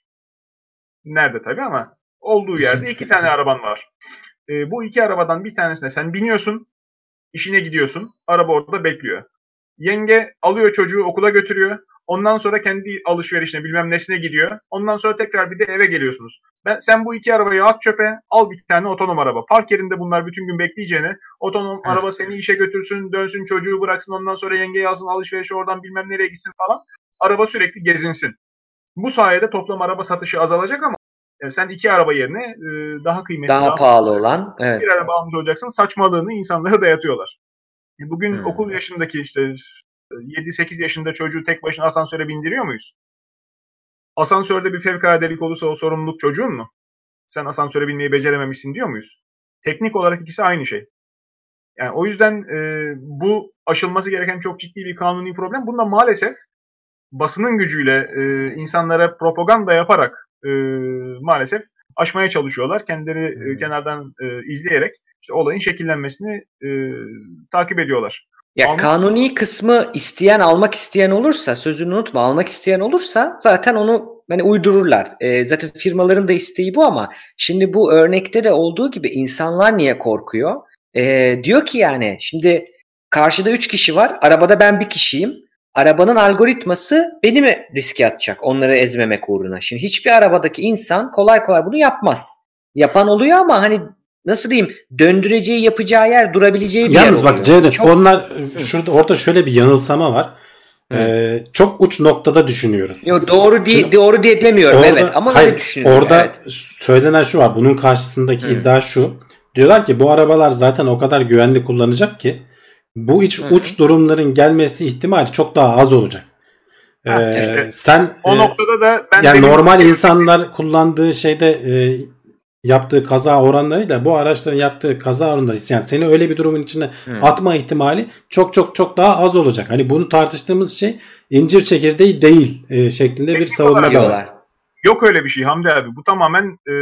Nerede tabii ama olduğu yerde iki tane araban var. E, bu iki arabadan bir tanesine sen biniyorsun, işine gidiyorsun, araba orada bekliyor. Yenge alıyor çocuğu okula götürüyor. Ondan sonra kendi alışverişine bilmem nesine gidiyor. Ondan sonra tekrar bir de eve geliyorsunuz. Ben, sen bu iki arabayı at çöpe, al bir tane otonom araba. Park yerinde bunlar bütün gün bekleyeceğine otonom evet. araba seni işe götürsün, dönsün, çocuğu bıraksın, ondan sonra yengeyi alsın, alışverişe oradan bilmem nereye gitsin falan. Araba sürekli gezinsin. Bu sayede toplam araba satışı azalacak ama yani sen iki araba yerine e, daha kıymetli, daha, daha pahalı olan evet. bir araba almış olacaksın. Saçmalığını insanlara dayatıyorlar. Bugün hmm. okul yaşındaki işte yedi sekiz yaşında çocuğu tek başına asansöre bindiriyor muyuz? Asansörde bir fevkaladelik olursa o sorumluluk çocuğun mu? Sen asansöre binmeyi becerememişsin diyor muyuz? Teknik olarak ikisi aynı şey. Yani o yüzden e, bu aşılması gereken çok ciddi bir kanuni problem. Bunda maalesef basının gücüyle e, insanlara propaganda yaparak e, maalesef aşmaya çalışıyorlar. Kendileri hmm. e, kenardan e, izleyerek işte olayın şekillenmesini e, takip ediyorlar. Ya almak... kanuni kısmı isteyen, almak isteyen olursa, sözünü unutma, almak isteyen olursa zaten onu hani uydururlar. E, zaten firmaların da isteği bu ama şimdi bu örnekte de olduğu gibi insanlar niye korkuyor? E, diyor ki yani şimdi karşıda üç kişi var, arabada ben bir kişiyim. Arabanın algoritması beni mi riske atacak onları ezmemek uğruna? Şimdi hiçbir arabadaki insan kolay kolay bunu yapmaz. Yapan oluyor ama hani nasıl diyeyim, döndüreceği, yapacağı yer, durabileceği bir Yalnız yer bak Cevdet, çok... onlar şurada orada şöyle bir yanılsama var. Ee, çok uç noktada düşünüyoruz. Yo, doğru değil, Şimdi, doğru diye demiyorum orada, evet ama hayır, öyle düşünüyorum. Orada evet. söylenen şu var. Bunun karşısındaki Hı. iddia şu. Diyorlar ki bu arabalar zaten o kadar güvenli kullanacak ki bu iç Hı. uç durumların gelmesi ihtimali çok daha az olacak. Ee, ha, işte, sen o e, noktada da ben yani normal insanlar kullandığı şeyde e, yaptığı kaza oranlarıyla bu araçların yaptığı kaza oranları, yani seni öyle bir durumun içine hmm. atma ihtimali çok çok çok daha az olacak. Hani bunu tartıştığımız şey incir çekirdeği değil e, şeklinde Teknik bir savunma da var. Yok öyle bir şey Hamdi abi. Bu tamamen e,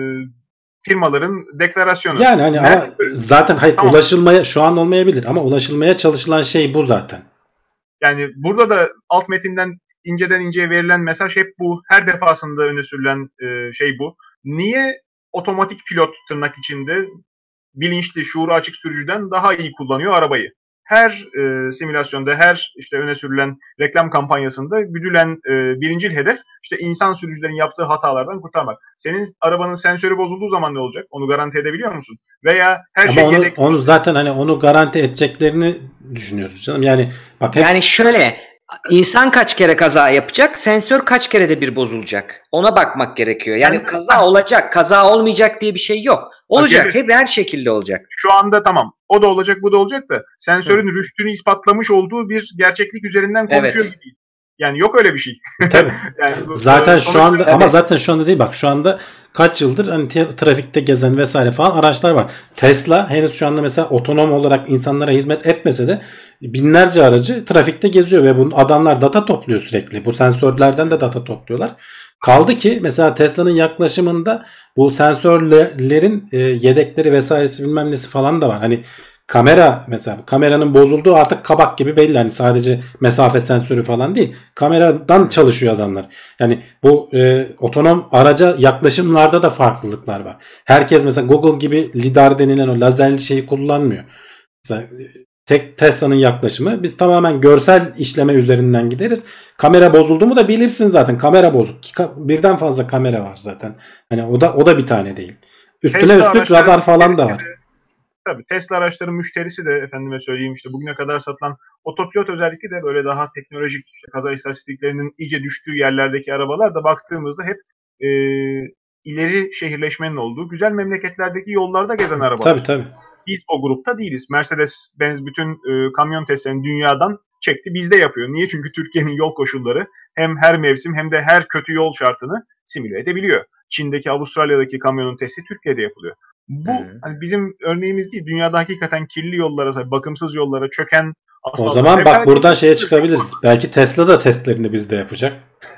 firmaların deklarasyonu. Yani hani ama zaten hayır tamam. ulaşılmaya şu an olmayabilir ama ulaşılmaya çalışılan şey bu zaten. Yani burada da alt metinden inceden inceye verilen mesaj hep bu. Her defasında öne sürülen e, şey bu. Niye otomatik pilot tırnak içinde bilinçli, şuuru açık sürücüden daha iyi kullanıyor arabayı? Her e, simülasyonda, her işte öne sürülen reklam kampanyasında güdülen e, birincil hedef işte insan sürücülerin yaptığı hatalardan kurtarmak. Senin arabanın sensörü bozulduğu zaman ne olacak? Onu garanti edebiliyor musun? Veya her Ama şey onu, yedekli. Onu zaten hani onu garanti edeceklerini düşünüyorsun canım. Yani bak hep... Yani şöyle, insan kaç kere kaza yapacak, sensör kaç kere de bir bozulacak. Ona bakmak gerekiyor. Yani, yani kaza olacak, kaza olmayacak diye bir şey yok. Olacak, hep her şekilde olacak. Şu anda tamam. O da olacak, bu da olacak da sensörün Hı. rüştünü ispatlamış olduğu bir gerçeklik üzerinden konuşuyor evet. gibi. Yani yok öyle bir şey. Tabii. Yani bu, zaten e, şu anda tabii. ama zaten şu anda değil, bak şu anda kaç yıldır hani tra- trafikte gezen vesaire falan araçlar var. Tesla henüz şu anda mesela otonom olarak insanlara hizmet etmese de binlerce aracı trafikte geziyor ve bu adamlar data topluyor sürekli. Bu sensörlerden de data topluyorlar. Kaldı ki mesela Tesla'nın yaklaşımında bu sensörlerin e, yedekleri vesairesi bilmem nesi falan da var. Hani kamera mesela, kameranın bozulduğu artık kabak gibi belli. Hani sadece mesafe sensörü falan değil. Kameradan çalışıyor adamlar. Yani bu e, otonom araca yaklaşımlarda da farklılıklar var. Herkes mesela Google gibi lidar denilen o lazerli şeyi kullanmıyor. Mesela tek Tesla'nın yaklaşımı, biz tamamen görsel işleme üzerinden gideriz. Kamera bozuldu mu da bilirsin zaten. Kamera bozuk. Birden fazla kamera var zaten. Hani o da o da bir tane değil. Üstüne Tesla üstlük radar falan da var. de, tabii Tesla araçların müşterisi de efendime söyleyeyim işte bugüne kadar satılan otopilot özellikle de böyle daha teknolojik işte kaza istatistiklerinin iyice düştüğü yerlerdeki arabalar da baktığımızda hep e, ileri şehirleşmenin olduğu güzel memleketlerdeki yollarda gezen arabalar. Tabii tabii. Biz o grupta değiliz. Mercedes-Benz bütün e, kamyon testlerini dünyadan çekti. Bizde yapıyor. Niye? Çünkü Türkiye'nin yol koşulları hem her mevsim hem de her kötü yol şartını simüle edebiliyor. Çin'deki, Avustralya'daki kamyonun testi Türkiye'de yapılıyor. Bu Hmm. hani bizim örneğimiz değil. Dünyada hakikaten kirli yollara, bakımsız yollara, çöken asfalt. O zaman bak buradan şeye çıkabiliriz. Belki Tesla da testlerini bizde yapacak.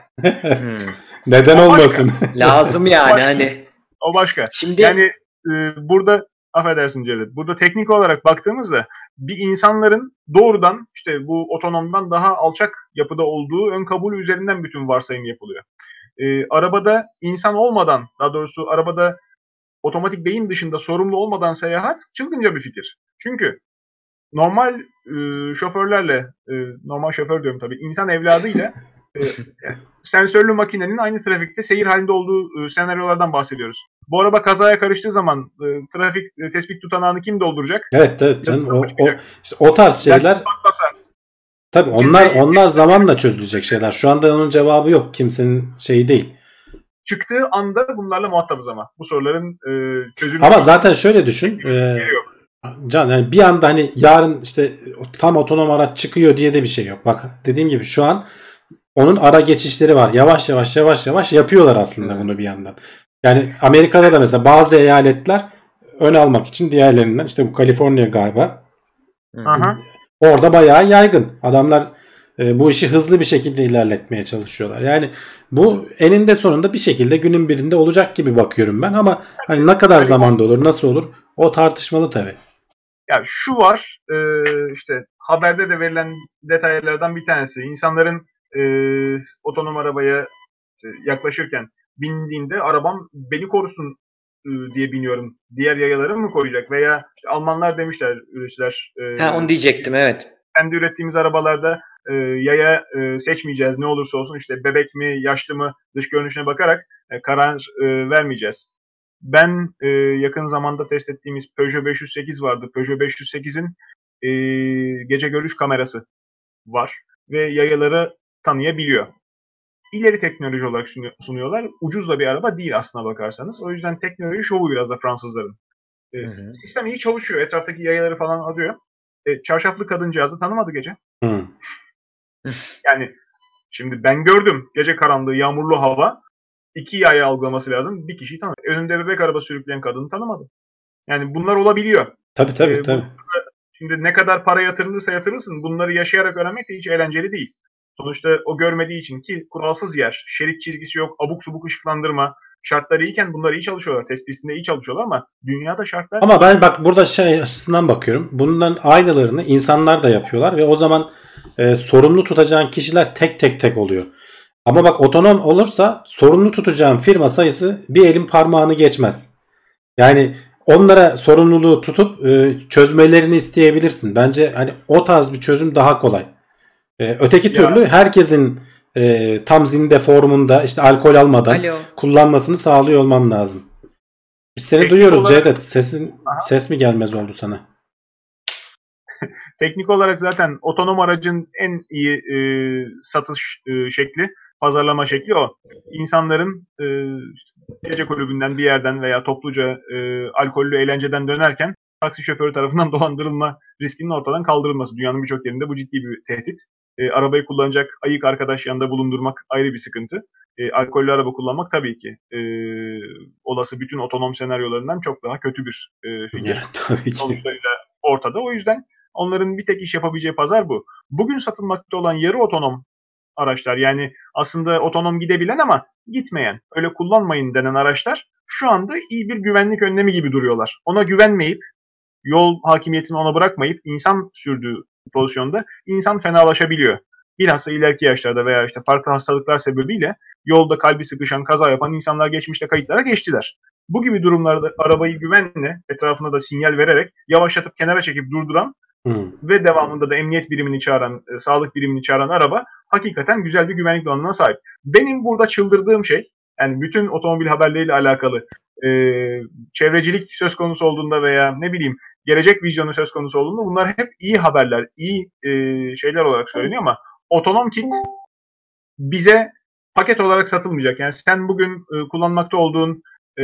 Hmm. Neden O olmasın? Lazım yani Başka. hani. O başka. Şimdi Yani e, burada affedersin Cevdet. Burada teknik olarak baktığımızda bir insanların doğrudan işte bu otonomdan daha alçak yapıda olduğu ön kabul üzerinden bütün varsayım yapılıyor. E, arabada insan olmadan, daha doğrusu arabada otomatik beyin dışında sorumlu olmadan seyahat çılgınca bir fikir. Çünkü normal e, şoförlerle, e, normal şoför diyorum tabii, insan evladıyla e, yani sensörlü makinenin aynı trafikte seyir halinde olduğu e, senaryolardan bahsediyoruz. Bu araba kazaya karıştığı zaman e, trafik e, tespit tutanağını kim dolduracak? Evet evet canım, o, o, çıkacak. işte o tarz şeyler Lastik patlasa, tabii Kim onlar değil? onlar zamanla çözülecek şeyler. Şu anda onun cevabı yok. Kimsenin şeyi değil. çıktığı anda bunlarla muhatabız ama. Bu soruların e, çözülmesi. Ama zaten şöyle düşün. E, Can yani bir anda hani yarın işte tam otonom araç çıkıyor diye de bir şey yok. Bak dediğim gibi şu an onun ara geçişleri var. Yavaş yavaş yavaş yavaş yapıyorlar aslında bunu bir yandan. Yani Amerika'da da mesela bazı eyaletler ön almak için diğerlerinden, işte bu Kaliforniya galiba. Aha. Orada bayağı yaygın. Adamlar e, bu işi hızlı bir şekilde ilerletmeye çalışıyorlar. Yani bu eninde sonunda bir şekilde günün birinde olacak gibi bakıyorum ben, ama hani ne kadar zamanda olur, nasıl olur, o tartışmalı tabii. Ya şu var, e, işte haberde de verilen detaylardan bir tanesi. İnsanların e, otonom arabaya işte yaklaşırken bindiğinde arabam beni korusun e, diye biniyorum. Diğer yayaları mı koruyacak? Veya işte Almanlar demişler, üreticiler. E, ha, onu diyecektim evet. Kendi ürettiğimiz arabalarda e, yaya e, seçmeyeceğiz. Ne olursa olsun işte bebek mi, yaşlı mı, dış görünüşüne bakarak e, karar e, vermeyeceğiz. Ben e, yakın zamanda test ettiğimiz Peugeot beş yüz sekiz vardı. Peugeot beş yüz sekizin e, gece görüş kamerası var ve yayaları tanıyabiliyor. İleri teknoloji olarak sunuyorlar. Ucuz da bir araba değil aslına bakarsanız. O yüzden teknoloji şovu biraz da Fransızların. E, Hı hı. Sistem iyi çalışıyor. Etraftaki yayaları falan alıyor. E, çarşaflı kadıncağızı tanımadı gece. Hı. Yani şimdi ben gördüm. Gece karanlığı, yağmurlu hava. İki yaya algılaması lazım. Bir kişiyi tanımadı. Önünde bebek araba sürükleyen kadını tanımadı. Yani bunlar olabiliyor. Tabii tabii Ee, tabii. Bu, şimdi ne kadar para yatırılırsa yatırılsın bunları yaşayarak öğrenmek de hiç eğlenceli değil. Sonuçta o görmediği için, ki kuralsız yer, şerit çizgisi yok, abuk subuk ışıklandırma, şartları iyiyken bunlar iyi çalışıyorlar. Tespitinde iyi çalışıyorlar ama dünyada şartlar... Ama ben bak burada şey açısından bakıyorum. Bundan aynılarını insanlar da yapıyorlar ve o zaman e, sorumlu tutacağın kişiler tek tek tek oluyor. Ama bak otonom olursa sorumlu tutacağın firma sayısı bir elin parmağını geçmez. Yani onlara sorumluluğu tutup e, çözmelerini isteyebilirsin. Bence hani o tarz bir çözüm daha kolay. E, öteki türlü ya, herkesin e, tam zinde formunda işte alkol almadan Alo. kullanmasını sağlıyor olman lazım. Biz seni Teknik duyuyoruz olarak... Cevdet. Sesin, ses mi gelmez oldu sana? Teknik olarak zaten otonom aracın en iyi e, satış e, şekli, pazarlama şekli o. İnsanların e, işte gece kulübünden bir yerden veya topluca e, alkollü eğlenceden dönerken taksi şoförü tarafından dolandırılma riskinin ortadan kaldırılması. Dünyanın birçok yerinde bu ciddi bir tehdit. E, arabayı kullanacak ayık arkadaş yanında bulundurmak ayrı bir sıkıntı. E, alkollü araba kullanmak tabii ki e, olası bütün otonom senaryolarından çok daha kötü bir e, fikir. Ya, tabii ki. Sonuçlarıyla ortada. O yüzden onların bir tek iş yapabileceği pazar bu. Bugün satılmakta olan yarı otonom araçlar, yani aslında otonom gidebilen ama gitmeyen, öyle kullanmayın denen araçlar şu anda iyi bir güvenlik önlemi gibi duruyorlar. Ona güvenmeyip, yol hakimiyetini ona bırakmayıp insan sürdüğü pozisyonda insan fenalaşabiliyor. Bilhassa ileriki yaşlarda veya işte farklı hastalıklar sebebiyle yolda kalbi sıkışan, kaza yapan insanlar geçmişte kayıtlara geçtiler. Bu gibi durumlarda arabayı güvenle, etrafına da sinyal vererek yavaşlatıp kenara çekip durduran hmm. ve devamında da emniyet birimini çağıran, e, sağlık birimini çağıran araba hakikaten güzel bir güvenlik donanımına sahip. Benim burada çıldırdığım şey, yani bütün otomobil haberleriyle alakalı e, çevrecilik söz konusu olduğunda veya ne bileyim gelecek vizyonu söz konusu olduğunda bunlar hep iyi haberler, iyi e, şeyler olarak söyleniyor ama otonom kit bize paket olarak satılmayacak. Yani sen bugün e, kullanmakta olduğun e,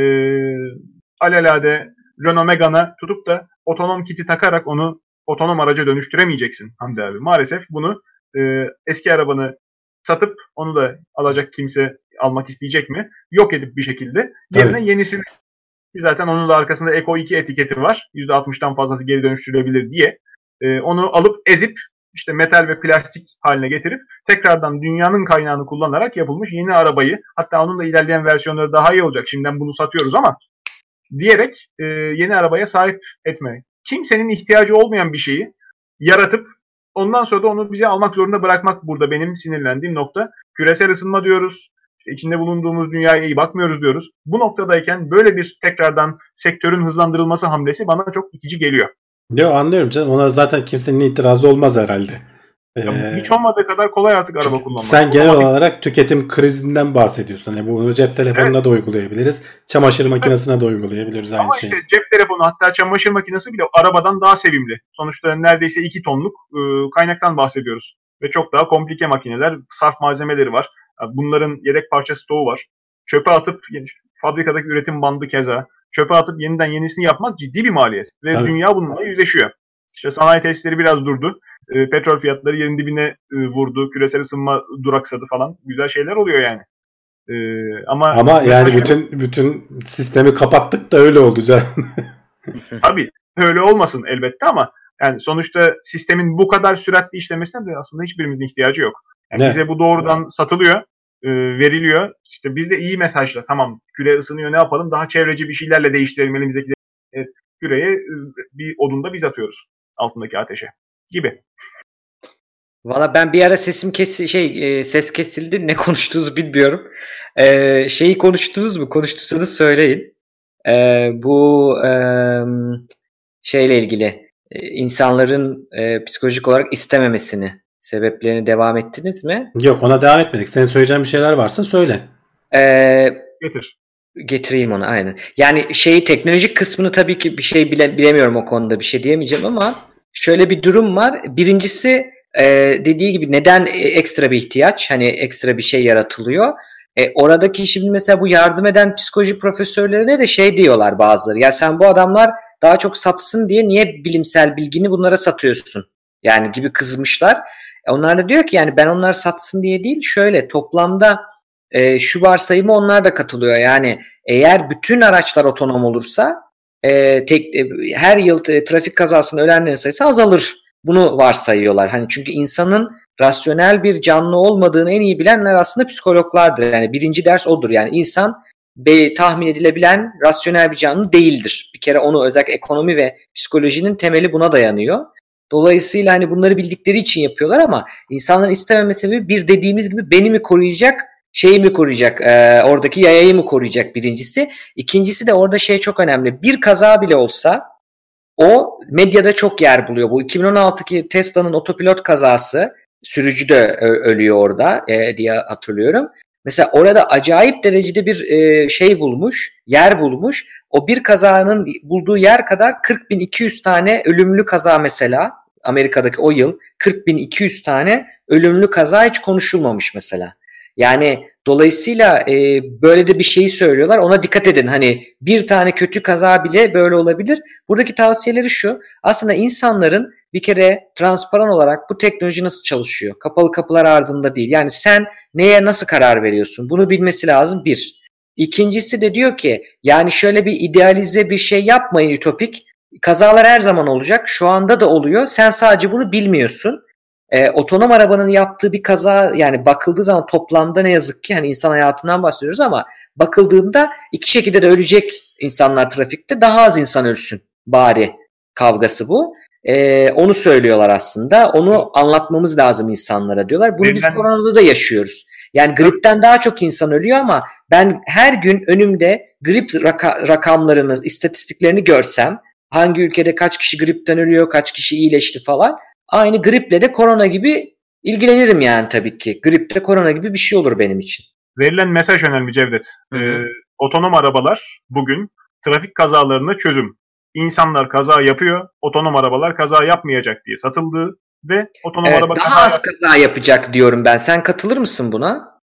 alelade Renault Megane'a tutup da otonom kiti takarak onu otonom araca dönüştüremeyeceksin Hamdi abi. Maalesef bunu e, eski arabanı satıp onu da alacak kimse almak isteyecek mi? Yok edip bir şekilde yerine evet. yenisini, ki zaten onun da arkasında Eco iki etiketi var. yüzde altmıştan fazlası geri dönüştürülebilir diye. E, onu alıp ezip işte metal ve plastik haline getirip tekrardan dünyanın kaynağını kullanarak yapılmış yeni arabayı, hatta onun da ilerleyen versiyonları daha iyi olacak, şimdiden bunu satıyoruz ama diyerek e, yeni arabaya sahip etme. Kimsenin ihtiyacı olmayan bir şeyi yaratıp ondan sonra da onu bize almak zorunda bırakmak burada benim sinirlendiğim nokta. Küresel ısınma diyoruz. İşte içinde bulunduğumuz dünyaya iyi bakmıyoruz diyoruz. Bu noktadayken böyle bir tekrardan sektörün hızlandırılması hamlesi bana çok itici geliyor. Yok, anlıyorum canım. Ona zaten kimsenin itirazı olmaz herhalde. Ee, hiç olmadığı kadar kolay artık araba kullanmak. Sen genel Otomatik... olarak tüketim krizinden bahsediyorsun. Hani bu cep telefonuna evet. da uygulayabiliriz. Çamaşır makinesine evet. de uygulayabiliriz aynı Ama şeyi. Ama işte cep telefonu, hatta çamaşır makinesi bile arabadan daha sevimli. Sonuçta neredeyse iki tonluk e, kaynaktan bahsediyoruz. Ve çok daha komplike makineler, sarf malzemeleri var. Bunların yedek parça stoğu var. Çöpe atıp, fabrikadaki üretim bandı keza, çöpe atıp yeniden yenisini yapmak ciddi bir maliyet. Ve Tabii. dünya bununla yüzleşiyor. İşte sanayi tesisleri biraz durdu. E, petrol fiyatları yerin dibine e, vurdu. Küresel ısınma duraksadı falan. Güzel şeyler oluyor yani. E, ama ama yani bütün bütün sistemi kapattık da öyle oldu canım. Tabii öyle olmasın elbette ama yani sonuçta sistemin bu kadar süratli işlemesine de aslında hiçbirimizin ihtiyacı yok. Yani bize bu doğrudan satılıyor, e, veriliyor. İşte biz de iyi mesajla, tamam küre ısınıyor, ne yapalım, daha çevreci bir şeylerle değiştirelim elimizdeki e, küreye e, bir odunda biz atıyoruz altındaki ateşe gibi. Valla ben bir ara sesim kesi şey e, ses kesildi, ne konuştuğunuzu bilmiyorum. E, şeyi konuştunuz mu? Konuştuysanız söyleyin. E, bu e, şeyle ilgili e, insanların e, psikolojik olarak istememesini, sebeplerini devam ettiniz mi? Yok, ona devam etmedik. Senin söyleyeceğin bir şeyler varsa söyle. E, Getir. Getireyim onu, aynen. Yani şeyi, teknolojik kısmını tabii ki bir şey bile, bilemiyorum o konuda, bir şey diyemeyeceğim ama şöyle bir durum var. Birincisi e, dediği gibi neden ekstra bir ihtiyaç, hani ekstra bir şey yaratılıyor. E, oradaki şimdi mesela bu yardım eden psikoloji profesörlerine de şey diyorlar bazıları. Ya sen bu adamlar daha çok satsın diye niye bilimsel bilgini bunlara satıyorsun? Yani gibi kızmışlar. E, onlar da diyor ki yani ben onlar satsın diye değil, şöyle toplamda e, şu varsayımı onlar da katılıyor. Yani eğer bütün araçlar otonom olursa e, tek, e, her yıl e, trafik kazasında ölenlerin sayısı azalır. Bunu varsayıyorlar. Hani çünkü insanın rasyonel bir canlı olmadığını en iyi bilenler aslında psikologlardır. Yani birinci ders odur. Yani insan be, tahmin edilebilen rasyonel bir canlı değildir. Bir kere onu, özellikle ekonomi ve psikolojinin temeli buna dayanıyor. Dolayısıyla hani bunları bildikleri için yapıyorlar ama insanların istememe sebebi bir, dediğimiz gibi beni mi koruyacak, şeyi mi koruyacak, e, oradaki yayayı mı koruyacak birincisi. İkincisi de orada şey çok önemli. Bir kaza bile olsa o medyada çok yer buluyor. Bu iki bin on altıdaki Tesla'nın otopilot kazası, sürücü de ölüyor orada e, diye hatırlıyorum. Mesela orada acayip derecede bir e, şey bulmuş, yer bulmuş. O bir kazanın bulduğu yer kadar kırk bin iki yüz tane ölümlü kaza, mesela Amerika'daki o yıl kırk bin iki yüz tane ölümlü kaza hiç konuşulmamış mesela. Yani Dolayısıyla e, böyle de bir şeyi söylüyorlar. Ona dikkat edin. Hani bir tane kötü kaza bile böyle olabilir. Buradaki tavsiyeleri şu. Aslında insanların bir kere transparan olarak bu teknoloji nasıl çalışıyor? Kapalı kapılar ardında değil. Yani sen neye nasıl karar veriyorsun? Bunu bilmesi lazım bir. İkincisi de diyor ki yani şöyle bir idealize bir şey yapmayın ütopik. Kazalar her zaman olacak. Şu anda da oluyor. Sen sadece bunu bilmiyorsun. Ee, otonom arabanın yaptığı bir kaza yani bakıldığı zaman toplamda ne yazık ki hani insan hayatından bahsediyoruz ama bakıldığında iki şekilde de ölecek insanlar trafikte, daha az insan ölsün bari kavgası bu. Ee, onu söylüyorlar aslında. Onu anlatmamız lazım insanlara diyorlar. Bunu biz koronada da yaşıyoruz. Yani gripten daha çok insan ölüyor ama ben her gün önümde grip raka- rakamlarını, istatistiklerini görsem hangi ülkede kaç kişi gripten ölüyor, kaç kişi iyileşti falan. Aynı griple de korona gibi ilgilenirim yani tabii ki. Grip de korona gibi bir şey olur benim için. Verilen mesaj önemli Cevdet. Ee, otonom arabalar bugün trafik kazalarına çözüm. İnsanlar kaza yapıyor, otonom arabalar kaza yapmayacak diye satıldı ve otonom evet, araba daha kaza az yap- kaza yapacak diyorum ben. Sen katılır mısın buna?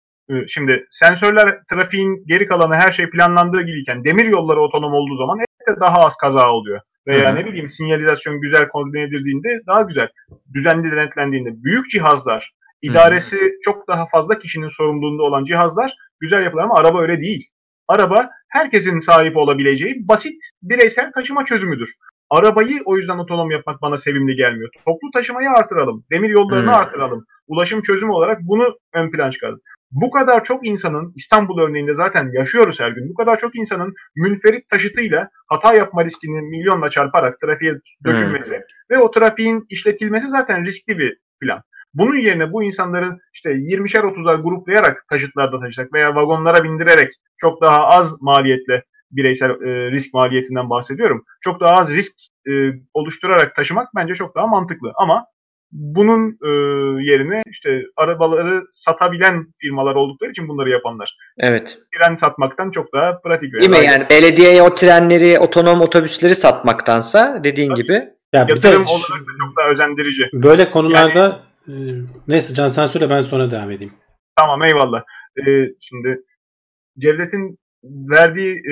Şimdi sensörler, trafiğin geri kalanı her şey planlandığı gibiyken demir yolları otonom olduğu zaman hep de daha az kaza oluyor. Veya Hı-hı. ne bileyim sinyalizasyon güzel koordine edildiğinde daha güzel, düzenli denetlendiğinde büyük cihazlar, idaresi Hı-hı. çok daha fazla kişinin sorumluluğunda olan cihazlar güzel yapılar ama araba öyle değil. Araba herkesin sahip olabileceği basit bireysel taşıma çözümüdür. Arabayı o yüzden otonom yapmak bana sevimli gelmiyor. Toplu taşımayı artıralım, demir yollarını hmm. artıralım, ulaşım çözümü olarak bunu ön plan çıkaralım. Bu kadar çok insanın, İstanbul örneğinde zaten yaşıyoruz her gün, bu kadar çok insanın münferit taşıtıyla hata yapma riskini milyonla çarparak trafiğe dökülmesi hmm. ve o trafiğin işletilmesi zaten riskli bir plan. Bunun yerine bu insanların işte yirmişer otuzar gruplayarak taşıtlarda taşısak veya vagonlara bindirerek çok daha az maliyetle bireysel e, risk maliyetinden bahsediyorum. Çok daha az risk e, oluşturarak taşımak bence çok daha mantıklı. Ama bunun e, yerine işte arabaları satabilen firmalar oldukları için bunları yapanlar. Evet. Tren satmaktan çok daha pratik. Değil mi? Yani belediyeye o trenleri, otonom otobüsleri satmaktansa dediğin Tabii. gibi. Ya yatırım de, olarak da çok daha özendirici. Böyle konularda yani, neyse Can sen söyle ben sonra devam edeyim. Tamam eyvallah. Ee, şimdi Cevdet'in verdiği e,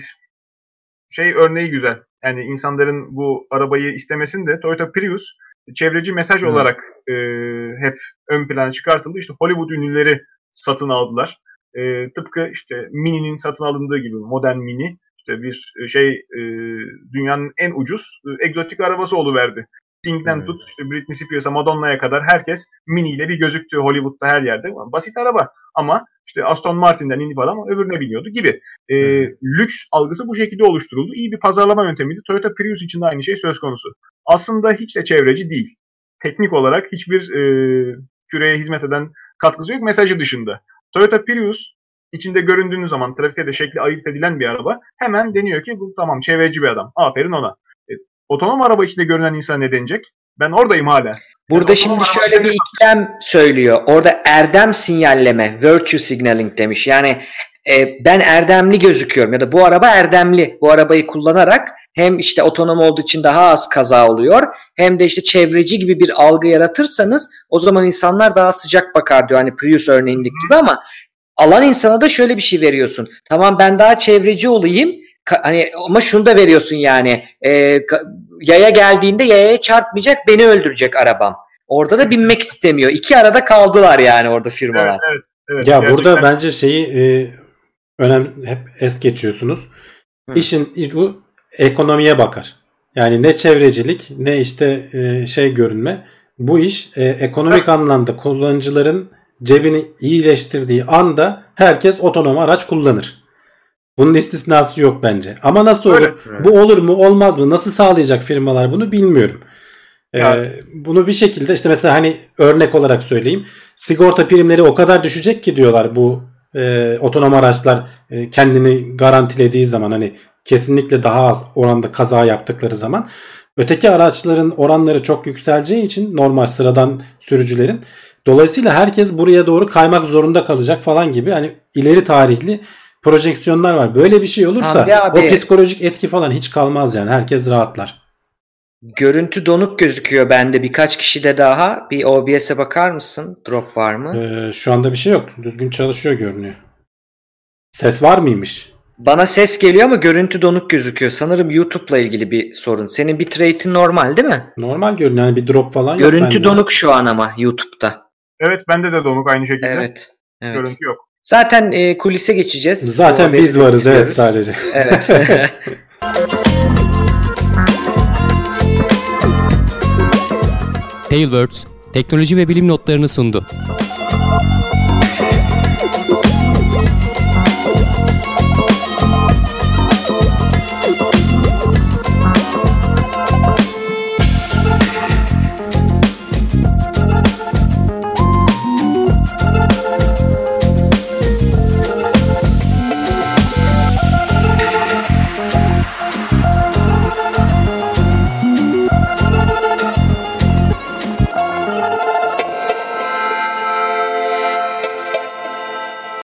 şey örneği güzel. Yani insanların bu arabayı istemesini de Toyota Prius çevreci mesaj hmm. olarak e, hep ön plana çıkartıldı. İşte Hollywood ünlüleri satın aldılar. E, tıpkı işte Mini'nin satın alındığı gibi modern Mini işte bir şey e, dünyanın en ucuz e, egzotik arabası oluverdi. Sting'den hmm. tut işte Britney Spears'a, Madonna'ya kadar herkes Mini ile bir gözüktü Hollywood'da her yerde. Basit araba ama işte Aston Martin'den inip adam öbürüne biniyordu gibi. E, hmm. Lüks algısı bu şekilde oluşturuldu. İyi bir pazarlama yöntemiydi. Toyota Prius için de aynı şey söz konusu. Aslında hiç de çevreci değil. Teknik olarak hiçbir e, küreye hizmet eden katkısı yok mesajı dışında. Toyota Prius içinde göründüğünüz zaman trafikte de şekli ayırt edilen bir araba. Hemen deniyor ki bu tamam çevreci bir adam. Aferin ona. E, otonom araba içinde görünen insan ne denecek? Ben oradayım hala. Burada yani şimdi şöyle bir ikilem söylüyor. Orada erdem sinyalleme, virtue signaling demiş. Yani e, ben erdemli gözüküyorum ya da bu araba erdemli. Bu arabayı kullanarak hem işte otonom olduğu için daha az kaza oluyor hem de işte çevreci gibi bir algı yaratırsanız o zaman insanlar daha sıcak bakar diyor. Hani Prius örneğindeki gibi ama alan insana da şöyle bir şey veriyorsun. Tamam ben daha çevreci olayım ka- hani ama şunu da veriyorsun yani e, ka- yaya geldiğinde yayaya çarpmayacak beni öldürecek arabam. Orada da binmek istemiyor. İki arada kaldılar yani orada firmalar. Evet, evet, evet, ya gerçekten. Burada bence şeyi e, önemli hep es geçiyorsunuz. Hı. İşin bu ekonomiye bakar. Yani ne çevrecilik ne işte e, şey görünme. Bu iş e, ekonomik evet. anlamda kullanıcıların cebini iyileştirdiği anda herkes otonom araç kullanır. Bunun istisnası yok bence. Ama nasıl olur? Evet. Bu olur mu olmaz mı? Nasıl sağlayacak firmalar bunu bilmiyorum. Ee, bunu bir şekilde işte mesela hani örnek olarak söyleyeyim. Sigorta primleri o kadar düşecek ki diyorlar bu e, otonom araçlar e, kendini garantilediği zaman hani kesinlikle daha az oranda kaza yaptıkları zaman. Öteki araçların oranları çok yükseleceği için normal sıradan sürücülerin. Dolayısıyla herkes buraya doğru kaymak zorunda kalacak falan gibi hani ileri tarihli projeksiyonlar var. Böyle bir şey olursa o psikolojik etki falan hiç kalmaz yani. Herkes rahatlar. Görüntü donuk gözüküyor bende. Birkaç kişi de daha. Bir O B S'e bakar mısın? Drop var mı? Ee, şu anda bir şey yok. Düzgün çalışıyor görünüyor. Ses var mıymış? Bana ses geliyor ama görüntü donuk gözüküyor. Sanırım YouTube'la ilgili bir sorun. Senin bitrate'in normal değil mi? Normal görünüyor. Yani bir drop falan yok Görüntü bende. donuk şu an ama YouTube'da. Evet, bende de donuk aynı şekilde. Evet. evet. Görüntü yok. Zaten e, kulise geçeceğiz. Zaten O biz varız bekliyoruz. evet sadece. Evet. Tailwords, teknoloji ve bilim notlarını sundu.